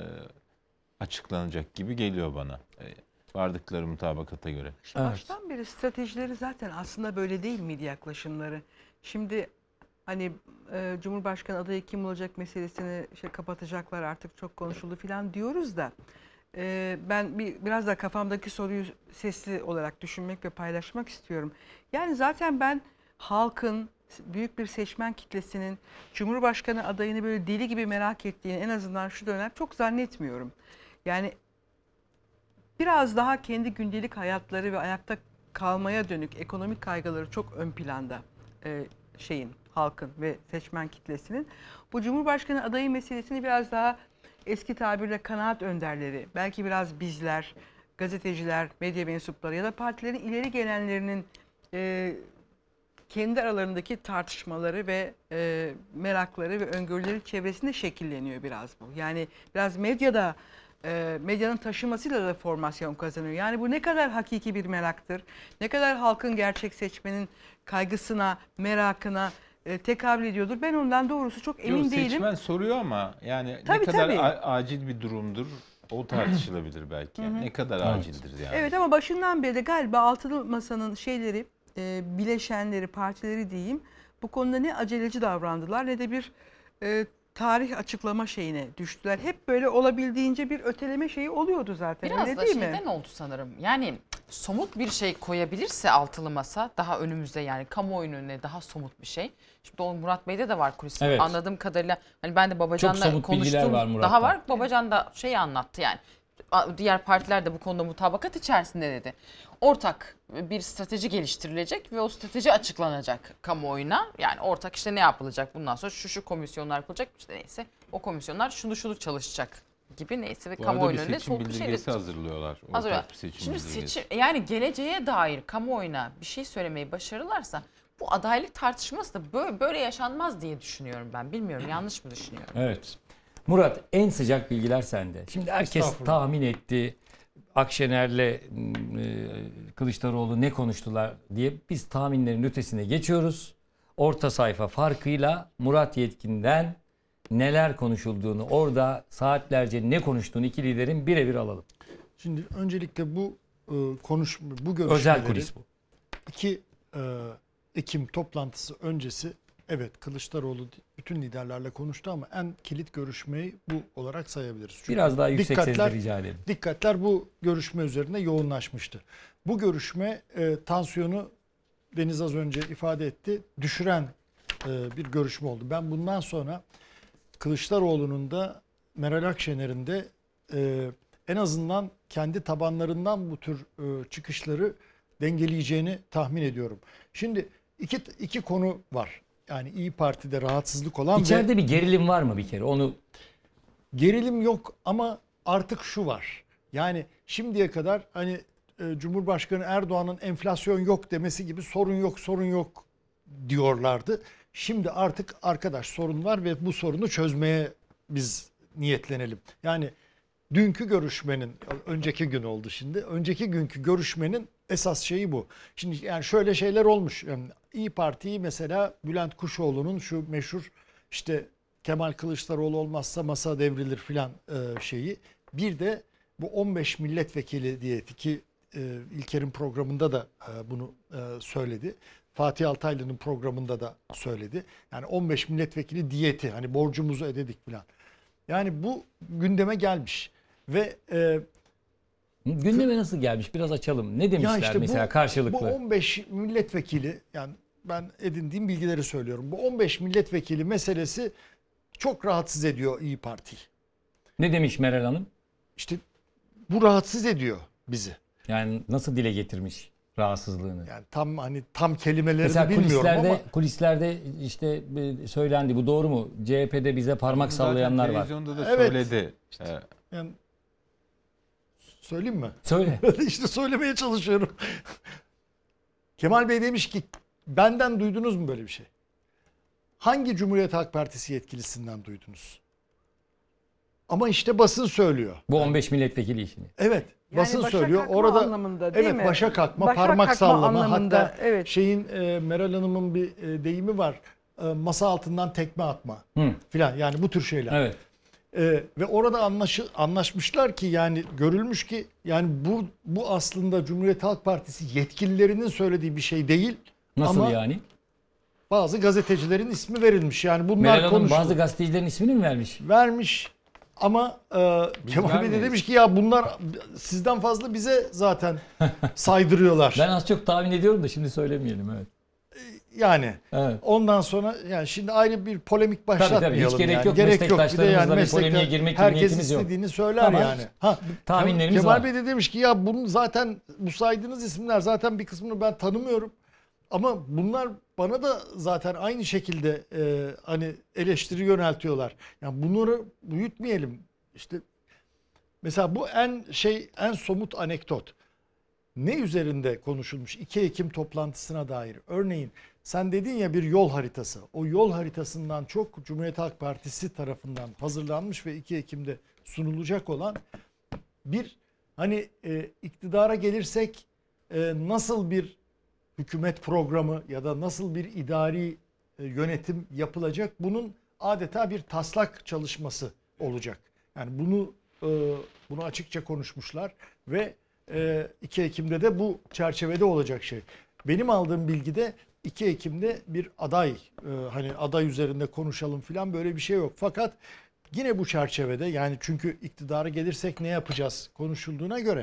açıklanacak gibi geliyor bana. Vardıkları mutabakata göre. Baştan beri stratejileri zaten aslında böyle değil miydi yaklaşımları? Şimdi hani Cumhurbaşkanı adayı kim olacak meselesini kapatacaklar, artık çok konuşuldu falan diyoruz da ben biraz da kafamdaki soruyu sesli olarak düşünmek ve paylaşmak istiyorum. Yani zaten ben halkın, büyük bir seçmen kitlesinin Cumhurbaşkanı adayını böyle deli gibi merak ettiğini, en azından şu dönem çok zannetmiyorum. Yani biraz daha kendi gündelik hayatları ve ayakta kalmaya dönük ekonomik kaygıları çok ön planda halkın ve seçmen kitlesinin. Bu Cumhurbaşkanı adayı meselesini biraz daha eski tabirle kanaat önderleri, belki biraz bizler, gazeteciler, medya mensupları ya da partilerin ileri gelenlerinin kendi aralarındaki tartışmaları ve merakları ve öngörüleri çevresinde şekilleniyor biraz bu. Yani biraz medyanın taşımasıyla da formasyon kazanıyor. Yani bu ne kadar hakiki bir meraktır, ne kadar halkın, gerçek seçmenin kaygısına, merakına tekabül ediyordur. Ben ondan doğrusu çok emin değilim. Seçmen soruyor ama yani ne kadar acil bir durumdur o tartışılabilir belki. Yani ne kadar acildir yani. Evet, ama başından beri de galiba altılı masanın bileşenleri, partileri diyeyim, bu konuda ne aceleci davrandılar ne de bir tarih açıklama şeyine düştüler. Hep böyle olabildiğince bir öteleme şeyi oluyordu zaten. Biraz öyle da değil şeyden mi? oldu sanırım. Yani somut bir şey koyabilirse altılı masa daha önümüzde, yani kamuoyunun önüne daha somut bir şey. Şimdi o Murat Bey'de de var kulisinde. Evet. Anladığım kadarıyla hani ben de Babacan'la konuştuğum daha var. Babacan da anlattı yani. Diğer partiler de bu konuda mutabakat içerisinde dedi. Ortak bir strateji geliştirilecek ve o strateji açıklanacak kamuoyuna. Yani ortak işte ne yapılacak bundan sonra, şu komisyonlar kurulacak, işte neyse o komisyonlar şunu çalışacak gibi, neyse ve kamuoyunun önüne soğuk bir şey. Seçim bildirgesi hazırlıyorlar. Şimdi seçim, yani geleceğe dair kamuoyuna bir şey söylemeyi başarırlarsa bu adaylık tartışması da böyle yaşanmaz diye düşünüyorum ben. Bilmiyorum, yanlış mı düşünüyorum? Evet. Murat, en sıcak bilgiler sende. Şimdi herkes tahmin etti. Akşener'le Kılıçdaroğlu ne konuştular diye biz tahminlerin ötesine geçiyoruz. Orta sayfa farkıyla Murat Yetkin'den neler konuşulduğunu, orada saatlerce ne konuştuğunu iki liderin birebir alalım. Şimdi öncelikle bu bu görüşmeleri, Özel kulis bu. 2 Ekim toplantısı öncesi evet Kılıçdaroğlu bütün liderlerle konuştu ama en kilit görüşmeyi bu olarak sayabiliriz. Çünkü biraz daha yüksek sesle rica edelim. Dikkatler bu görüşme üzerine yoğunlaşmıştı. Bu görüşme tansiyonu Deniz az önce ifade etti, düşüren bir görüşme oldu. Ben bundan sonra Kılıçdaroğlu'nun da Meral Akşener'in de en azından kendi tabanlarından bu tür çıkışları dengeleyeceğini tahmin ediyorum. Şimdi iki konu var. Yani İYİ Parti'de rahatsızlık olan İçeride bir gerilim var mı bir kere? Onu gerilim yok ama artık şu var. Yani şimdiye kadar hani Cumhurbaşkanı Erdoğan'ın enflasyon yok demesi gibi sorun yok diyorlardı. Şimdi artık arkadaş sorun var ve bu sorunu çözmeye biz niyetlenelim. Yani dünkü görüşmenin, önceki gün oldu şimdi. Önceki günkü görüşmenin esas şeyi bu. Şimdi yani şöyle şeyler olmuş. Yani İYİ Parti'yi mesela Bülent Kuşoğlu'nun şu meşhur işte Kemal Kılıçdaroğlu olmazsa masa devrilir filan şeyi. Bir de bu 15 milletvekili diyeti ki İlker'in programında da bunu söyledi. Fatih Altaylı'nın programında da söyledi. Yani 15 milletvekili diyeti hani borcumuzu ödedik filan. Yani bu gündeme gelmiş ve gündeme nasıl gelmiş? Biraz açalım. Ne demişler işte mesela karşılıklı? Bu 15 milletvekili yani ben edindiğim bilgileri söylüyorum. Bu 15 milletvekili meselesi çok rahatsız ediyor İYİ Parti'yi. Ne demiş Meral Hanım? İşte bu rahatsız ediyor bizi. Yani nasıl dile getirmiş rahatsızlığını? Yani tam kelimelerini mesela bilmiyorum ama. Kulislerde işte söylendi. Bu doğru mu? CHP'de bize parmak sallayanlar var. Televizyonda da söyledi. Yani, söyleyeyim mi? Söyle. İşte söylemeye çalışıyorum. Kemal Bey demiş ki benden duydunuz mu böyle bir şey? Hangi Cumhuriyet Halk Partisi yetkilisinden duydunuz? Ama işte basın söylüyor. Bu 15 milletvekili işini. Evet. Yani basın başa söylüyor. kalkma Orada anlamında, değil mi? başa kalkma, Başa parmak kalkma sallama. anlamında, Hatta evet. Meral Hanım'ın bir deyimi var. Masa altından tekme atma filan. Yani bu tür şeyler. Evet. Ve orada anlaşmışlar ki yani görülmüş ki yani bu aslında Cumhuriyet Halk Partisi yetkililerinin söylediği bir şey değil. Nasıl ama yani? Bazı gazetecilerin ismi verilmiş. Yani bunlar Meral Hanım konuşuldu. bazı gazetecilerin ismini mi vermiş? Vermiş. Ama Kemal Bey de demiş ki ya bunlar sizden fazla bize zaten saydırıyorlar. Ben az çok tahmin ediyorum da şimdi söylemeyelim. Evet. Yani evet. Ondan sonra yani şimdi ayrı bir polemik başlatmayalım. Tabii, hiç gerek yani. yok. Gerek yok. Bir de yani bir polemiğe girmek herkes istediğini yok. Söyler ama yani. Tahminlerimiz Kemal var. Bey de demiş ki ya bunun zaten bu saydığınız isimler zaten bir kısmını ben tanımıyorum. Ama bunlar bana da zaten aynı şekilde hani eleştiri yöneltiyorlar. Yani bunları büyütmeyelim. İşte mesela bu en somut anekdot. Ne üzerinde konuşulmuş 2 Ekim toplantısına dair? Örneğin sen dedin ya bir yol haritası. O yol haritasından çok Cumhuriyet Halk Partisi tarafından hazırlanmış ve 2 Ekim'de sunulacak olan bir hani iktidara gelirsek nasıl bir hükümet programı ya da nasıl bir idari yönetim yapılacak? Bunun adeta bir taslak çalışması olacak. Yani bunu açıkça konuşmuşlar ve 2 Ekim'de de bu çerçevede olacak şey. Benim aldığım bilgide 2 Ekim'de bir aday hani aday üzerinde konuşalım falan böyle bir şey yok. Fakat yine bu çerçevede yani çünkü iktidara gelirsek ne yapacağız konuşulduğuna göre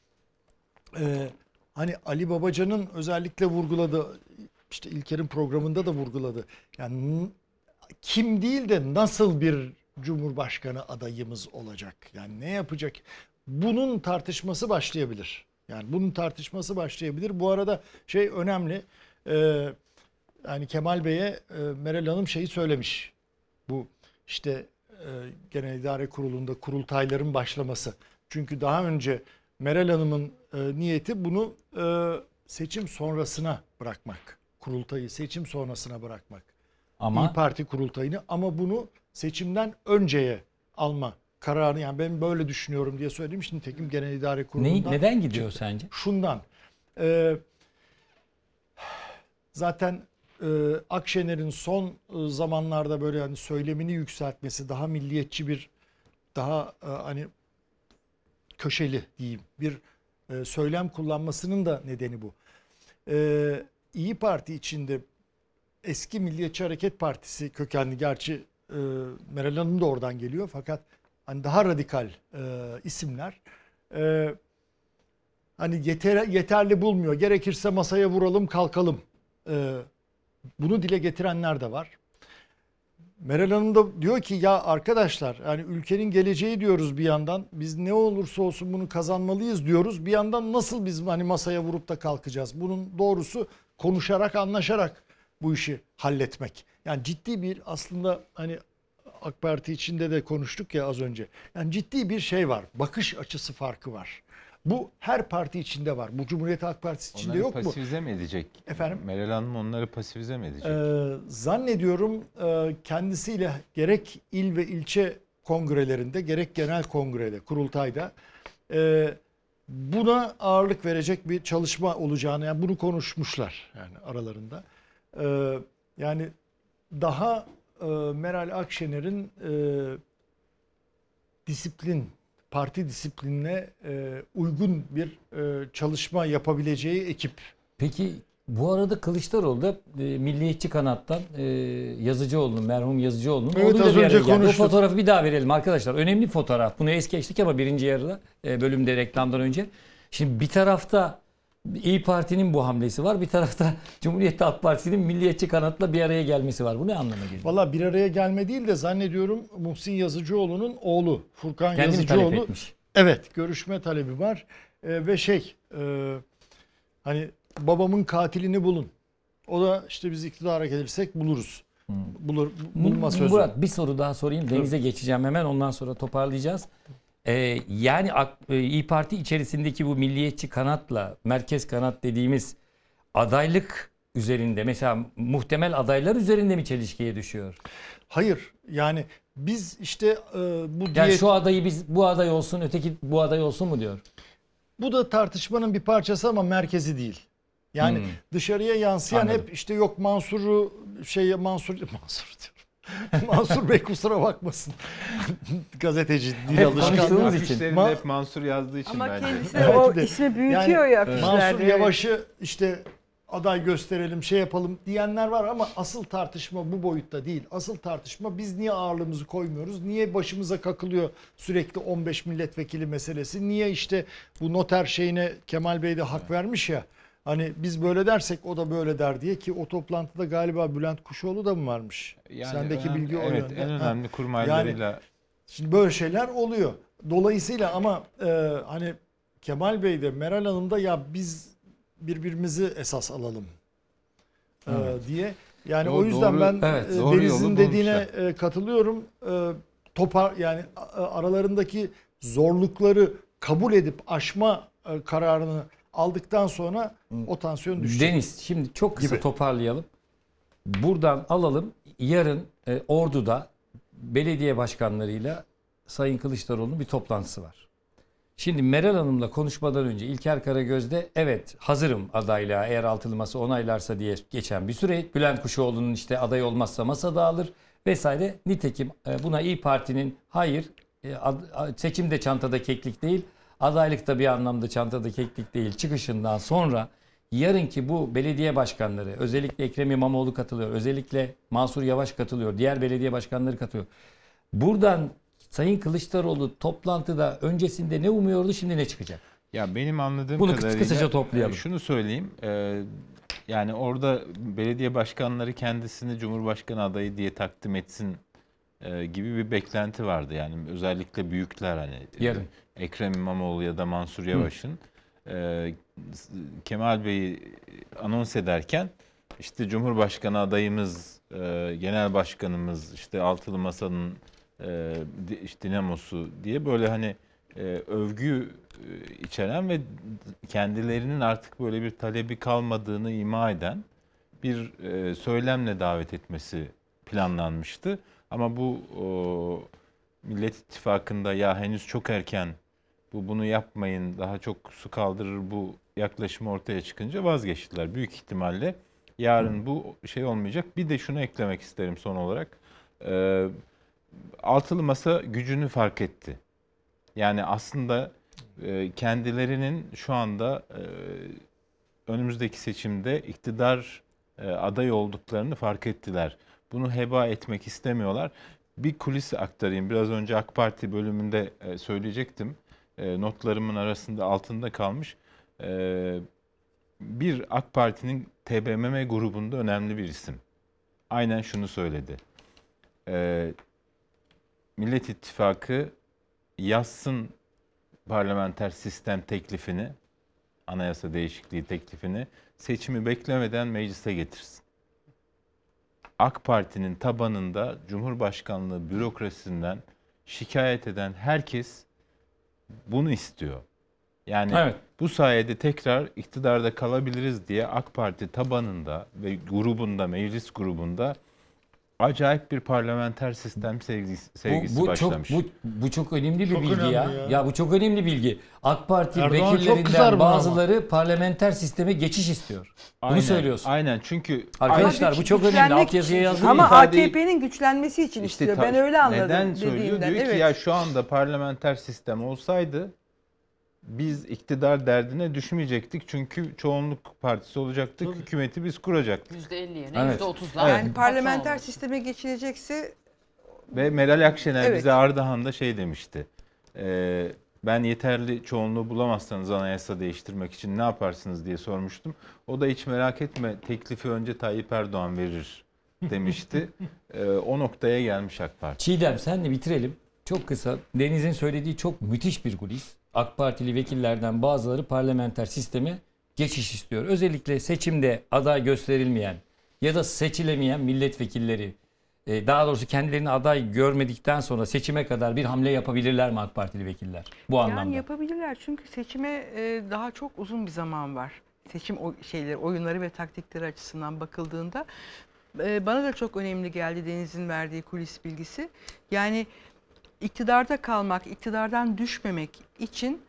hani Ali Babacan'ın özellikle vurguladığı işte İlker'in programında da vurguladı. Yani kim değil de nasıl bir Cumhurbaşkanı adayımız olacak? Yani ne yapacak? Bunun tartışması başlayabilir. Yani bunun tartışması başlayabilir. Bu arada şey önemli. Yani Kemal Bey'e Meral Hanım şeyi söylemiş. Bu işte Genel İdare Kurulu'nda kurultayların başlaması. Çünkü daha önce Meral Hanım'ın niyeti bunu seçim sonrasına bırakmak. Kurultayı seçim sonrasına bırakmak. Ama İYİ Parti kurultayını ama bunu seçimden önceye alma kararını yani ben böyle düşünüyorum diye söyledim. Şimdi Tekim Genel İdare Kurulu'ndan. Neden gidiyor sence? Şundan. Zaten Akşener'in son zamanlarda böyle hani söylemini yükseltmesi daha milliyetçi bir daha hani köşeli diyeyim bir söylem kullanmasının da nedeni bu. İyi Parti içinde eski Milliyetçi Hareket Partisi kökenli, gerçi Meral Hanım da oradan geliyor, fakat hani daha radikal isimler hani yeterli bulmuyor. Gerekirse masaya vuralım kalkalım. Bunu dile getirenler de var. Meral Hanım da diyor ki ya arkadaşlar, yani ülkenin geleceği diyoruz bir yandan. Biz ne olursa olsun bunu kazanmalıyız diyoruz. Bir yandan nasıl biz hani masaya vurup da kalkacağız? Bunun doğrusu konuşarak, anlaşarak bu işi halletmek. Yani ciddi bir, aslında hani AK Parti içinde de konuştuk ya az önce. Yani ciddi bir şey var. Bakış açısı farkı var. Bu her parti içinde var. Bu Cumhuriyet Halk Partisi içinde onları yok mu? pasifize mi edecek? Efendim? Meral Hanım onları pasifize mi edecek? Zannediyorum kendisiyle gerek il ve ilçe kongrelerinde, gerek genel kongrede, kurultayda buna ağırlık verecek bir çalışma olacağını, yani bunu konuşmuşlar yani aralarında. Yani daha Meral Akşener'in parti disiplinine uygun bir çalışma yapabileceği ekip. Peki bu arada Kılıçdaroğlu da milliyetçi kanattan Yazıcıoğlu'nun, merhum Yazıcıoğlu'nun evet, oğluyla az bir araya önce geldi. O konuştuk. fotoğrafı bir daha verelim arkadaşlar. Önemli bir fotoğraf. Bunu es geçtik ama birinci yarıda bölümde reklamdan önce. Şimdi bir tarafta İyi Parti'nin bu hamlesi var. Bir tarafta Cumhuriyet Halk Partisi'nin milliyetçi kanatla bir araya gelmesi var. Bu ne anlama geliyor? Valla bir araya gelme değil de zannediyorum Muhsin Yazıcıoğlu'nun oğlu Furkan Kendi mi Yazıcıoğlu. talep etmiş? Evet, görüşme talebi var. Ve hani babamın katilini bulun. O da işte biz iktidara gelirsek buluruz. Bulma sözü. Murat, bir soru daha sorayım. Denize geçeceğim hemen, ondan sonra toparlayacağız. Yani İyi Parti içerisindeki bu milliyetçi kanatla merkez kanat dediğimiz adaylık üzerinde, mesela muhtemel adaylar üzerinde mi çelişkiye düşüyor? Hayır. Yani biz işte bu yani şu adayı bu aday olsun, öteki bu aday olsun mu diyor? Bu da tartışmanın bir parçası ama merkezi değil. Yani dışarıya yansıyan Anladım. hep işte yok Mansur diyorum. Mansur Bey kusura bakmasın. Gazeteci dil alışkanlığı için. Hep Mansur yazdığı için ama bence. kendisi de o ismi büyütüyor ya afişlerde. Mansur Yavaş'ı işte aday gösterelim, şey yapalım diyenler var ama asıl tartışma bu boyutta değil. Asıl tartışma biz niye ağırlığımızı koymuyoruz? Niye başımıza kakılıyor sürekli 15 milletvekili meselesi? Niye işte bu noter şeyine Kemal Bey de hak vermiş ya. Hani biz böyle dersek o da böyle der diye, ki o toplantıda galiba Bülent Kuşoğlu da mı varmış? Yani sendeki bilgi o evet, yönde. en önemli kurmaylarıyla. Yani, şimdi böyle şeyler oluyor. Dolayısıyla ama hani Kemal Bey de Meral Hanım da ya biz birbirimizi esas alalım diye. Yani o yüzden ben Deniz'in dediğine katılıyorum. Yani aralarındaki zorlukları kabul edip aşma kararını aldıktan sonra o tansiyon düşecek. Deniz, şimdi çok kısa toparlayalım. Buradan alalım. Yarın Ordu'da belediye başkanlarıyla Sayın Kılıçdaroğlu'nun bir toplantısı var. Şimdi Meral Hanım'la konuşmadan önce İlker Karagöz'de evet hazırım adaylığa eğer altılı masa onaylarsa diye geçen bir süre. Bülent Kuşoğlu'nun işte aday olmazsa masa dağılır vesaire. Nitekim buna İyi Parti'nin hayır seçim de çantada keklik değil, adaylık da bir anlamda çantada keklik değil çıkışından sonra yarınki bu belediye başkanları, özellikle Ekrem İmamoğlu katılıyor, özellikle Mansur Yavaş katılıyor, diğer belediye başkanları katılıyor. Buradan Sayın Kılıçdaroğlu toplantıda öncesinde ne umuyordu, şimdi ne çıkacak? Ya benim anladığım bunu kadarıyla kısaca toplayalım. Şunu söyleyeyim. Yani orada belediye başkanları kendisini Cumhurbaşkanı adayı diye takdim etsin gibi bir beklenti vardı. Yani özellikle büyükler, hani yarın Ekrem İmamoğlu ya da Mansur Yavaş'ın Kemal Bey'i anons ederken işte Cumhurbaşkanı adayımız, genel başkanımız, işte altılı masanın dinamosu diye böyle hani övgü içeren ve kendilerinin artık böyle bir talebi kalmadığını ima eden bir söylemle davet etmesi planlanmıştı. Ama bu Millet İttifakı'nda ya henüz çok erken, bunu yapmayın, daha çok su kaldırır bu yaklaşımı ortaya çıkınca vazgeçtiler. Büyük ihtimalle yarın bu şey olmayacak. Bir de şunu eklemek isterim son olarak. Altılı masa gücünü fark etti. Yani aslında kendilerinin şu anda önümüzdeki seçimde iktidar adayı olduklarını fark ettiler. Bunu heba etmek istemiyorlar. Bir kulis aktarayım. Biraz önce AK Parti bölümünde söyleyecektim. Notlarımın arasında altında kalmış. Bir AK Parti'nin TBMM grubunda önemli bir isim. Aynen şunu söyledi. Millet İttifakı yazsın parlamenter sistem teklifini, anayasa değişikliği teklifini seçimi beklemeden meclise getirsin. AK Parti'nin tabanında Cumhurbaşkanlığı bürokrasisinden şikayet eden herkes bunu istiyor. Yani evet, bu sayede tekrar iktidarda kalabiliriz diye AK Parti tabanında ve grubunda, meclis grubunda acayip bir parlamenter sistem sevgisi başlamış. Bu çok önemli bir Çok bilgi önemli ya. ya. Bu çok önemli bilgi. AK Parti Erdoğan çok kızar vekillerinden buna bazıları parlamenter sisteme geçiş istiyor. Bunu söylüyorsun. Aynen çünkü Arkadaşlar bu çok önemli. Altyazıya yazdım. Ama ifadeyi- AKP'nin güçlenmesi için İşte istiyor. Ben öyle anladım neden söylüyor? dediğinden. Diyor ki Evet. ya şu anda parlamenter sistem olsaydı biz iktidar derdine düşmeyecektik. Çünkü çoğunluk partisi olacaktık. Hükümeti biz kuracaktık. %50'ye Evet. %30'la. Yani parlamenter sisteme geçilecekse Ve Meral Akşener Evet. bize Ardahan'da şey demişti. Ben yeterli çoğunluğu bulamazsanız anayasa değiştirmek için ne yaparsınız diye sormuştum. O da hiç merak etme teklifi önce Tayyip Erdoğan verir demişti. O noktaya gelmiş AK Parti. Çiğdem senle bitirelim. Çok kısa. Deniz'in söylediği çok müthiş bir kulis. AK Partili vekillerden bazıları parlamenter sisteme geçiş istiyor. Özellikle seçimde aday gösterilmeyen ya da seçilemeyen milletvekilleri, daha doğrusu kendilerini aday görmedikten sonra seçime kadar bir hamle yapabilirler mi AK Partili vekiller bu anlamda? yani yapabilirler çünkü seçime daha çok uzun bir zaman var. Seçim oyunları ve taktikleri açısından bakıldığında bana da çok önemli geldi Deniz'in verdiği kulis bilgisi. Yani iktidarda kalmak, iktidardan düşmemek için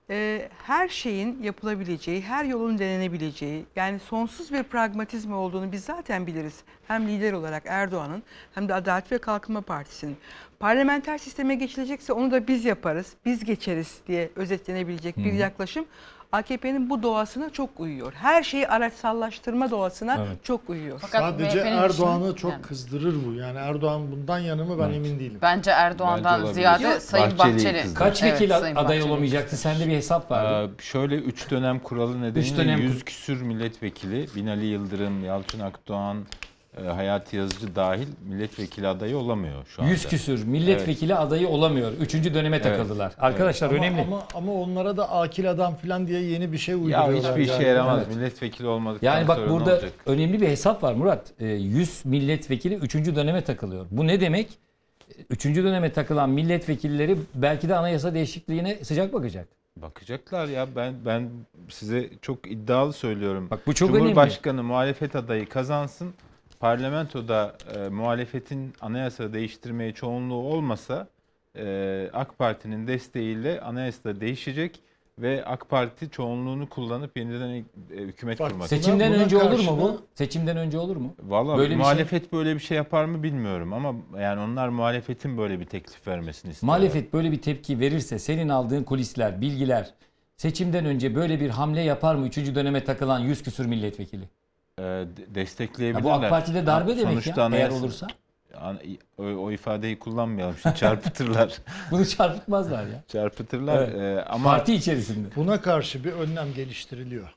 her şeyin yapılabileceği, her yolun denenebileceği, yani sonsuz bir pragmatizma olduğunu biz zaten biliriz. Hem lider olarak Erdoğan'ın hem de Adalet ve Kalkınma Partisi'nin. Parlamenter sisteme geçilecekse onu da biz yaparız, biz geçeriz diye özetlenebilecek bir yaklaşım AKP'nin bu doğasına çok uyuyor. Her şeyi araçsallaştırma doğasına çok uyuyor. Fakat Sadece MHP'nin Erdoğan'ı için- çok yani. kızdırır bu. Yani Erdoğan bundan yanı mı ben emin değilim. Bence Erdoğan'dan Bence ziyade olabilir. Sayın Bahçeli'yi Bahçeli. kızdırır. Kaç vekil Sayın aday Bahçeli. olamayacaktı? Sende bir hesap vardı. Şöyle 3 dönem kuralı nedeniyle Üç dönem 100 küsür milletvekili, Binali Yıldırım, Yalçın Akdoğan, Hayati Yazıcı dahil milletvekili adayı olamıyor şu anda. 100 küsür milletvekili adayı olamıyor. 3. döneme takıldılar. Arkadaşlar önemli. Ama onlara da akil adam falan diye yeni bir şey Ya uyduruyorlar. hiçbir işe yani. yaramaz. Evet. Milletvekili olmadıktan Yani bak sonra ne burada olacak? önemli bir hesap var Murat. 100 milletvekili 3. döneme takılıyor. Bu ne demek? 3. döneme takılan milletvekilleri belki de anayasa değişikliğine sıcak bakacak. Bakacaklar ya ben size çok iddialı söylüyorum. Bak bu çok Cumhurbaşkanı muhalefet adayı kazansın. Parlamentoda muhalefetin anayasa değiştirmeye çoğunluğu olmasa AK Parti'nin desteğiyle anayasa değişecek ve AK Parti çoğunluğunu kullanıp yeniden hükümet Bak, kurmak. Seçimden buna önce olur mu karşına- bu? Seçimden önce olur mu? Vallahi Böyle bir muhalefet böyle bir şey yapar mı bilmiyorum ama yani onlar muhalefetin böyle bir teklif vermesini istiyorlar. Muhalefet böyle bir tepki verirse senin aldığın kulisler, bilgiler seçimden önce böyle bir hamle yapar mı 3. döneme takılan 100 küsür milletvekili? Destekleyebilirler. Ya bu AK Parti'de darbe demek Sonuçta ya eğer anayasa- olursa. O ifadeyi kullanmayalım. Şimdi çarpıtırlar. Bunu çarpıtmazlar ya. Çarpıtırlar. Evet. Ama Parti içerisinde. Buna karşı bir önlem geliştiriliyor.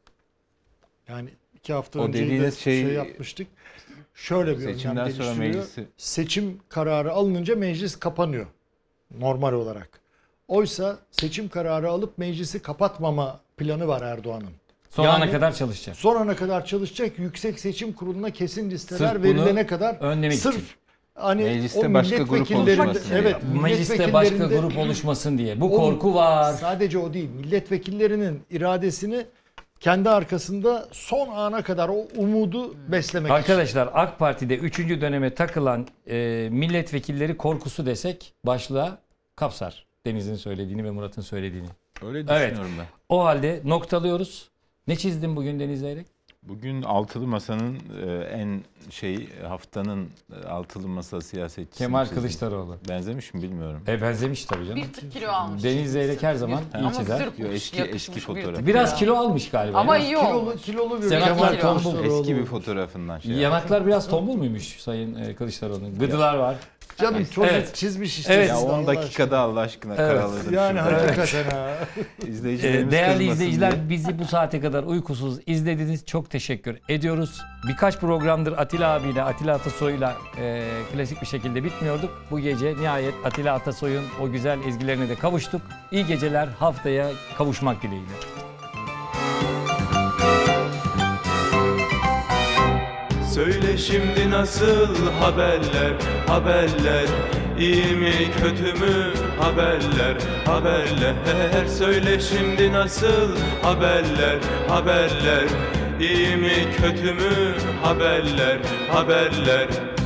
Yani 2 hafta O önce de dediğiniz şey şey- yapmıştık. Şöyle bir önlem Seçimden sonra geliştiriliyor. meclisi- Seçim kararı alınınca meclis kapanıyor. Normal olarak. Oysa seçim kararı alıp meclisi kapatmama planı var Erdoğan'ın. Son ana kadar çalışacak. Son ana kadar çalışacak. Yüksek Seçim Kurulu'na kesin listeler Sırf bunu verilene kadar önlemek sırf için. hani Mecliste o başka grup milletvekilleri oluşmasın diye. evet Mecliste başka milletvekillerinde- grup oluşmasın diye. Bu O- korku var. Sadece o değil. Milletvekillerinin iradesini kendi arkasında son ana kadar o umudu beslemek için. Arkadaşlar AK Parti'de 3. döneme takılan milletvekilleri korkusu desek başlığa kapsar. Deniz'in söylediğini ve Murat'ın söylediğini. öyle Evet. düşünüyorum ben. O halde noktalıyoruz. Ne çizdin bugün Deniz Zeyrek? Bugün altılı masanın haftanın altılı masa siyasetçisi. Kemal Kılıçdaroğlu. Benzemiş mi bilmiyorum. Benzemiş tabii canım. Bir tık kilo almış. Deniz Zeyrek her zaman iyi çizer. Eski fotoğraf. Biraz kilo almış galiba. Ama ya. iyi olmuş. Kilolu bir Yanaklar Kemal tombul. Eski bir fotoğrafından Yanaklar biraz tombul muymuş Sayın Kılıçdaroğlu'nun? Gıdılar var. Canım çocuk Evet. çizmiş işte. Evet. Ya 10 dakikada Allah aşkına karaladım. Yani şurada. hakikaten ha. İzleyicilerimiz Değerli kızmasın izleyiciler diye. bizi bu saate kadar uykusuz izlediniz. Çok teşekkür ediyoruz. Birkaç programdır Atilla abiyle, Atilla Atasoy'la klasik bir şekilde bitmiyorduk. Bu gece nihayet Atilla Atasoy'un o güzel ezgilerine de kavuştuk. İyi geceler, haftaya kavuşmak dileğiyle. Söyle şimdi nasıl haberler, haberler, iyi mi kötü mü haberler, haberler. Söyle şimdi nasıl haberler, haberler, iyi mi kötü mü haberler, haberler.